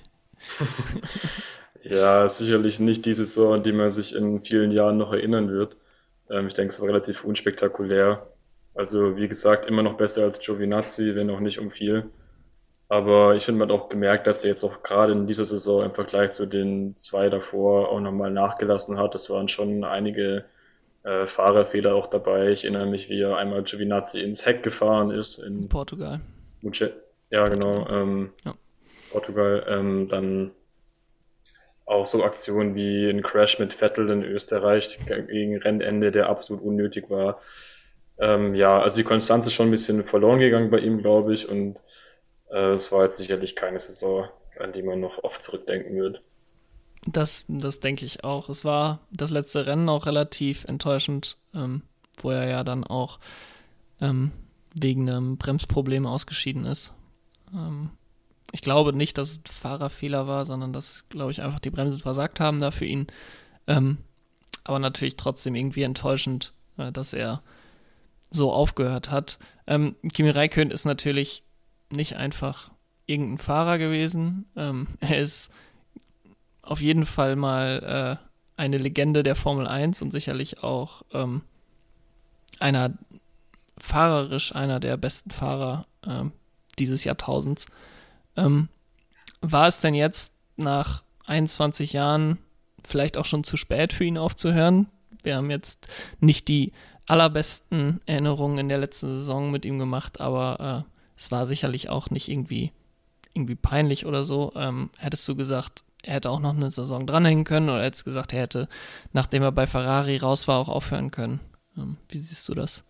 Ja, sicherlich nicht die Saison, an die man sich in vielen Jahren noch erinnern wird. Ähm, ich denke, es war relativ unspektakulär. Also wie gesagt, immer noch besser als Giovinazzi, wenn auch nicht um viel. Aber ich finde, man hat auch gemerkt, dass er jetzt auch gerade in dieser Saison im Vergleich zu den zwei davor auch nochmal nachgelassen hat. Es waren schon einige äh, Fahrerfehler auch dabei. Ich erinnere mich, wie er einmal Giovinazzi ins Heck gefahren ist In in Portugal. Mugello. Ja, genau, Portugal. ähm, Ja. Portugal. Ähm, dann auch so Aktionen wie ein Crash mit Vettel in Österreich gegen Rennende, der absolut unnötig war. Ähm, ja, also die Konstanz ist schon ein bisschen verloren gegangen bei ihm, glaube ich. Und äh, es war jetzt sicherlich keine Saison, an die man noch oft zurückdenken wird. Das, das denke ich auch. Es war das letzte Rennen auch relativ enttäuschend, ähm, wo er ja dann auch ähm, wegen einem Bremsproblem ausgeschieden ist. Ähm, ich glaube nicht, dass es ein Fahrerfehler war, sondern dass, glaube ich, einfach die Bremsen versagt haben da für ihn. Ähm, aber natürlich trotzdem irgendwie enttäuschend, äh, dass er so aufgehört hat. Ähm, Kimi Räikkönen ist natürlich nicht einfach irgendein Fahrer gewesen. Ähm, er ist auf jeden Fall mal äh, eine Legende der Formel eins und sicherlich auch ähm, einer fahrerisch einer der besten Fahrer ähm, dieses Jahrtausends. Ähm, war es denn jetzt nach einundzwanzig Jahren vielleicht auch schon zu spät für ihn aufzuhören? Wir haben jetzt nicht die allerbesten Erinnerungen in der letzten Saison mit ihm gemacht, aber äh, es war sicherlich auch nicht irgendwie, irgendwie peinlich oder so. Ähm, hättest du gesagt, er hätte auch noch eine Saison dranhängen können oder hättest du gesagt, er hätte, nachdem er bei Ferrari raus war, auch aufhören können? Ähm, wie siehst du das?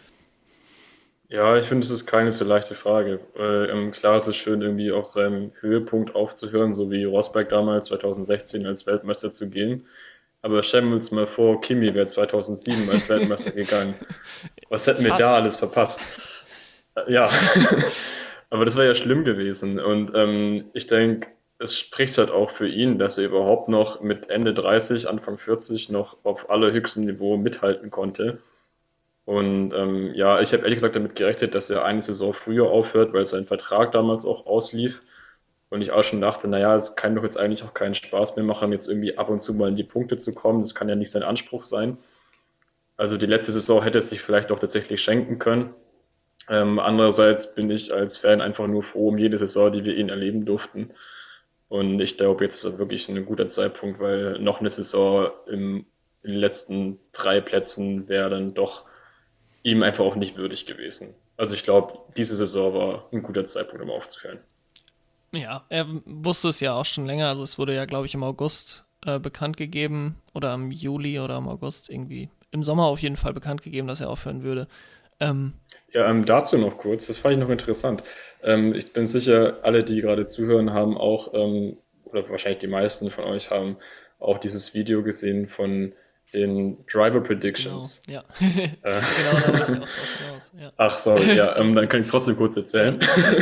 Ja, ich finde, es ist keine so leichte Frage. Äh, ähm, klar, es ist schön, irgendwie auf seinem Höhepunkt aufzuhören, so wie Rosberg damals zweitausendsechzehn als Weltmeister zu gehen. Aber stellen wir uns mal vor, Kimi wäre zweitausendsieben als Weltmeister gegangen. Was hätten wir da Fast. alles verpasst? Äh, Ja, aber das wäre ja schlimm gewesen. Und ähm, ich denke, es spricht halt auch für ihn, dass er überhaupt noch mit Ende dreißig, Anfang vierzig noch auf allerhöchstem Niveau mithalten konnte. Und ähm, ja, ich habe ehrlich gesagt damit gerechnet, dass er eine Saison früher aufhört, weil sein Vertrag damals auch auslief. Und ich auch schon dachte, naja, es kann doch jetzt eigentlich auch keinen Spaß mehr machen, jetzt irgendwie ab und zu mal in die Punkte zu kommen. Das kann ja nicht sein Anspruch sein. Also die letzte Saison hätte es sich vielleicht auch tatsächlich schenken können. Ähm, andererseits bin ich als Fan einfach nur froh um jede Saison, die wir ihn erleben durften. Und ich glaube, jetzt ist wirklich ein guter Zeitpunkt, weil noch eine Saison im, in den letzten drei Plätzen wäre dann doch ihm einfach auch nicht würdig gewesen. Also ich glaube, diese Saison war ein guter Zeitpunkt, um aufzuhören. Ja, er wusste es ja auch schon länger. Also es wurde ja, glaube ich, im August äh, bekannt gegeben oder im Juli oder im August irgendwie. Im Sommer auf jeden Fall bekannt gegeben, dass er aufhören würde. Ähm, Ja, ähm, dazu noch kurz, das fand ich noch interessant. Ähm, ich bin sicher, alle, die gerade zuhören, haben auch, ähm, oder wahrscheinlich die meisten von euch haben auch dieses Video gesehen von den Driver genau, Predictions. ja. Äh, Genau, da wollte ich auch drauf hinaus. Ja. Ach, sorry, ja, ähm, Alles dann gut. kann ich es trotzdem kurz Ja. erzählen.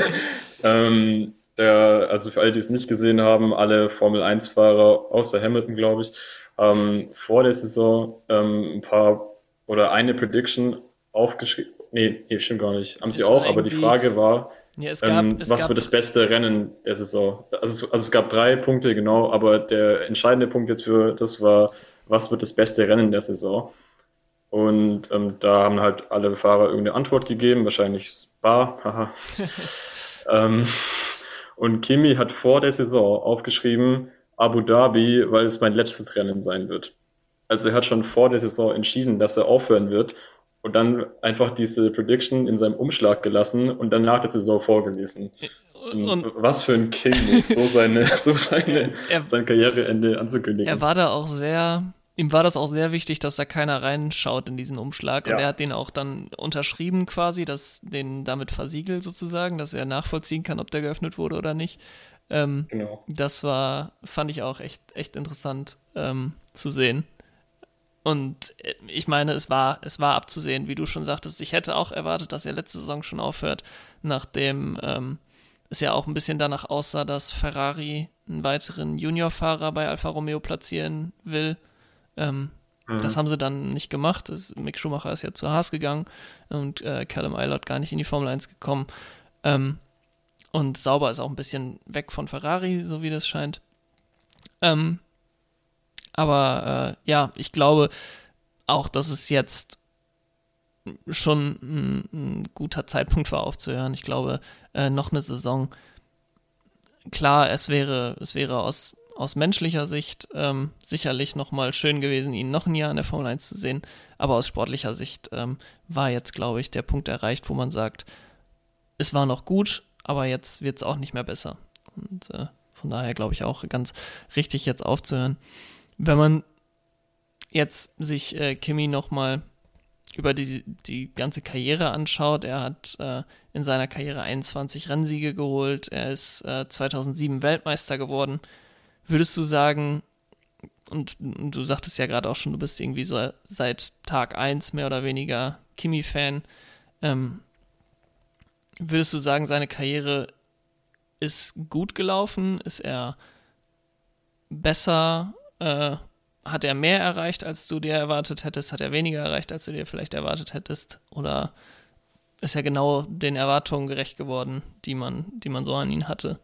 Ähm, der, also für alle, die es nicht gesehen haben, alle Formel eins Fahrer, außer Hamilton, glaube ich, haben vor der Saison ähm, ein paar oder eine Prediction aufgeschrieben. Nee, nee, stimmt gar nicht. Haben sie Es war auch, aber die irgendwie, Frage war, ja, es gab, ähm, es was wird gab, das beste Rennen der Saison? Also, es- also es gab drei Punkte, genau, aber der entscheidende Punkt jetzt für das war, was wird das beste Rennen der Saison? Und ähm, da haben halt alle Fahrer irgendeine Antwort gegeben, wahrscheinlich Spa, haha. Ähm, und Kimi hat vor der Saison aufgeschrieben, Abu Dhabi, weil es mein letztes Rennen sein wird. Also er hat schon vor der Saison entschieden, dass er aufhören wird und dann einfach diese Prediction in seinem Umschlag gelassen und dann nach der Saison vorgelesen. Und und was für ein King-Move, so seine, so er, seine, er, sein Karriereende er anzukündigen. war da auch sehr, ihm war das auch sehr wichtig, dass da keiner reinschaut in diesen Umschlag und er Ja, hat den auch dann unterschrieben quasi, dass den damit versiegelt sozusagen, dass er nachvollziehen kann, ob der geöffnet wurde oder nicht. Ähm, genau. das war, fand ich auch echt, echt interessant ähm, zu sehen. Und äh, ich meine, es war, es war abzusehen, wie du schon sagtest. Ich hätte auch erwartet, dass er letzte Saison schon aufhört, nachdem ähm, es ja auch ein bisschen danach aussah, dass Ferrari einen weiteren Juniorfahrer bei Alfa Romeo platzieren will. Ähm, Das Mhm. haben sie dann nicht gemacht. Das, Mick Schumacher ist ja zu Haas gegangen und äh, Callum Eilert gar nicht in die Formel eins gekommen. Ähm, und Sauber ist auch ein bisschen weg von Ferrari, so wie das scheint. Ähm, aber äh, ja, ich glaube auch, dass es jetzt schon ein, ein guter Zeitpunkt war aufzuhören. Ich glaube, äh, noch eine Saison. Klar, es wäre, es wäre aus, aus menschlicher Sicht ähm, sicherlich nochmal schön gewesen, ihn noch ein Jahr in der Formel eins zu sehen. Aber aus sportlicher Sicht ähm, war jetzt, glaube ich, der Punkt erreicht, wo man sagt, es war noch gut, aber jetzt wird es auch nicht mehr besser. Und äh, von daher glaube ich auch ganz richtig, jetzt aufzuhören. Wenn man jetzt sich äh, Kimi nochmal über die, die ganze Karriere anschaut, er hat äh, in seiner Karriere einundzwanzig Rennsiege geholt, er ist äh, zweitausendsieben Weltmeister geworden. Würdest du sagen, und, und du sagtest ja gerade auch schon, du bist irgendwie so seit Tag eins mehr oder weniger Kimi-Fan, ähm, würdest du sagen, seine Karriere ist gut gelaufen? Ist er besser? Äh, hat er mehr erreicht, als du dir erwartet hättest? Hat er weniger erreicht, als du dir vielleicht erwartet hättest? Oder ist er genau den Erwartungen gerecht geworden, die man, die man so an ihn hatte?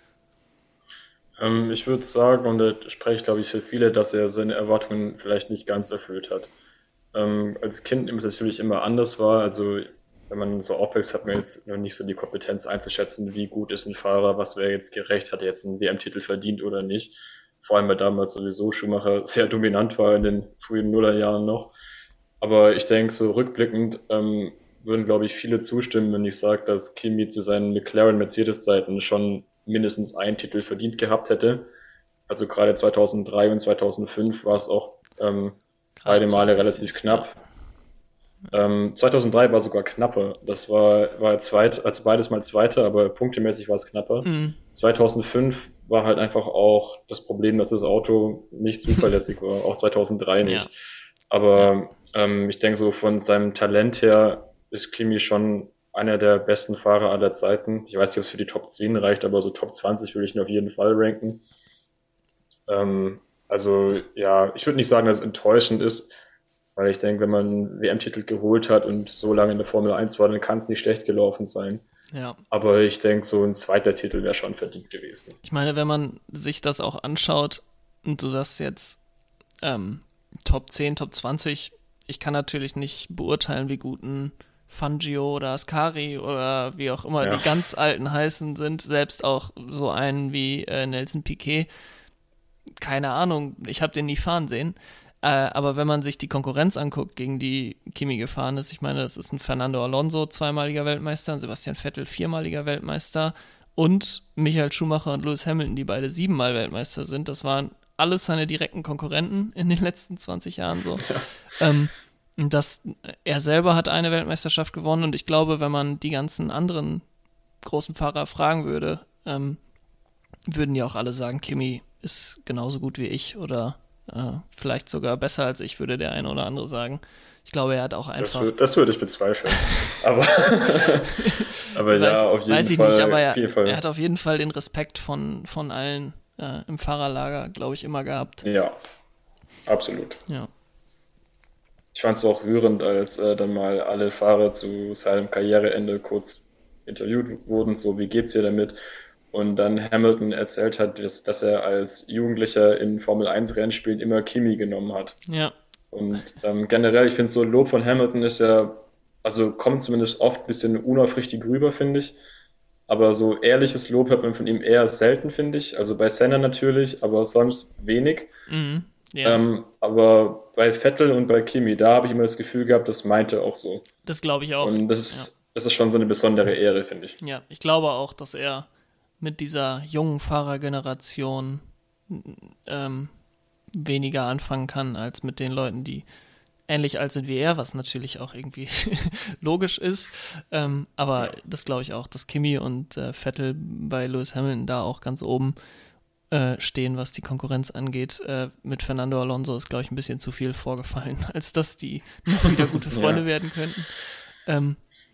Ähm, ich würde sagen, und da spreche ich glaube ich für viele, dass er seine Erwartungen vielleicht nicht ganz erfüllt hat. Ähm, als Kind nimmt es natürlich immer anders wahr. Also wenn man so aufwächst, hat man jetzt noch nicht so die Kompetenz einzuschätzen, wie gut ist ein Fahrer, was wäre jetzt gerecht, hat er jetzt einen W M-Titel verdient oder nicht. Vor allem, weil damals sowieso Schumacher sehr dominant war in den frühen Nullerjahren noch. Aber ich denke, so rückblickend ähm, würden, glaube ich, viele zustimmen, wenn ich sage, dass Kimi zu seinen McLaren-Mercedes-Zeiten schon mindestens einen Titel verdient gehabt hätte. Also gerade zweitausenddrei und zweitausendfünf war es auch ähm, Gerade beide Male relativ zweitausendfünf, ja. knapp. Ähm, zweitausenddrei war sogar knapper. Das war, war zweit, also beides mal Zweiter, aber punktemäßig war es knapper. Mm. zweitausendfünf war halt einfach auch das Problem, dass das Auto nicht zuverlässig war, auch zweitausenddrei Ja, nicht. ja. Aber ähm, ich denke so von seinem Talent her ist Kimi schon einer der besten Fahrer aller Zeiten. Ich weiß nicht, ob es für die Top zehn reicht, aber so Top zwanzig würde ich ihn auf jeden Fall ranken. Ähm, also ja, ich würde nicht sagen, dass es enttäuschend ist, weil ich denke, wenn man einen W M-Titel geholt hat und so lange in der Formel eins war, dann kann es nicht schlecht gelaufen sein. Ja. Aber ich denke, so ein zweiter Titel wäre schon verdient gewesen. Ich meine, wenn man sich das auch anschaut und du sagst jetzt ähm, Top zehn, Top zwanzig, ich kann natürlich nicht beurteilen, wie gut ein Fangio oder Ascari oder wie auch immer Ja. die ganz alten heißen sind, selbst auch so einen wie äh, Nelson Piquet, keine Ahnung, ich habe den nie fahren sehen, äh, aber wenn man sich die Konkurrenz anguckt, gegen die Kimi gefahren ist, ich meine, das ist ein Fernando Alonso, zweimaliger Weltmeister, ein Sebastian Vettel, viermaliger Weltmeister und Michael Schumacher und Lewis Hamilton, die beide siebenmal Weltmeister sind, das waren alles seine direkten Konkurrenten in den letzten zwanzig Jahren so. Ja. Ähm, Das, er selber hat eine Weltmeisterschaft gewonnen und ich glaube, wenn man die ganzen anderen großen Fahrer fragen würde, ähm, würden ja auch alle sagen, Kimi ist genauso gut wie ich oder äh, vielleicht sogar besser als ich, würde der eine oder andere sagen. Ich glaube, er hat auch einfach... Das, würd, das würde ich bezweifeln. Aber, aber weiß, ja, auf jeden weiß ich Fall. Nicht, aber er, jeden Fall. er hat auf jeden Fall den Respekt von, von allen äh, im Fahrerlager, glaube ich, immer gehabt. Ja, absolut. Ja. Ich fand es auch rührend, als äh, dann mal alle Fahrer zu seinem Karriereende kurz interviewt wurden, so wie geht's dir damit? Und dann Hamilton erzählt hat, dass, dass er als Jugendlicher in Formel eins Rennspielen immer Kimi genommen hat. Ja. Und ähm, generell, ich finde so Lob von Hamilton ist ja, also kommt zumindest oft ein bisschen unaufrichtig rüber, finde ich. Aber so ehrliches Lob hört man von ihm eher selten, finde ich. Also bei Senna natürlich, aber sonst wenig. Mhm. Ja. Ähm, aber bei Vettel und bei Kimi, da habe ich immer das Gefühl gehabt, das meinte er auch so. Das glaube ich auch. Und das ist, das ist schon so eine besondere Ehre, finde ich. Ja, ich glaube auch, dass er mit dieser jungen Fahrergeneration ähm, weniger anfangen kann, als mit den Leuten, die ähnlich alt sind wie er, was natürlich auch irgendwie logisch ist. Ähm, aber ja. Das glaube ich auch, dass Kimi und äh, Vettel bei Lewis Hamilton da auch ganz oben äh, stehen, was die Konkurrenz angeht. Äh, mit Fernando Alonso ist, glaube ich, ein bisschen zu viel vorgefallen, als dass die noch wieder gute Freunde ja. werden könnten. Ähm,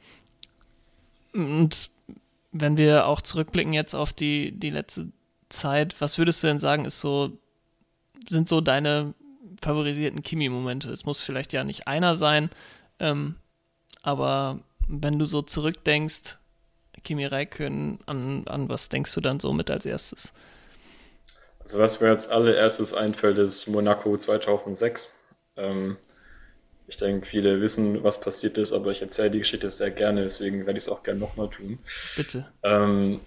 und wenn wir auch zurückblicken jetzt auf die, die letzte Zeit, was würdest du denn sagen, ist so, sind so deine favorisierten Kimi-Momente? Es muss vielleicht ja nicht einer sein, ähm, aber wenn du so zurückdenkst, Kimi Räikkönen, an, an was denkst du dann so mit als erstes? Also was mir als allererstes einfällt, ist Monaco zweitausendsechs. Ähm, ich denke, viele wissen, was passiert ist, aber ich erzähle die Geschichte sehr gerne, deswegen werde ich es auch gerne nochmal tun. Bitte. Ähm,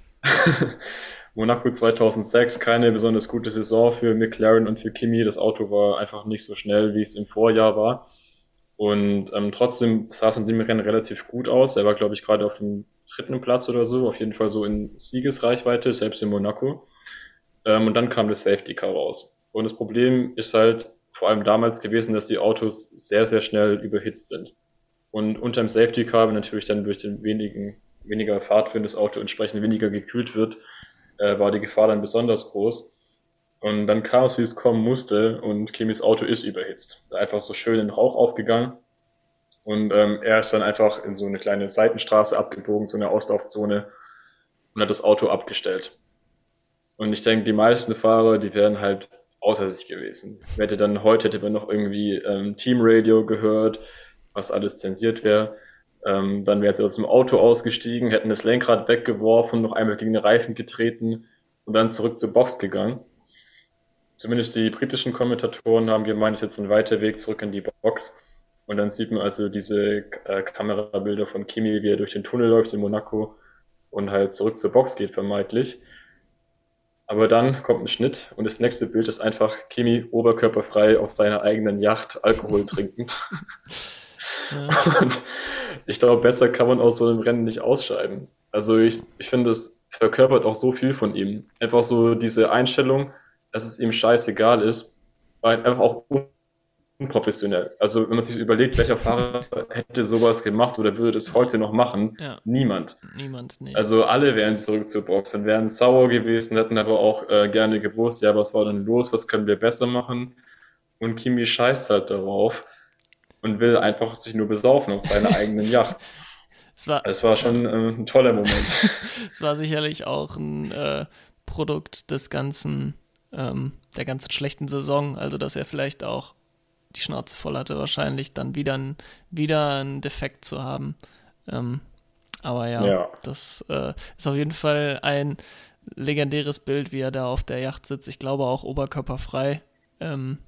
Monaco zweitausendsechs, keine besonders gute Saison für McLaren und für Kimi. Das Auto war einfach nicht so schnell, wie es im Vorjahr war. Und ähm, trotzdem sah es in dem Rennen relativ gut aus. Er war, glaube ich, gerade auf dem dritten Platz oder so, auf jeden Fall so in Siegesreichweite, selbst in Monaco. Ähm, und dann kam das Safety Car raus. Und das Problem ist halt vor allem damals gewesen, dass die Autos sehr, sehr schnell überhitzt sind. Und unter dem Safety Car, wenn natürlich dann durch den wenigen, weniger Fahrt für das Auto entsprechend weniger gekühlt wird, äh, war die Gefahr dann besonders groß. Und dann kam es, wie es kommen musste, und Kimis Auto ist überhitzt. Da einfach so schön in Rauch aufgegangen. Und ähm, er ist dann einfach in so eine kleine Seitenstraße abgebogen, so eine Auslaufzone, und hat das Auto abgestellt. Und ich denke, die meisten Fahrer, die wären halt außer sich gewesen. Hätte dann heute hätte man noch irgendwie ähm, Teamradio gehört, was alles zensiert wäre. Ähm, dann wären sie aus dem Auto ausgestiegen, hätten das Lenkrad weggeworfen, noch einmal gegen den Reifen getreten und dann zurück zur Box gegangen. Zumindest die britischen Kommentatoren haben gemeint, es ist jetzt ein weiter Weg zurück in die Box. Und dann sieht man also diese äh, Kamerabilder von Kimi, wie er durch den Tunnel läuft in Monaco und halt zurück zur Box geht, vermeintlich. Aber dann kommt ein Schnitt und das nächste Bild ist einfach Kimi oberkörperfrei auf seiner eigenen Yacht, Alkohol trinkend. Ja. Und ich glaube, besser kann man aus so einem Rennen nicht ausscheiden. Also ich, ich finde, es verkörpert auch so viel von ihm. Einfach so diese Einstellung, dass es ihm scheißegal ist, war einfach auch unprofessionell. Also wenn man sich überlegt, welcher Fahrer hätte sowas gemacht oder würde das heute noch machen, ja. Niemand. Niemand, nee. Also alle wären zurück zur Box und wären sauer gewesen, hätten aber auch äh, gerne gewusst, ja, was war denn los, was können wir besser machen? Und Kimi scheißt halt darauf und will einfach sich nur besaufen auf seiner eigenen Yacht. Es war, es war schon äh, ein toller Moment. Es war sicherlich auch ein äh, Produkt des ganzen, ähm, der ganzen schlechten Saison, also dass er vielleicht auch die Schnauze voll hatte, wahrscheinlich dann wieder ein, wieder ein Defekt zu haben. Ähm, Aber ja, Ja. das äh, ist auf jeden Fall ein legendäres Bild, wie er da auf der Yacht sitzt. Ich glaube auch oberkörperfrei. Ähm,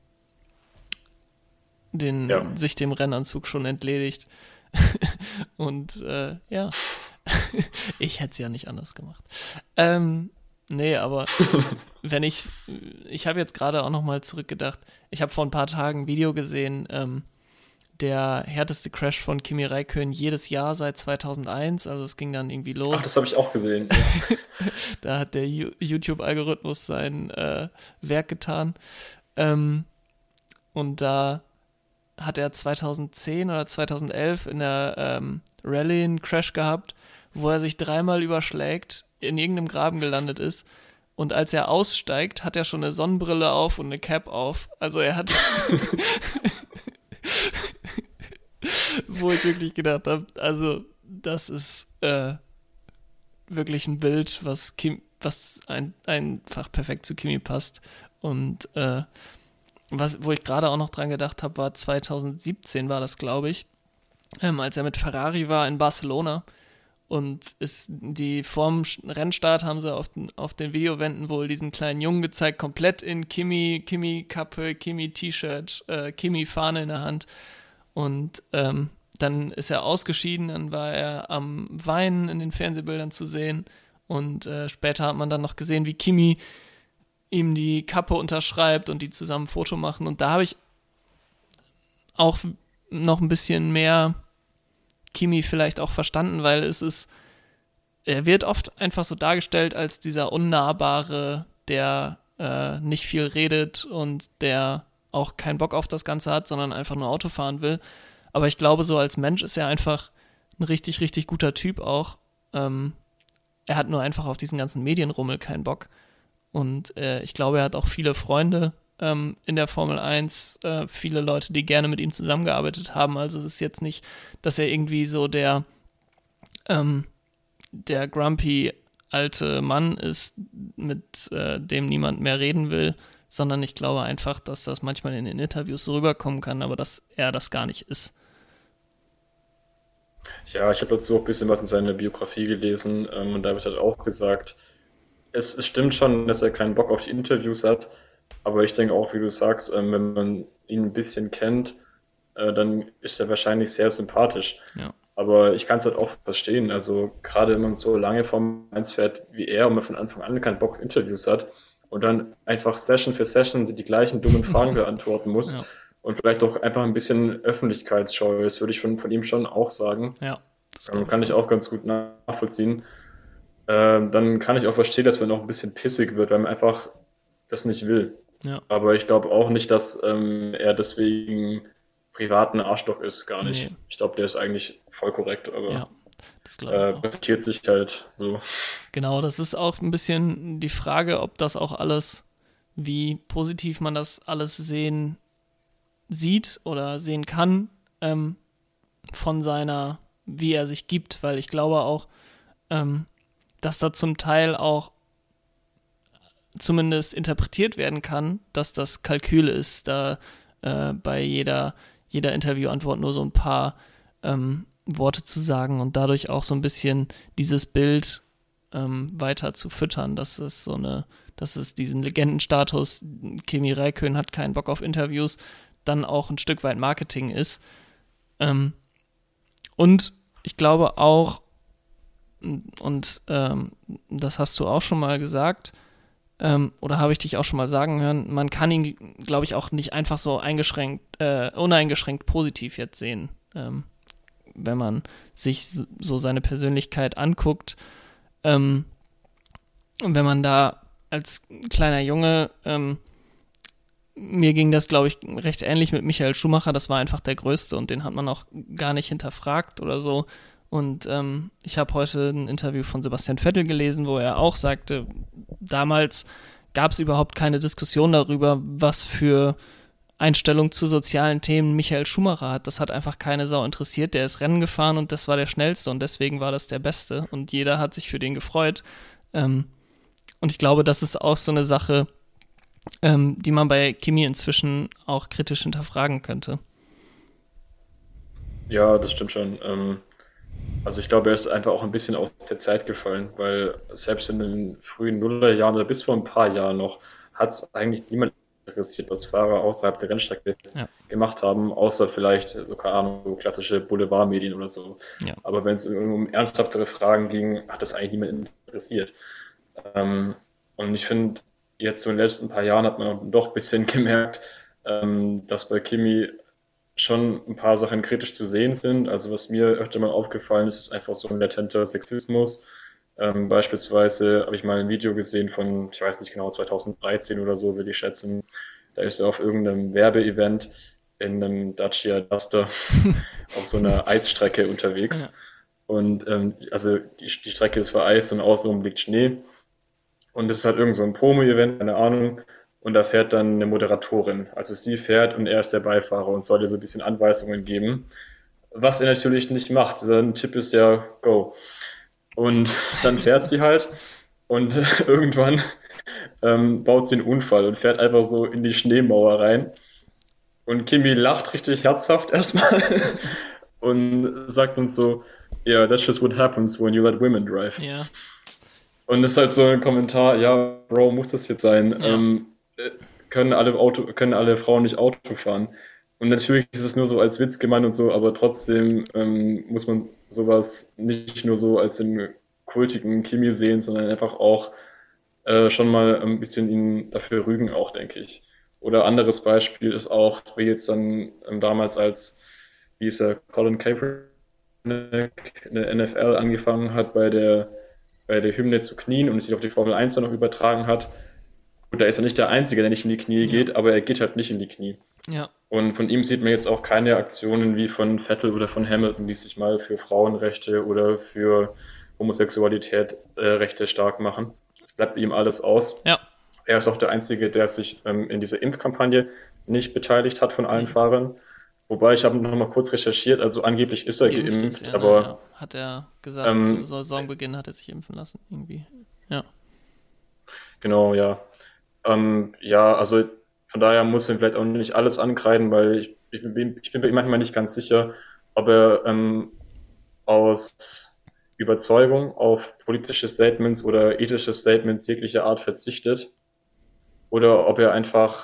den, Ja. sich dem Rennanzug schon entledigt. Und äh, ja, ich hätte es ja nicht anders gemacht. Ähm, nee, aber wenn ich, ich habe jetzt gerade auch nochmal zurückgedacht, ich habe vor ein paar Tagen ein Video gesehen, ähm, der härteste Crash von Kimi Räikkönen jedes Jahr seit zweitausendeins, also es ging dann irgendwie los. Ach, das habe ich auch gesehen. Da hat der YouTube-Algorithmus sein äh, Werk getan. Ähm, und da hat er zweitausendzehn oder zweitausendelf in der ähm, Rallye einen Crash gehabt, wo er sich dreimal überschlägt, in irgendeinem Graben gelandet ist. Und als er aussteigt, hat er schon eine Sonnenbrille auf und eine Cap auf. Also er hat... wo ich wirklich gedacht habe, also das ist äh, wirklich ein Bild, was, Kim, was ein, einfach perfekt zu Kimi passt. Und äh, was, wo ich gerade auch noch dran gedacht habe, war zweitausendsiebzehn war das, glaube ich, ähm, als er mit Ferrari war in Barcelona. Und ist die vorm Rennstart haben sie auf den, auf den Videowänden wohl diesen kleinen Jungen gezeigt, komplett in Kimi, Kimi-Kappe, Kimi-T-Shirt, äh, Kimi-Fahne in der Hand. Und ähm, dann ist er ausgeschieden, dann war er am Weinen in den Fernsehbildern zu sehen. Und äh, später hat man dann noch gesehen, wie Kimi ihm die Kappe unterschreibt und die zusammen ein Foto machen. Und da habe ich auch noch ein bisschen mehr Kimi vielleicht auch verstanden, weil es ist, er wird oft einfach so dargestellt als dieser Unnahbare, der äh, nicht viel redet und der auch keinen Bock auf das Ganze hat, sondern einfach nur Auto fahren will. Aber ich glaube, so als Mensch ist er einfach ein richtig, richtig guter Typ auch. Ähm, er hat nur einfach auf diesen ganzen Medienrummel keinen Bock. Und äh, ich glaube, er hat auch viele Freunde ähm, in der Formel eins, äh, viele Leute, die gerne mit ihm zusammengearbeitet haben. Also es ist jetzt nicht, dass er irgendwie so der, ähm, der grumpy alte Mann ist, mit äh, dem niemand mehr reden will, sondern ich glaube einfach, dass das manchmal in den Interviews so rüberkommen kann, aber dass er das gar nicht ist. Ja, ich habe dazu auch ein bisschen was in seiner Biografie gelesen ähm, und da wird halt auch gesagt, es, es stimmt schon, dass er keinen Bock auf die Interviews hat, aber ich denke auch, wie du sagst, ähm, wenn man ihn ein bisschen kennt, äh, dann ist er wahrscheinlich sehr sympathisch. Ja. Aber ich kann es halt auch verstehen, also gerade wenn man so lange Formel eins fährt wie er und man von Anfang an keinen Bock auf Interviews hat und dann einfach Session für Session die gleichen dummen Fragen beantworten muss Ja. und vielleicht auch einfach ein bisschen Öffentlichkeitsscheu ist, würde ich von, von ihm schon auch sagen. Ja, das Ähm, glaub kann ich auch ganz gut nachvollziehen. Ähm, dann kann ich auch verstehen, dass man auch ein bisschen pissig wird, weil man einfach das nicht will. Ja. Aber ich glaube auch nicht, dass ähm, er deswegen privat ein Arschloch ist, gar nicht. Nee. Ich glaube, der ist eigentlich voll korrekt, aber Ja, das glaube äh, ich auch. präsentiert sich halt so. Genau, das ist auch ein bisschen die Frage, ob das auch alles, wie positiv man das alles sehen sieht oder sehen kann, ähm, von seiner, wie er sich gibt, weil ich glaube auch, ähm, dass da zum Teil auch zumindest interpretiert werden kann, dass das Kalkül ist, da äh, bei jeder, jeder Interviewantwort nur so ein paar ähm, Worte zu sagen und dadurch auch so ein bisschen dieses Bild ähm, weiter zu füttern, dass es so eine, dass es diesen Legendenstatus, Kimi Räikkönen hat keinen Bock auf Interviews, dann auch ein Stück weit Marketing ist. Ähm, und ich glaube auch, und ähm, das hast du auch schon mal gesagt, ähm, oder habe ich dich auch schon mal sagen hören, man kann ihn, glaube ich, auch nicht einfach so eingeschränkt, äh, uneingeschränkt positiv jetzt sehen. Ähm, wenn man sich so seine Persönlichkeit anguckt. Ähm, und wenn man da als kleiner Junge, ähm, mir ging das, glaube ich, recht ähnlich mit Michael Schumacher, das war einfach der Größte und den hat man auch gar nicht hinterfragt oder so. Und ähm, ich habe heute ein Interview von Sebastian Vettel gelesen, wo er auch sagte, damals gab es überhaupt keine Diskussion darüber, was für Einstellung zu sozialen Themen Michael Schumacher hat. Das hat einfach keine Sau interessiert. Der ist Rennen gefahren und das war der Schnellste und deswegen war das der Beste und jeder hat sich für den gefreut. Ähm, und ich glaube, das ist auch so eine Sache, ähm, die man bei Kimi inzwischen auch kritisch hinterfragen könnte. Ja, das stimmt schon. Ähm, Also ich glaube, er ist einfach auch ein bisschen aus der Zeit gefallen, weil selbst in den frühen Nullerjahren oder bis vor ein paar Jahren noch hat es eigentlich niemand interessiert, was Fahrer außerhalb der Rennstrecke Ja, gemacht haben, außer vielleicht, so keine Ahnung, so klassische Boulevardmedien oder so. ja, Aber wenn es um ernsthaftere Fragen ging, hat das eigentlich niemand interessiert. Ähm, und ich finde, jetzt so in den letzten paar Jahren hat man doch ein bisschen gemerkt, ähm, dass bei Kimi schon ein paar Sachen kritisch zu sehen sind. Also was mir öfter mal aufgefallen ist, ist einfach so ein latenter Sexismus. Ähm, beispielsweise habe ich mal ein Video gesehen von, ich weiß nicht genau, zweitausenddreizehn oder so, würde ich schätzen. Da ist er auf irgendeinem Werbeevent in einem Dacia Duster auf so einer Eisstrecke ja, unterwegs. Und ähm, also die, die Strecke ist vereist und außenrum liegt Schnee. Und es ist halt irgend so ein Promo-Event, keine Ahnung. Und da fährt dann eine Moderatorin. Also sie fährt und er ist der Beifahrer und soll ihr so ein bisschen Anweisungen geben. Was er natürlich nicht macht. Sein Tipp ist ja Go. Und dann fährt sie halt und irgendwann ähm, baut sie einen Unfall und fährt einfach so in die Schneemauer rein. Und Kimi lacht richtig herzhaft erstmal und sagt uns so, yeah, that's just what happens when you let women drive. ja, Und das ist halt so ein Kommentar, ja, Bro, muss das jetzt sein? ja, Ähm, äh, können alle Auto, können alle Frauen nicht Auto fahren? Und natürlich ist es nur so als Witz gemeint und so, aber trotzdem ähm, muss man sowas nicht nur so als den kultigen Kimi sehen, sondern einfach auch äh, schon mal ein bisschen ihn dafür rügen auch, denke ich. Oder anderes Beispiel ist auch, wie jetzt dann ähm, damals als, wie ist er, Colin Kaepernick in der N F L angefangen hat, bei der bei der Hymne zu knien und es sich auf die Formel eins dann noch übertragen hat. Gut, da ist er nicht der Einzige, der nicht in die Knie ja, geht, aber er geht halt nicht in die Knie. ja, Und von ihm sieht man jetzt auch keine Aktionen wie von Vettel oder von Hamilton, die sich mal für Frauenrechte oder für Homosexualität äh, Rechte stark machen. Es bleibt bei ihm alles aus. ja. Er ist auch der Einzige, der sich ähm, in dieser Impfkampagne nicht beteiligt hat von allen Hm. Fahrern. Wobei ich habe noch mal kurz recherchiert, also angeblich ist er Geimpft ist geimpft, er, ne? Ja. aber Hat er gesagt, zu ähm, Saisonbeginn hat er sich impfen lassen, irgendwie. Ja, genau, ja. Ähm, ja, also von daher muss man vielleicht auch nicht alles ankreiden, weil ich, ich, bin, ich bin mir manchmal nicht ganz sicher, ob er ähm, aus Überzeugung auf politische Statements oder ethische Statements jeglicher Art verzichtet oder ob er einfach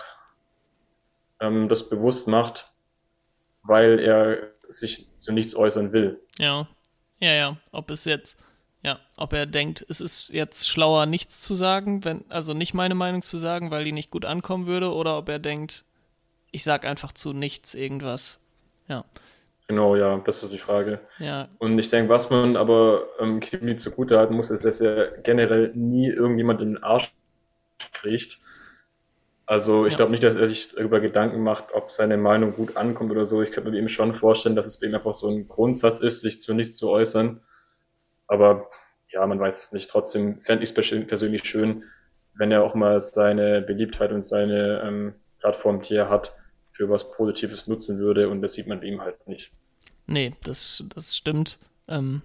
ähm, das bewusst macht, weil er sich zu nichts äußern will. ja, ja, ja. Ob es jetzt, ja, ob er denkt, es ist jetzt schlauer, nichts zu sagen, wenn, also nicht meine Meinung zu sagen, weil die nicht gut ankommen würde, oder ob er denkt, ich sag einfach zu nichts irgendwas. Ja, Genau, ja, das ist die Frage. ja, Und ich denke, was man aber ähm, Kimi zugutehalten muss, ist, dass er generell nie irgendjemand in den Arsch kriegt. Also ich ja. glaube nicht, dass er sich darüber Gedanken macht, ob seine Meinung gut ankommt oder so. Ich könnte mir eben schon vorstellen, dass es bei ihm einfach so ein Grundsatz ist, sich zu nichts zu äußern. Aber ja, man weiß es nicht. Trotzdem fände ich es persönlich schön, wenn er auch mal seine Beliebtheit und seine ähm, Plattform, die er hat, für was Positives nutzen würde. Und das sieht man bei ihm halt nicht. Nee, das, das stimmt. Ähm,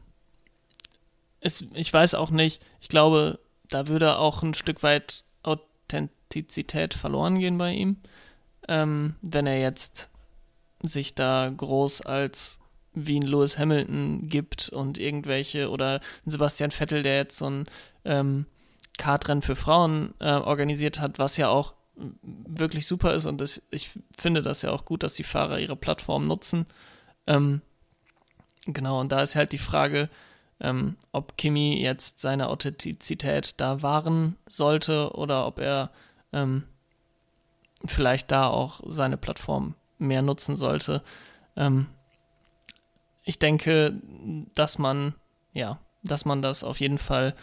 es, ich weiß auch nicht, ich glaube, da würde auch ein Stück weit Authentizität verloren gehen bei ihm, ähm, wenn er jetzt sich da groß als wie ein Lewis Hamilton gibt und irgendwelche oder ein Sebastian Vettel, der jetzt so ein ähm, Kartrennen für Frauen äh, organisiert hat, was ja auch wirklich super ist und das, ich finde das ja auch gut, dass die Fahrer ihre Plattform nutzen. Ähm, genau, und da ist halt die Frage, ähm, ob Kimi jetzt seine Authentizität da wahren sollte oder ob er ähm, vielleicht da auch seine Plattform mehr nutzen sollte. Ähm, ich denke, dass man, ja, dass man das auf jeden Fall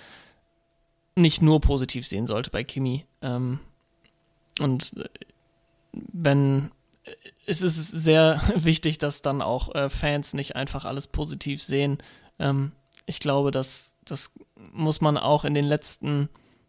nicht nur positiv sehen sollte bei Kimi. Ähm, und wenn es ist sehr wichtig, dass dann auch äh, Fans nicht einfach alles positiv sehen. Ähm, ich glaube, dass das muss man auch in den letzten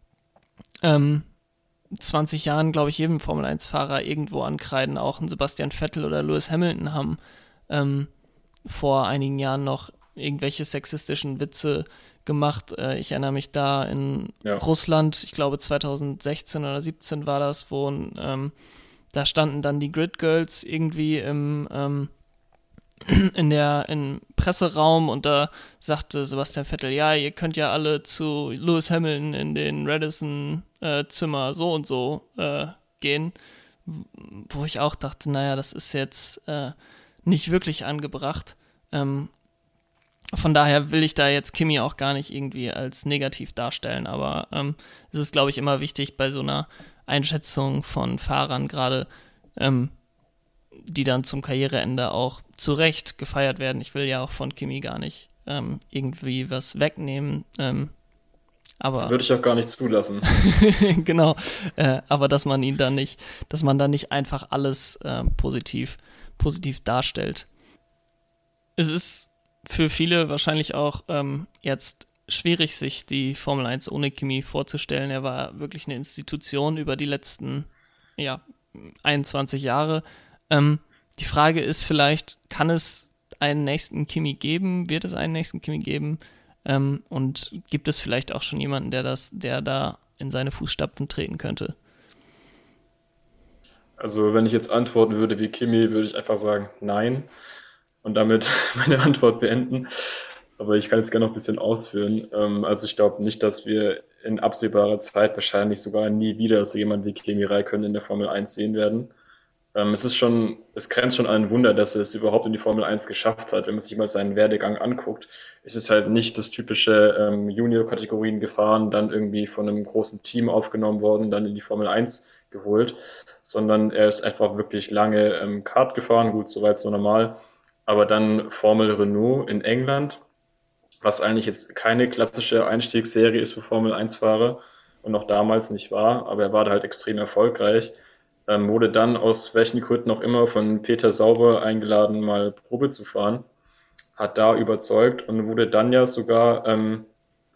ähm, zwanzig Jahren, glaube ich, jedem Formel eins Fahrer irgendwo ankreiden. Auch ein Sebastian Vettel oder Lewis Hamilton haben ähm, vor einigen Jahren noch irgendwelche sexistischen Witze gemacht. Äh, ich erinnere mich da in Ja, Russland, ich glaube zweitausendsechzehn oder siebzehn war das, wo ähm, da standen dann die Grid Girls irgendwie im, ähm, in der im Presseraum und da sagte Sebastian Vettel, ja, ihr könnt ja alle zu Lewis Hamilton in den Radisson-Zimmer äh, so und so äh, gehen, wo ich auch dachte, naja, das ist jetzt äh, nicht wirklich angebracht. Ähm, von daher will ich da jetzt Kimi auch gar nicht irgendwie als negativ darstellen, aber ähm, es ist, glaube ich, immer wichtig bei so einer Einschätzung von Fahrern gerade, ähm, die dann zum Karriereende auch zu Recht gefeiert werden. Ich will ja auch von Kimi gar nicht ähm, irgendwie was wegnehmen, ähm, aber Würde ich auch gar nicht zulassen. genau, äh, aber dass man ihn dann nicht, dass man dann nicht einfach alles äh, positiv, positiv darstellt. Es ist für viele wahrscheinlich auch ähm, jetzt schwierig, sich die Formel eins ohne Kimi vorzustellen. Er war wirklich eine Institution über die letzten ja, einundzwanzig Jahre. Ähm, die Frage ist vielleicht, kann es einen nächsten Kimi geben? Wird es einen nächsten Kimi geben? Ähm, und gibt es vielleicht auch schon jemanden, der das, der da in seine Fußstapfen treten könnte? Also wenn ich jetzt antworten würde wie Kimi, würde ich einfach sagen, nein. Und damit meine Antwort beenden. Aber ich kann es gerne noch ein bisschen ausführen. Ähm, also ich glaube nicht, dass wir in absehbarer Zeit, wahrscheinlich sogar nie wieder so jemanden wie Kimi Räikkönen in der Formel eins sehen werden. Ähm, es ist schon, es grenzt schon an ein Wunder, dass er es überhaupt in die Formel eins geschafft hat. Wenn man sich mal seinen Werdegang anguckt, ist es halt nicht das typische ähm, Junior-Kategorien gefahren, dann irgendwie von einem großen Team aufgenommen worden, dann in die Formel eins geholt, sondern er ist einfach wirklich lange ähm, Kart gefahren, gut, soweit so normal, aber dann Formel Renault in England, was eigentlich jetzt keine klassische Einstiegsserie ist für Formel eins-Fahrer und auch damals nicht war, aber er war da halt extrem erfolgreich. Ähm, wurde dann aus welchen Gründen auch immer von Peter Sauber eingeladen, mal Probe zu fahren, hat da überzeugt und wurde dann ja sogar ähm,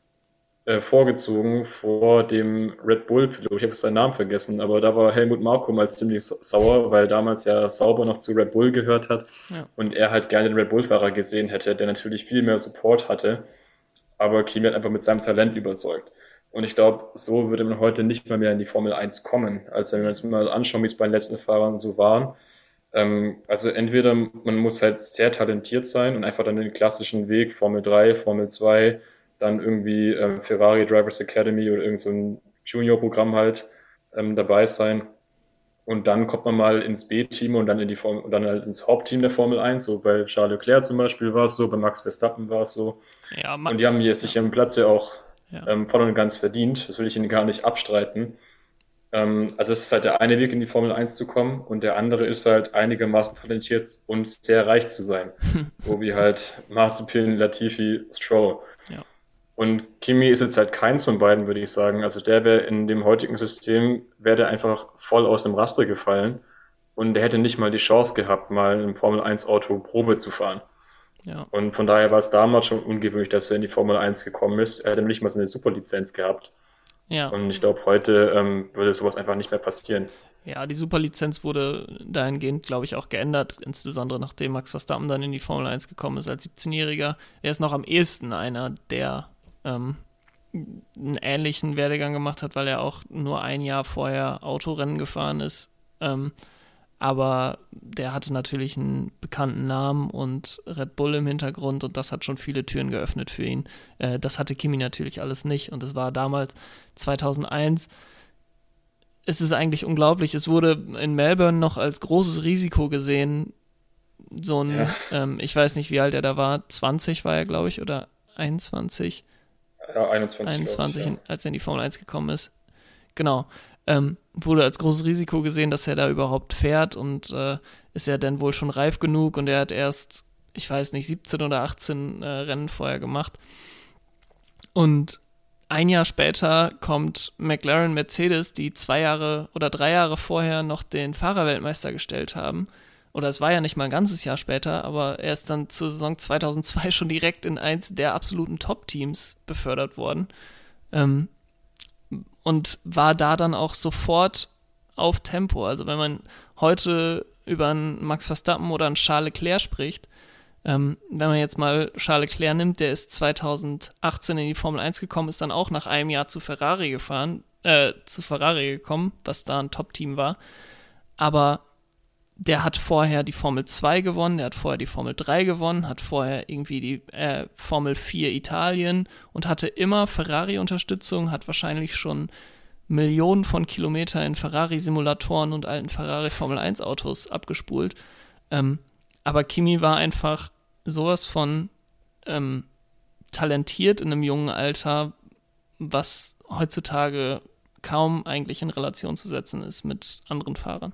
äh, vorgezogen vor dem Red Bull-Pilot. Ich habe jetzt seinen Namen vergessen, aber da war Helmut Marko mal ziemlich sauer, weil damals ja Sauber noch zu Red Bull gehört hat Ja. und er halt gerne den Red Bull-Fahrer gesehen hätte, der natürlich viel mehr Support hatte, aber Kimi hat einfach mit seinem Talent überzeugt. Und ich glaube, so würde man heute nicht mal mehr in die Formel eins kommen. Also wenn wir uns mal anschauen, wie es bei den letzten Fahrern so war. Ähm, also entweder man muss halt sehr talentiert sein und einfach dann den klassischen Weg, Formel drei, Formel zwei, dann irgendwie ähm, Ferrari Drivers Academy oder irgend so ein Junior-Programm halt ähm, dabei sein. Und dann kommt man mal ins B-Team und dann in die Form, und dann halt ins Hauptteam der Formel eins. So bei Charles Leclerc zum Beispiel war es so, bei Max Verstappen war es so. Ja, Und die haben hier sich ihren Platz ja auch Ja. ähm, voll und ganz verdient. Das will ich Ihnen gar nicht abstreiten. Ähm, also es ist halt der eine Weg, in die Formel eins zu kommen und der andere ist halt einigermaßen talentiert und sehr reich zu sein. So wie halt Mazepin, Latifi, Stroll. Ja. Und Kimi ist jetzt halt keins von beiden, würde ich sagen. Also der wäre in dem heutigen System, wäre der einfach voll aus dem Raster gefallen und der hätte nicht mal die Chance gehabt, mal im Formel eins Auto Probe zu fahren. Ja. Und von daher war es damals schon ungewöhnlich, dass er in die Formel eins gekommen ist. Er hätte nicht mal so eine Superlizenz gehabt. Ja. Und ich glaube, heute ähm, würde sowas einfach nicht mehr passieren. Ja, die Superlizenz wurde dahingehend, glaube ich, auch geändert, insbesondere nachdem Max Verstappen dann in die Formel eins gekommen ist als siebzehnjähriger. Er ist noch am ehesten einer, der ähm, einen ähnlichen Werdegang gemacht hat, weil er auch nur ein Jahr vorher Autorennen gefahren ist. Ähm, aber der hatte natürlich einen bekannten Namen und Red Bull im Hintergrund und das hat schon viele Türen geöffnet für ihn. Äh, das hatte Kimi natürlich alles nicht und es war damals zweitausendeins. Es ist eigentlich unglaublich. Es wurde in Melbourne noch als großes Risiko gesehen. So ein, Ja. ähm, ich weiß nicht, wie alt er da war. zwanzig war er, glaube ich, oder einundzwanzig. Ja, einundzwanzig. einundzwanzig, glaube ich, in, als er in die Formel eins gekommen ist. Genau. Ähm, wurde als großes Risiko gesehen, dass er da überhaupt fährt und äh, ist er denn wohl schon reif genug und er hat erst, ich weiß nicht, siebzehn oder achtzehn äh, Rennen vorher gemacht. Und ein Jahr später kommt McLaren Mercedes, die zwei Jahre oder drei Jahre vorher noch den Fahrerweltmeister gestellt haben. Oder es war ja nicht mal ein ganzes Jahr später, aber er ist dann zur Saison zweitausendzwei schon direkt in eins der absoluten Top-Teams befördert worden. Ähm, und war da dann auch sofort auf Tempo. Also wenn man heute über einen Max Verstappen oder einen Charles Leclerc spricht, ähm, wenn man jetzt mal Charles Leclerc nimmt, der ist zweitausendachtzehn in die Formel eins gekommen, ist dann auch nach einem Jahr zu Ferrari gefahren, äh, zu Ferrari gekommen, was da ein Top-Team war. Aber der hat vorher die Formel zwei gewonnen, der hat vorher die Formel drei gewonnen, hat vorher irgendwie die äh, Formel vier Italien und hatte immer Ferrari-Unterstützung, hat wahrscheinlich schon Millionen von Kilometern in Ferrari-Simulatoren und alten Ferrari-Formel eins Autos abgespult. Ähm, aber Kimi war einfach sowas von ähm, talentiert in einem jungen Alter, was heutzutage kaum eigentlich in Relation zu setzen ist mit anderen Fahrern.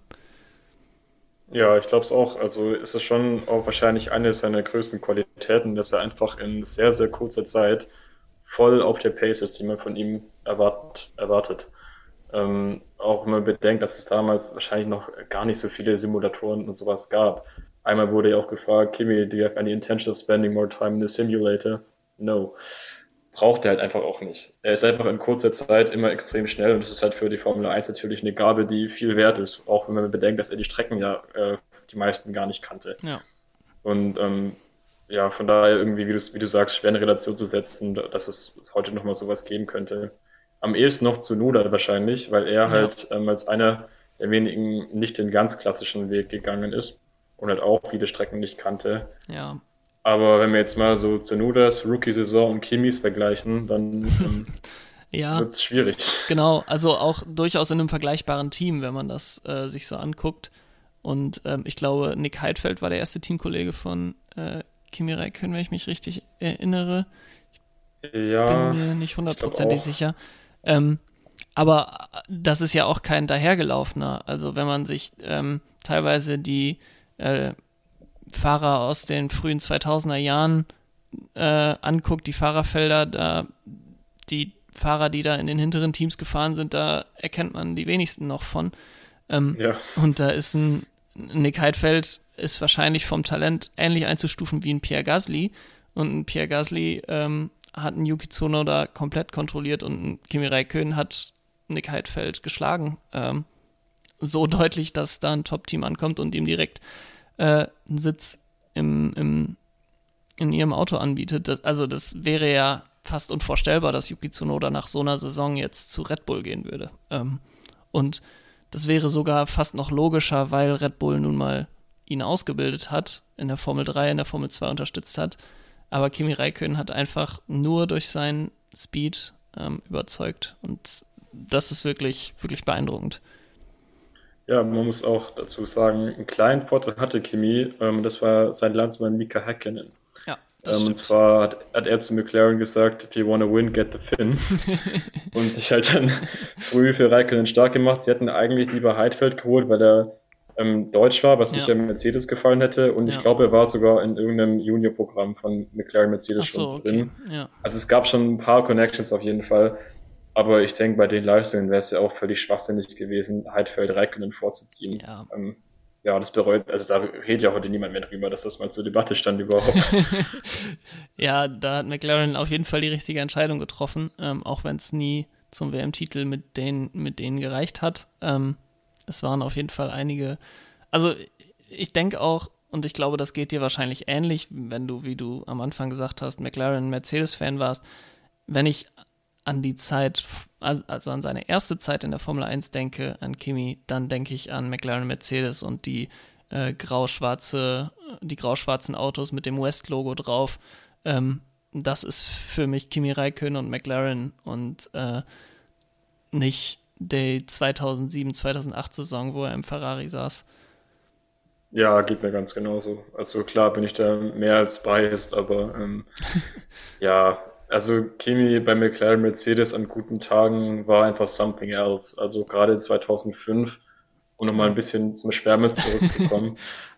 Ja, ich glaube es auch. Also ist es schon auch wahrscheinlich eine seiner größten Qualitäten, dass er einfach in sehr, sehr kurzer Zeit voll auf der Pace ist, die man von ihm erwart erwartet. Ähm, auch wenn man bedenkt, dass es damals wahrscheinlich noch gar nicht so viele Simulatoren und sowas gab. Einmal wurde ja auch gefragt, Kimi, do you have any intention of spending more time in the simulator? No. Braucht er halt einfach auch nicht. Er ist einfach in kurzer Zeit immer extrem schnell und das ist halt für die Formel eins natürlich eine Gabe, die viel wert ist, auch wenn man bedenkt, dass er die Strecken ja äh, die meisten gar nicht kannte. Ja. Und ähm, ja, von daher irgendwie, wie du, wie du sagst, schwer in Relation zu setzen, dass es heute nochmal sowas geben könnte. Am ehesten noch zu Noda wahrscheinlich, weil er Ja. halt ähm, als einer der wenigen nicht den ganz klassischen Weg gegangen ist und halt auch viele Strecken nicht kannte. Ja. Aber wenn wir jetzt mal so Tsunodas Rookie-Saison und Kimis vergleichen, dann ähm, Ja, wird es schwierig. genau. Also auch durchaus in einem vergleichbaren Team, wenn man das äh, sich so anguckt. Und ähm, ich glaube, Nick Heidfeld war der erste Teamkollege von äh, Kimi Räikkönen, wenn ich mich richtig erinnere. Ja, Bin mir nicht ich glaube hundertprozentig auch. sicher. Ähm, aber das ist ja auch kein dahergelaufener. Also wenn man sich ähm, teilweise die äh, Fahrer aus den frühen zweitausender Jahren äh, anguckt, die Fahrerfelder, da die Fahrer, die da in den hinteren Teams gefahren sind, da erkennt man die wenigsten noch von. Ähm, Ja, und da ist ein Nick Heidfeld ist wahrscheinlich vom Talent ähnlich einzustufen wie ein Pierre Gasly. Und ein Pierre Gasly ähm, hat einen Yuki Tsunoda komplett kontrolliert und ein Kimi Räikkönen hat Nick Heidfeld geschlagen. Ähm, so deutlich, dass da ein Top-Team ankommt und ihm direkt äh, einen Sitz im, im, in ihrem Auto anbietet. Das, also das wäre ja fast unvorstellbar, dass Yuki Tsunoda nach so einer Saison jetzt zu Red Bull gehen würde. Ähm, und das wäre sogar fast noch logischer, weil Red Bull nun mal ihn ausgebildet hat, in der Formel drei, in der Formel zwei unterstützt hat. Aber Kimi Räikkönen hat einfach nur durch seinen Speed ähm, überzeugt. Und das ist wirklich, wirklich beeindruckend. ja, man muss auch dazu sagen, einen kleinen Vorteil hatte Kimi, ähm, das war sein Landsmann Mika Häkkinen. Ja, das Ähm, und stimmt. zwar hat, hat er zu McLaren gesagt, if you wanna win, get the Finn. Und sich halt dann früh für Räikkönen stark gemacht. Sie hätten eigentlich lieber Heidfeld geholt, weil er ähm, Deutsch war, was Ja. sicher Mercedes gefallen hätte. Und ich Ja. glaube, er war sogar in irgendeinem Junior-Programm von McLaren Mercedes Ach so, schon okay. drin. Ja. Also es gab schon ein paar Connections auf jeden Fall. Aber ich denke, bei den Leistungen wäre es ja auch völlig schwachsinnig gewesen, Heidfeld Räikkönen vorzuziehen. Ja. Ähm, ja, das bereut, also da redet ja heute niemand mehr drüber, dass das mal zur Debatte stand überhaupt. Ja, da hat McLaren auf jeden Fall die richtige Entscheidung getroffen, ähm, auch wenn es nie zum W M-Titel mit denen, mit denen gereicht hat. Ähm, es waren auf jeden Fall einige. Also ich denke auch, und ich glaube, das geht dir wahrscheinlich ähnlich, wenn du, wie du am Anfang gesagt hast, McLaren Mercedes-Fan warst. Wenn ich an die Zeit, also an seine erste Zeit in der Formel eins denke, an Kimi, dann denke ich an McLaren Mercedes und die äh, grau-schwarze, die grau-schwarzen Autos mit dem West-Logo drauf. Ähm, das ist für mich Kimi Räikkönen und McLaren und äh, nicht die zweitausendsieben, zweitausendacht Saison, wo er im Ferrari saß. Ja, geht mir ganz genauso. Also klar bin ich da mehr als biased, aber ähm, ja, also Kimi bei McLaren Mercedes an guten Tagen war einfach something else. Also gerade zweitausendfünf, um nochmal ein bisschen zum Schwärmen zurückzukommen.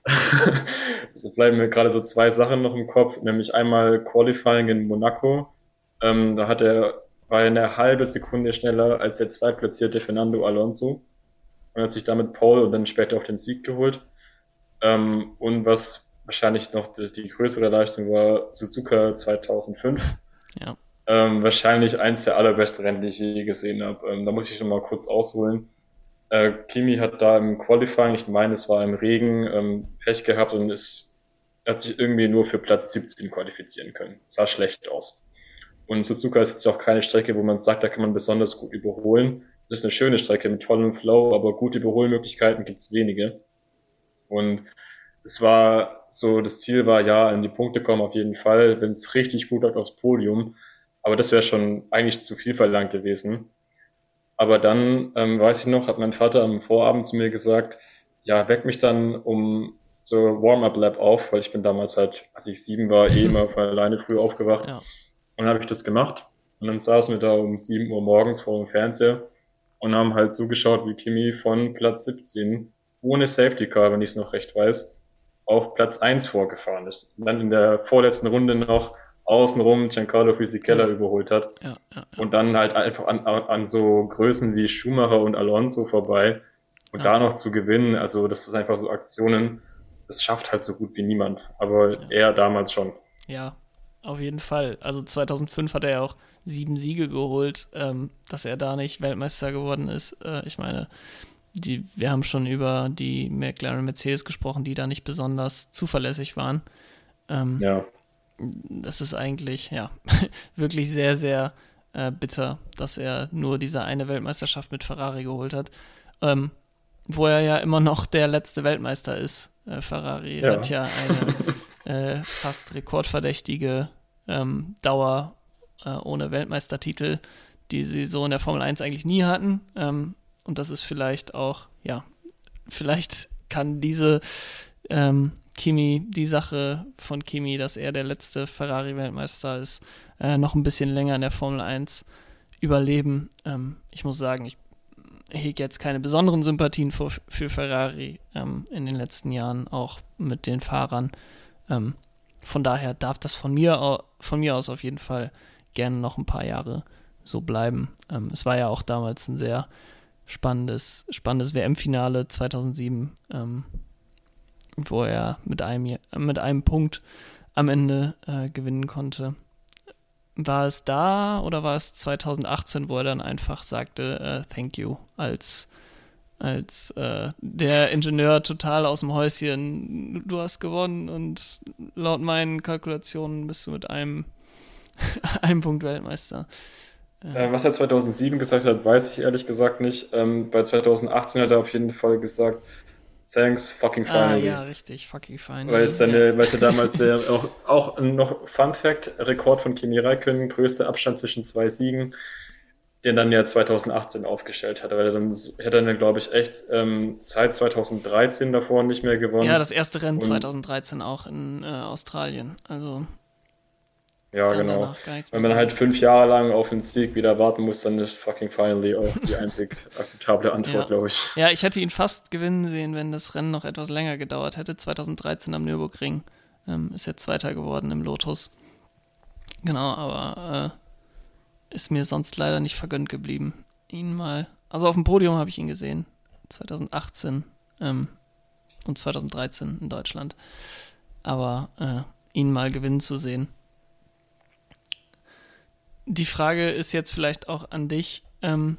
Also bleiben mir gerade so zwei Sachen noch im Kopf, nämlich einmal Qualifying in Monaco. Ähm, da hat er, war er eine halbe Sekunde schneller als der zweitplatzierte Fernando Alonso und hat sich damit Pole und dann später auch den Sieg geholt. Ähm, und was wahrscheinlich noch die, die größere Leistung war, Suzuka zweitausendfünf. Ja. Ähm, wahrscheinlich eins der allerbesten Rennen, die ich je gesehen habe. Ähm, da muss ich schon mal kurz ausholen. Äh, Kimi hat da im Qualifying, ich meine, es war im Regen, ähm, Pech gehabt und ist, hat sich irgendwie nur für Platz siebzehn qualifizieren können. Sah schlecht aus. Und Suzuka ist jetzt auch keine Strecke, wo man sagt, da kann man besonders gut überholen. Das ist eine schöne Strecke mit tollem Flow, aber gute Überholmöglichkeiten gibt's wenige. Und es war so, das Ziel war, ja, in die Punkte kommen auf jeden Fall, wenn es richtig gut läuft aufs Podium. Aber das wäre schon eigentlich zu viel verlangt gewesen. Aber dann, ähm, weiß ich noch, hat mein Vater am Vorabend zu mir gesagt, ja, weck mich dann um zur Warm-Up-Lab auf, weil ich bin damals halt, als ich sieben war, eh immer von alleine früh aufgewacht. Ja. Und dann habe ich das gemacht. Und dann saßen wir da um sieben Uhr morgens vor dem Fernseher und haben halt zugeschaut, wie Kimi von Platz siebzehn ohne Safety Car, wenn ich es noch recht weiß, auf Platz eins vorgefahren ist. Und dann in der vorletzten Runde noch außenrum Giancarlo Fisichella Ja. überholt hat. Ja, ja, ja. Und dann halt einfach an, an so Größen wie Schumacher und Alonso vorbei und Ja. da noch zu gewinnen. Also das ist einfach so Aktionen, das schafft halt so gut wie niemand. Aber Ja. er damals schon. Ja, auf jeden Fall. Also zweitausendfünf hat er ja auch sieben Siege geholt, ähm, dass er da nicht Weltmeister geworden ist. Äh, ich meine, die, wir haben schon über die McLaren Mercedes gesprochen, die da nicht besonders zuverlässig waren. Ähm, Ja. Das ist eigentlich, ja, wirklich sehr, sehr äh, bitter, dass er nur diese eine Weltmeisterschaft mit Ferrari geholt hat. Ähm, wo er ja immer noch der letzte Weltmeister ist. Äh, Ferrari Ja. hat ja eine äh, fast rekordverdächtige ähm, Dauer äh, ohne Weltmeistertitel, die sie so in der Formel eins eigentlich nie hatten. Ähm, und das ist vielleicht auch, ja, vielleicht kann diese ähm, Kimi, die Sache von Kimi, dass er der letzte Ferrari-Weltmeister ist, äh, noch ein bisschen länger in der Formel eins überleben. Ähm, ich muss sagen, ich hege jetzt keine besonderen Sympathien für, für Ferrari ähm, in den letzten Jahren, auch mit den Fahrern. Ähm, von daher darf das von mir, au- von mir aus auf jeden Fall gerne noch ein paar Jahre so bleiben. Ähm, es war ja auch damals ein sehr spannendes, spannendes W M-Finale zweitausendsieben, ähm, wo er mit einem, mit einem Punkt am Ende äh, gewinnen konnte. War es da oder war es zweitausendachtzehn, wo er dann einfach sagte, äh, thank you, als, als äh, der Ingenieur total aus dem Häuschen, du hast gewonnen und laut meinen Kalkulationen bist du mit einem, einem Punkt Weltmeister. Äh, was er zweitausendsieben gesagt hat, weiß ich ehrlich gesagt nicht. Ähm, bei zweitausendachtzehn hat er auf jeden Fall gesagt, thanks fucking Ah finally. ja, richtig, fucking finally. Weil es seine, ja. weil es ja damals der auch, auch noch Fun Fact, Rekord von Kimi Räikkönen, größter Abstand zwischen zwei Siegen, den dann ja zweitausendachtzehn aufgestellt hat. Weil er dann, ich hatte dann, glaube ich, echt ähm, seit zweitausenddreizehn davor nicht mehr gewonnen. Ja, das erste Rennen Und- zweitausenddreizehn auch in äh, Australien. Also Ja, dann genau. danach gar nichts Wenn mehr man halt gewonnen. fünf Jahre lang auf den Sieg wieder warten muss, dann ist fucking finally auch die einzig akzeptable Antwort, Ja. glaube ich. Ja, ich hätte ihn fast gewinnen sehen, wenn das Rennen noch etwas länger gedauert hätte. zweitausenddreizehn am Nürburgring. Ähm, ist jetzt Zweiter geworden im Lotus. Genau, aber äh, ist mir sonst leider nicht vergönnt geblieben, ihn mal. Also auf dem Podium habe ich ihn gesehen. zweitausendachtzehn ähm, und zweitausenddreizehn in Deutschland. Aber äh, ihn mal gewinnen zu sehen. Die Frage ist jetzt vielleicht auch an dich. Ähm,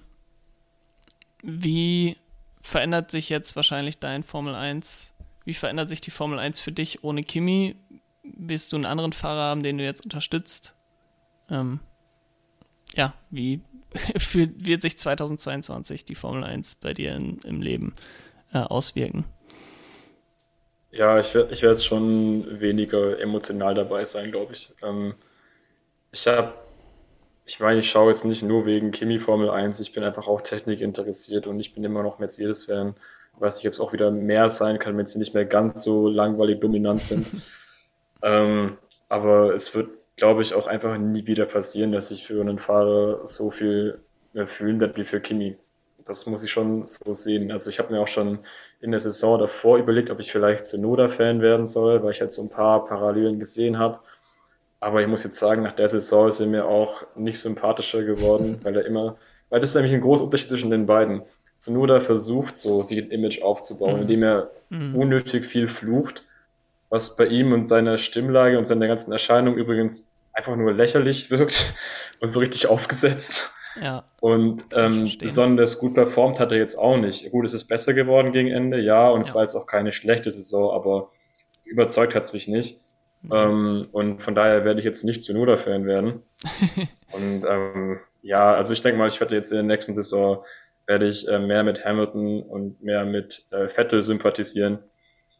wie verändert sich jetzt wahrscheinlich dein Formel eins? Wie verändert sich die Formel eins für dich ohne Kimi? Wirst du einen anderen Fahrer haben, den du jetzt unterstützt? Ähm, ja, wie für, wird sich zweitausendzweiundzwanzig die Formel eins bei dir in, im Leben äh, auswirken? Ja, ich werde ich werd schon weniger emotional dabei sein, glaube ich. Ähm, ich habe, ich meine, ich schaue jetzt nicht nur wegen Kimi Formel eins, ich bin einfach auch Technik interessiert und ich bin immer noch Mercedes-Fan, was ich jetzt auch wieder mehr sein kann, wenn sie nicht mehr ganz so langweilig dominant sind. Ähm, aber es wird, glaube ich, auch einfach nie wieder passieren, dass ich für einen Fahrer so viel mehr fühlen werde wie für Kimi. Das muss ich schon so sehen. Also ich habe mir auch schon in der Saison davor überlegt, ob ich vielleicht Tsunoda-Fan werden soll, weil ich halt so ein paar Parallelen gesehen habe. Aber ich muss jetzt sagen, nach der Saison ist er mir auch nicht sympathischer geworden, weil er immer, weil das ist nämlich ein großer Unterschied zwischen den beiden. Tsunoda versucht so, sich ein Image aufzubauen, Mhm. indem er Mhm. unnötig viel flucht, was bei ihm und seiner Stimmlage und seiner ganzen Erscheinung übrigens einfach nur lächerlich wirkt und so richtig aufgesetzt. Ja, Und Kann ich ähm, verstehen. besonders gut performt hat er jetzt auch nicht. Gut, es ist besser geworden gegen Ende, ja, und es Ja. war jetzt auch keine schlechte Saison, aber überzeugt hat es mich nicht. nee. Ähm, und von daher werde ich jetzt nicht Tsunoda-Fan werden. Und ähm, ja, also ich denke mal, ich werde jetzt in der nächsten Saison werde ich äh, mehr mit Hamilton und mehr mit äh, Vettel sympathisieren.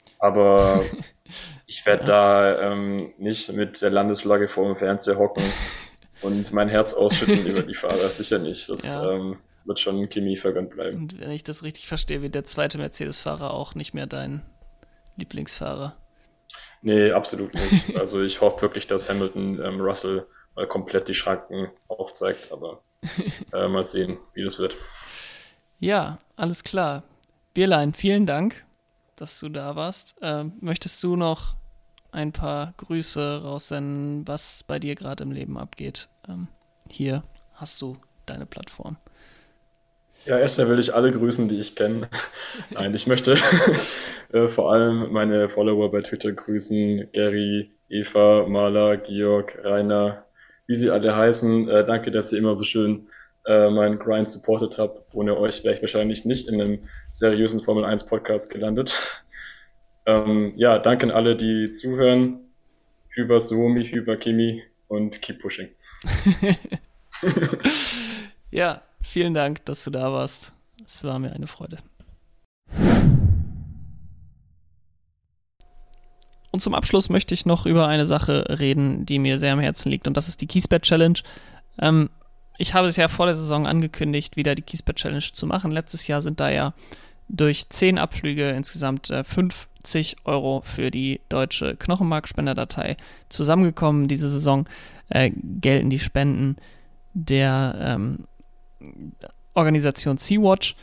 Aber ich werde ja. da ähm, nicht mit der Landesflagge vor dem Fernseher hocken und mein Herz ausschütten über die Fahrer. Sicher nicht. Das ja. ähm, wird schon Kimi vergönnt bleiben. Und wenn ich das richtig verstehe, wird der zweite Mercedes-Fahrer auch nicht mehr dein Lieblingsfahrer. Nee, absolut nicht. Also ich hoffe wirklich, dass Hamilton ähm, Russell mal komplett die Schranken aufzeigt, aber äh, mal sehen, wie das wird. Ja, alles klar. Bierlein, vielen Dank, dass du da warst. Ähm, möchtest du noch ein paar Grüße raussenden, was bei dir gerade im Leben abgeht? Ähm, hier hast du deine Plattform. Ja, erstmal will ich alle grüßen, die ich kenne. Nein, ich möchte äh, vor allem meine Follower bei Twitter grüßen. Gary, Eva, Maler, Georg, Rainer, wie sie alle heißen. Äh, danke, dass ihr immer so schön äh, meinen Grind supportet habt. Ohne euch wäre ich wahrscheinlich nicht in einem seriösen Formel eins Podcast gelandet. ähm, ja, danke an alle, die zuhören. Über Suomi, über Kimi und keep pushing. Ja, vielen Dank, dass du da warst. Es war mir eine Freude. Und zum Abschluss möchte ich noch über eine Sache reden, die mir sehr am Herzen liegt, und das ist die Kiesbett Challenge. Ähm, ich habe es ja vor der Saison angekündigt, wieder die Kiesbett Challenge zu machen. Letztes Jahr sind da ja durch zehn Abflüge insgesamt äh, fünfzig Euro für die deutsche Knochenmarkspenderdatei zusammengekommen. Diese Saison äh, gelten die Spenden der ähm, Organisation Sea-Watch.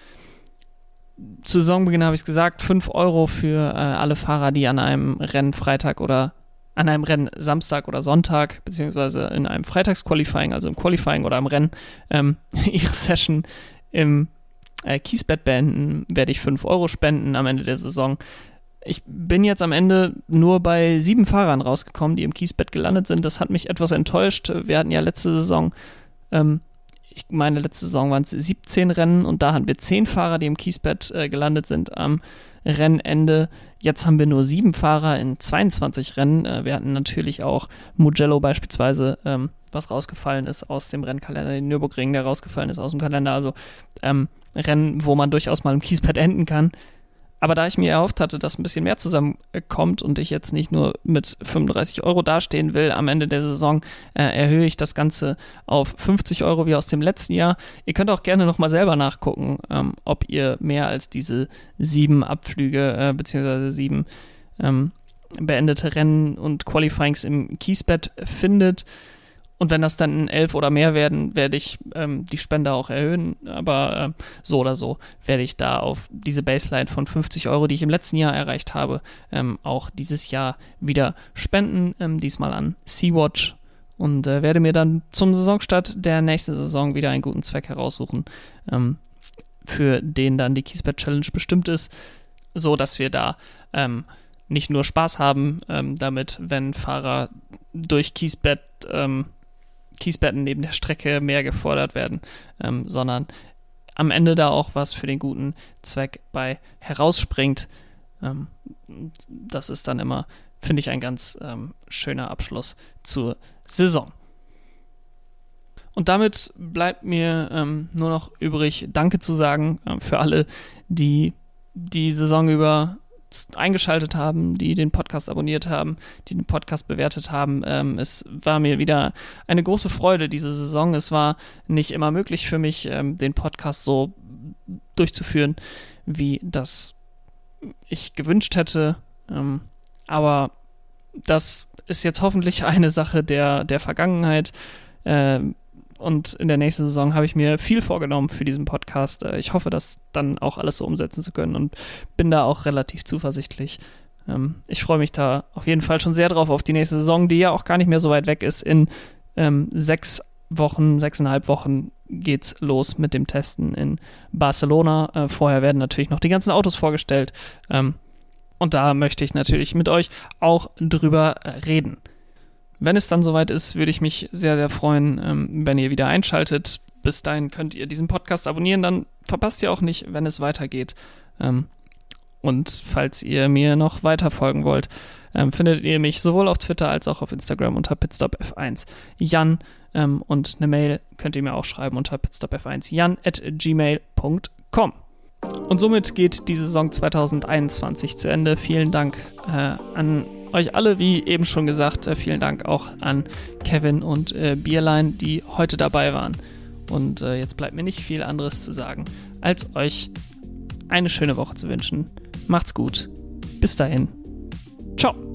Zu Saisonbeginn habe ich es gesagt, fünf Euro für äh, alle Fahrer, die an einem Rennen Freitag oder an einem Rennen Samstag oder Sonntag, beziehungsweise in einem Freitagsqualifying, also im Qualifying oder am Rennen, ähm, ihre Session im äh, Kiesbett beenden, werde ich fünf Euro spenden am Ende der Saison. Ich bin jetzt am Ende nur bei sieben Fahrern rausgekommen, die im Kiesbett gelandet sind. Das hat mich etwas enttäuscht. Wir hatten ja letzte Saison ähm, Ich meine, letzte Saison waren es siebzehn Rennen und da hatten wir zehn Fahrer, die im Kiesbett äh, gelandet sind am Rennende. Jetzt haben wir nur sieben Fahrer in zweiundzwanzig Rennen. Äh, wir hatten natürlich auch Mugello beispielsweise, ähm, was rausgefallen ist aus dem Rennkalender, den Nürburgring, der rausgefallen ist aus dem Kalender. Also ähm, Rennen, wo man durchaus mal im Kiesbett enden kann. Aber da ich mir erhofft hatte, dass ein bisschen mehr zusammenkommt und ich jetzt nicht nur mit fünfunddreißig Euro dastehen will am Ende der Saison, äh, erhöhe ich das Ganze auf fünfzig Euro wie aus dem letzten Jahr. Ihr könnt auch gerne nochmal selber nachgucken, ähm, ob ihr mehr als diese sieben Abflüge äh, beziehungsweise sieben ähm, beendete Rennen und Qualifyings im Kiesbett findet. Und wenn das dann elf oder mehr werden, werde ich ähm, die Spende auch erhöhen. Aber äh, so oder so werde ich da auf diese Baseline von fünfzig Euro, die ich im letzten Jahr erreicht habe, ähm, auch dieses Jahr wieder spenden. Ähm, diesmal an Sea-Watch. Und äh, werde mir dann zum Saisonstart der nächsten Saison wieder einen guten Zweck heraussuchen, ähm, für den dann die Kiesbett Challenge bestimmt ist. So, dass wir da ähm, nicht nur Spaß haben ähm, damit, wenn Fahrer durch Kiesbett ähm, Kiesbetten neben der Strecke mehr gefordert werden, ähm, sondern am Ende da auch was für den guten Zweck bei herausspringt. Ähm, das ist dann immer, finde ich, ein ganz ähm, schöner Abschluss zur Saison. Und damit bleibt mir ähm, nur noch übrig, Danke zu sagen ähm, für alle, die die Saison über eingeschaltet haben, die den Podcast abonniert haben, die den Podcast bewertet haben. Ähm, es war mir wieder eine große Freude diese Saison. Es war nicht immer möglich für mich, ähm, den Podcast so durchzuführen, wie das ich gewünscht hätte. Ähm, aber das ist jetzt hoffentlich eine Sache der, der Vergangenheit. Ähm, Und in der nächsten Saison habe ich mir viel vorgenommen für diesen Podcast. Ich hoffe, das dann auch alles so umsetzen zu können und bin da auch relativ zuversichtlich. Ich freue mich da auf jeden Fall schon sehr drauf auf die nächste Saison, die ja auch gar nicht mehr so weit weg ist. In ähm, sechs Wochen, sechseinhalb Wochen geht's los mit dem Testen in Barcelona. Äh, vorher werden natürlich noch die ganzen Autos vorgestellt. Ähm, und da möchte ich natürlich mit euch auch drüber reden. Wenn es dann soweit ist, würde ich mich sehr, sehr freuen, ähm, wenn ihr wieder einschaltet. Bis dahin könnt ihr diesen Podcast abonnieren, dann verpasst ihr auch nicht, wenn es weitergeht. Ähm, und falls ihr mir noch weiter folgen wollt, ähm, findet ihr mich sowohl auf Twitter als auch auf Instagram unter pitstop f eins Jan. Ähm, und eine Mail könnt ihr mir auch schreiben unter pitstop f eins jan at gmail punkt com. Und somit geht die Saison zwanzig einundzwanzig zu Ende. Vielen Dank äh, an euch alle, wie eben schon gesagt. Äh, vielen Dank auch an Kevin und äh, Bierlein, die heute dabei waren. Und äh, jetzt bleibt mir nicht viel anderes zu sagen, als euch eine schöne Woche zu wünschen. Macht's gut. Bis dahin. Ciao.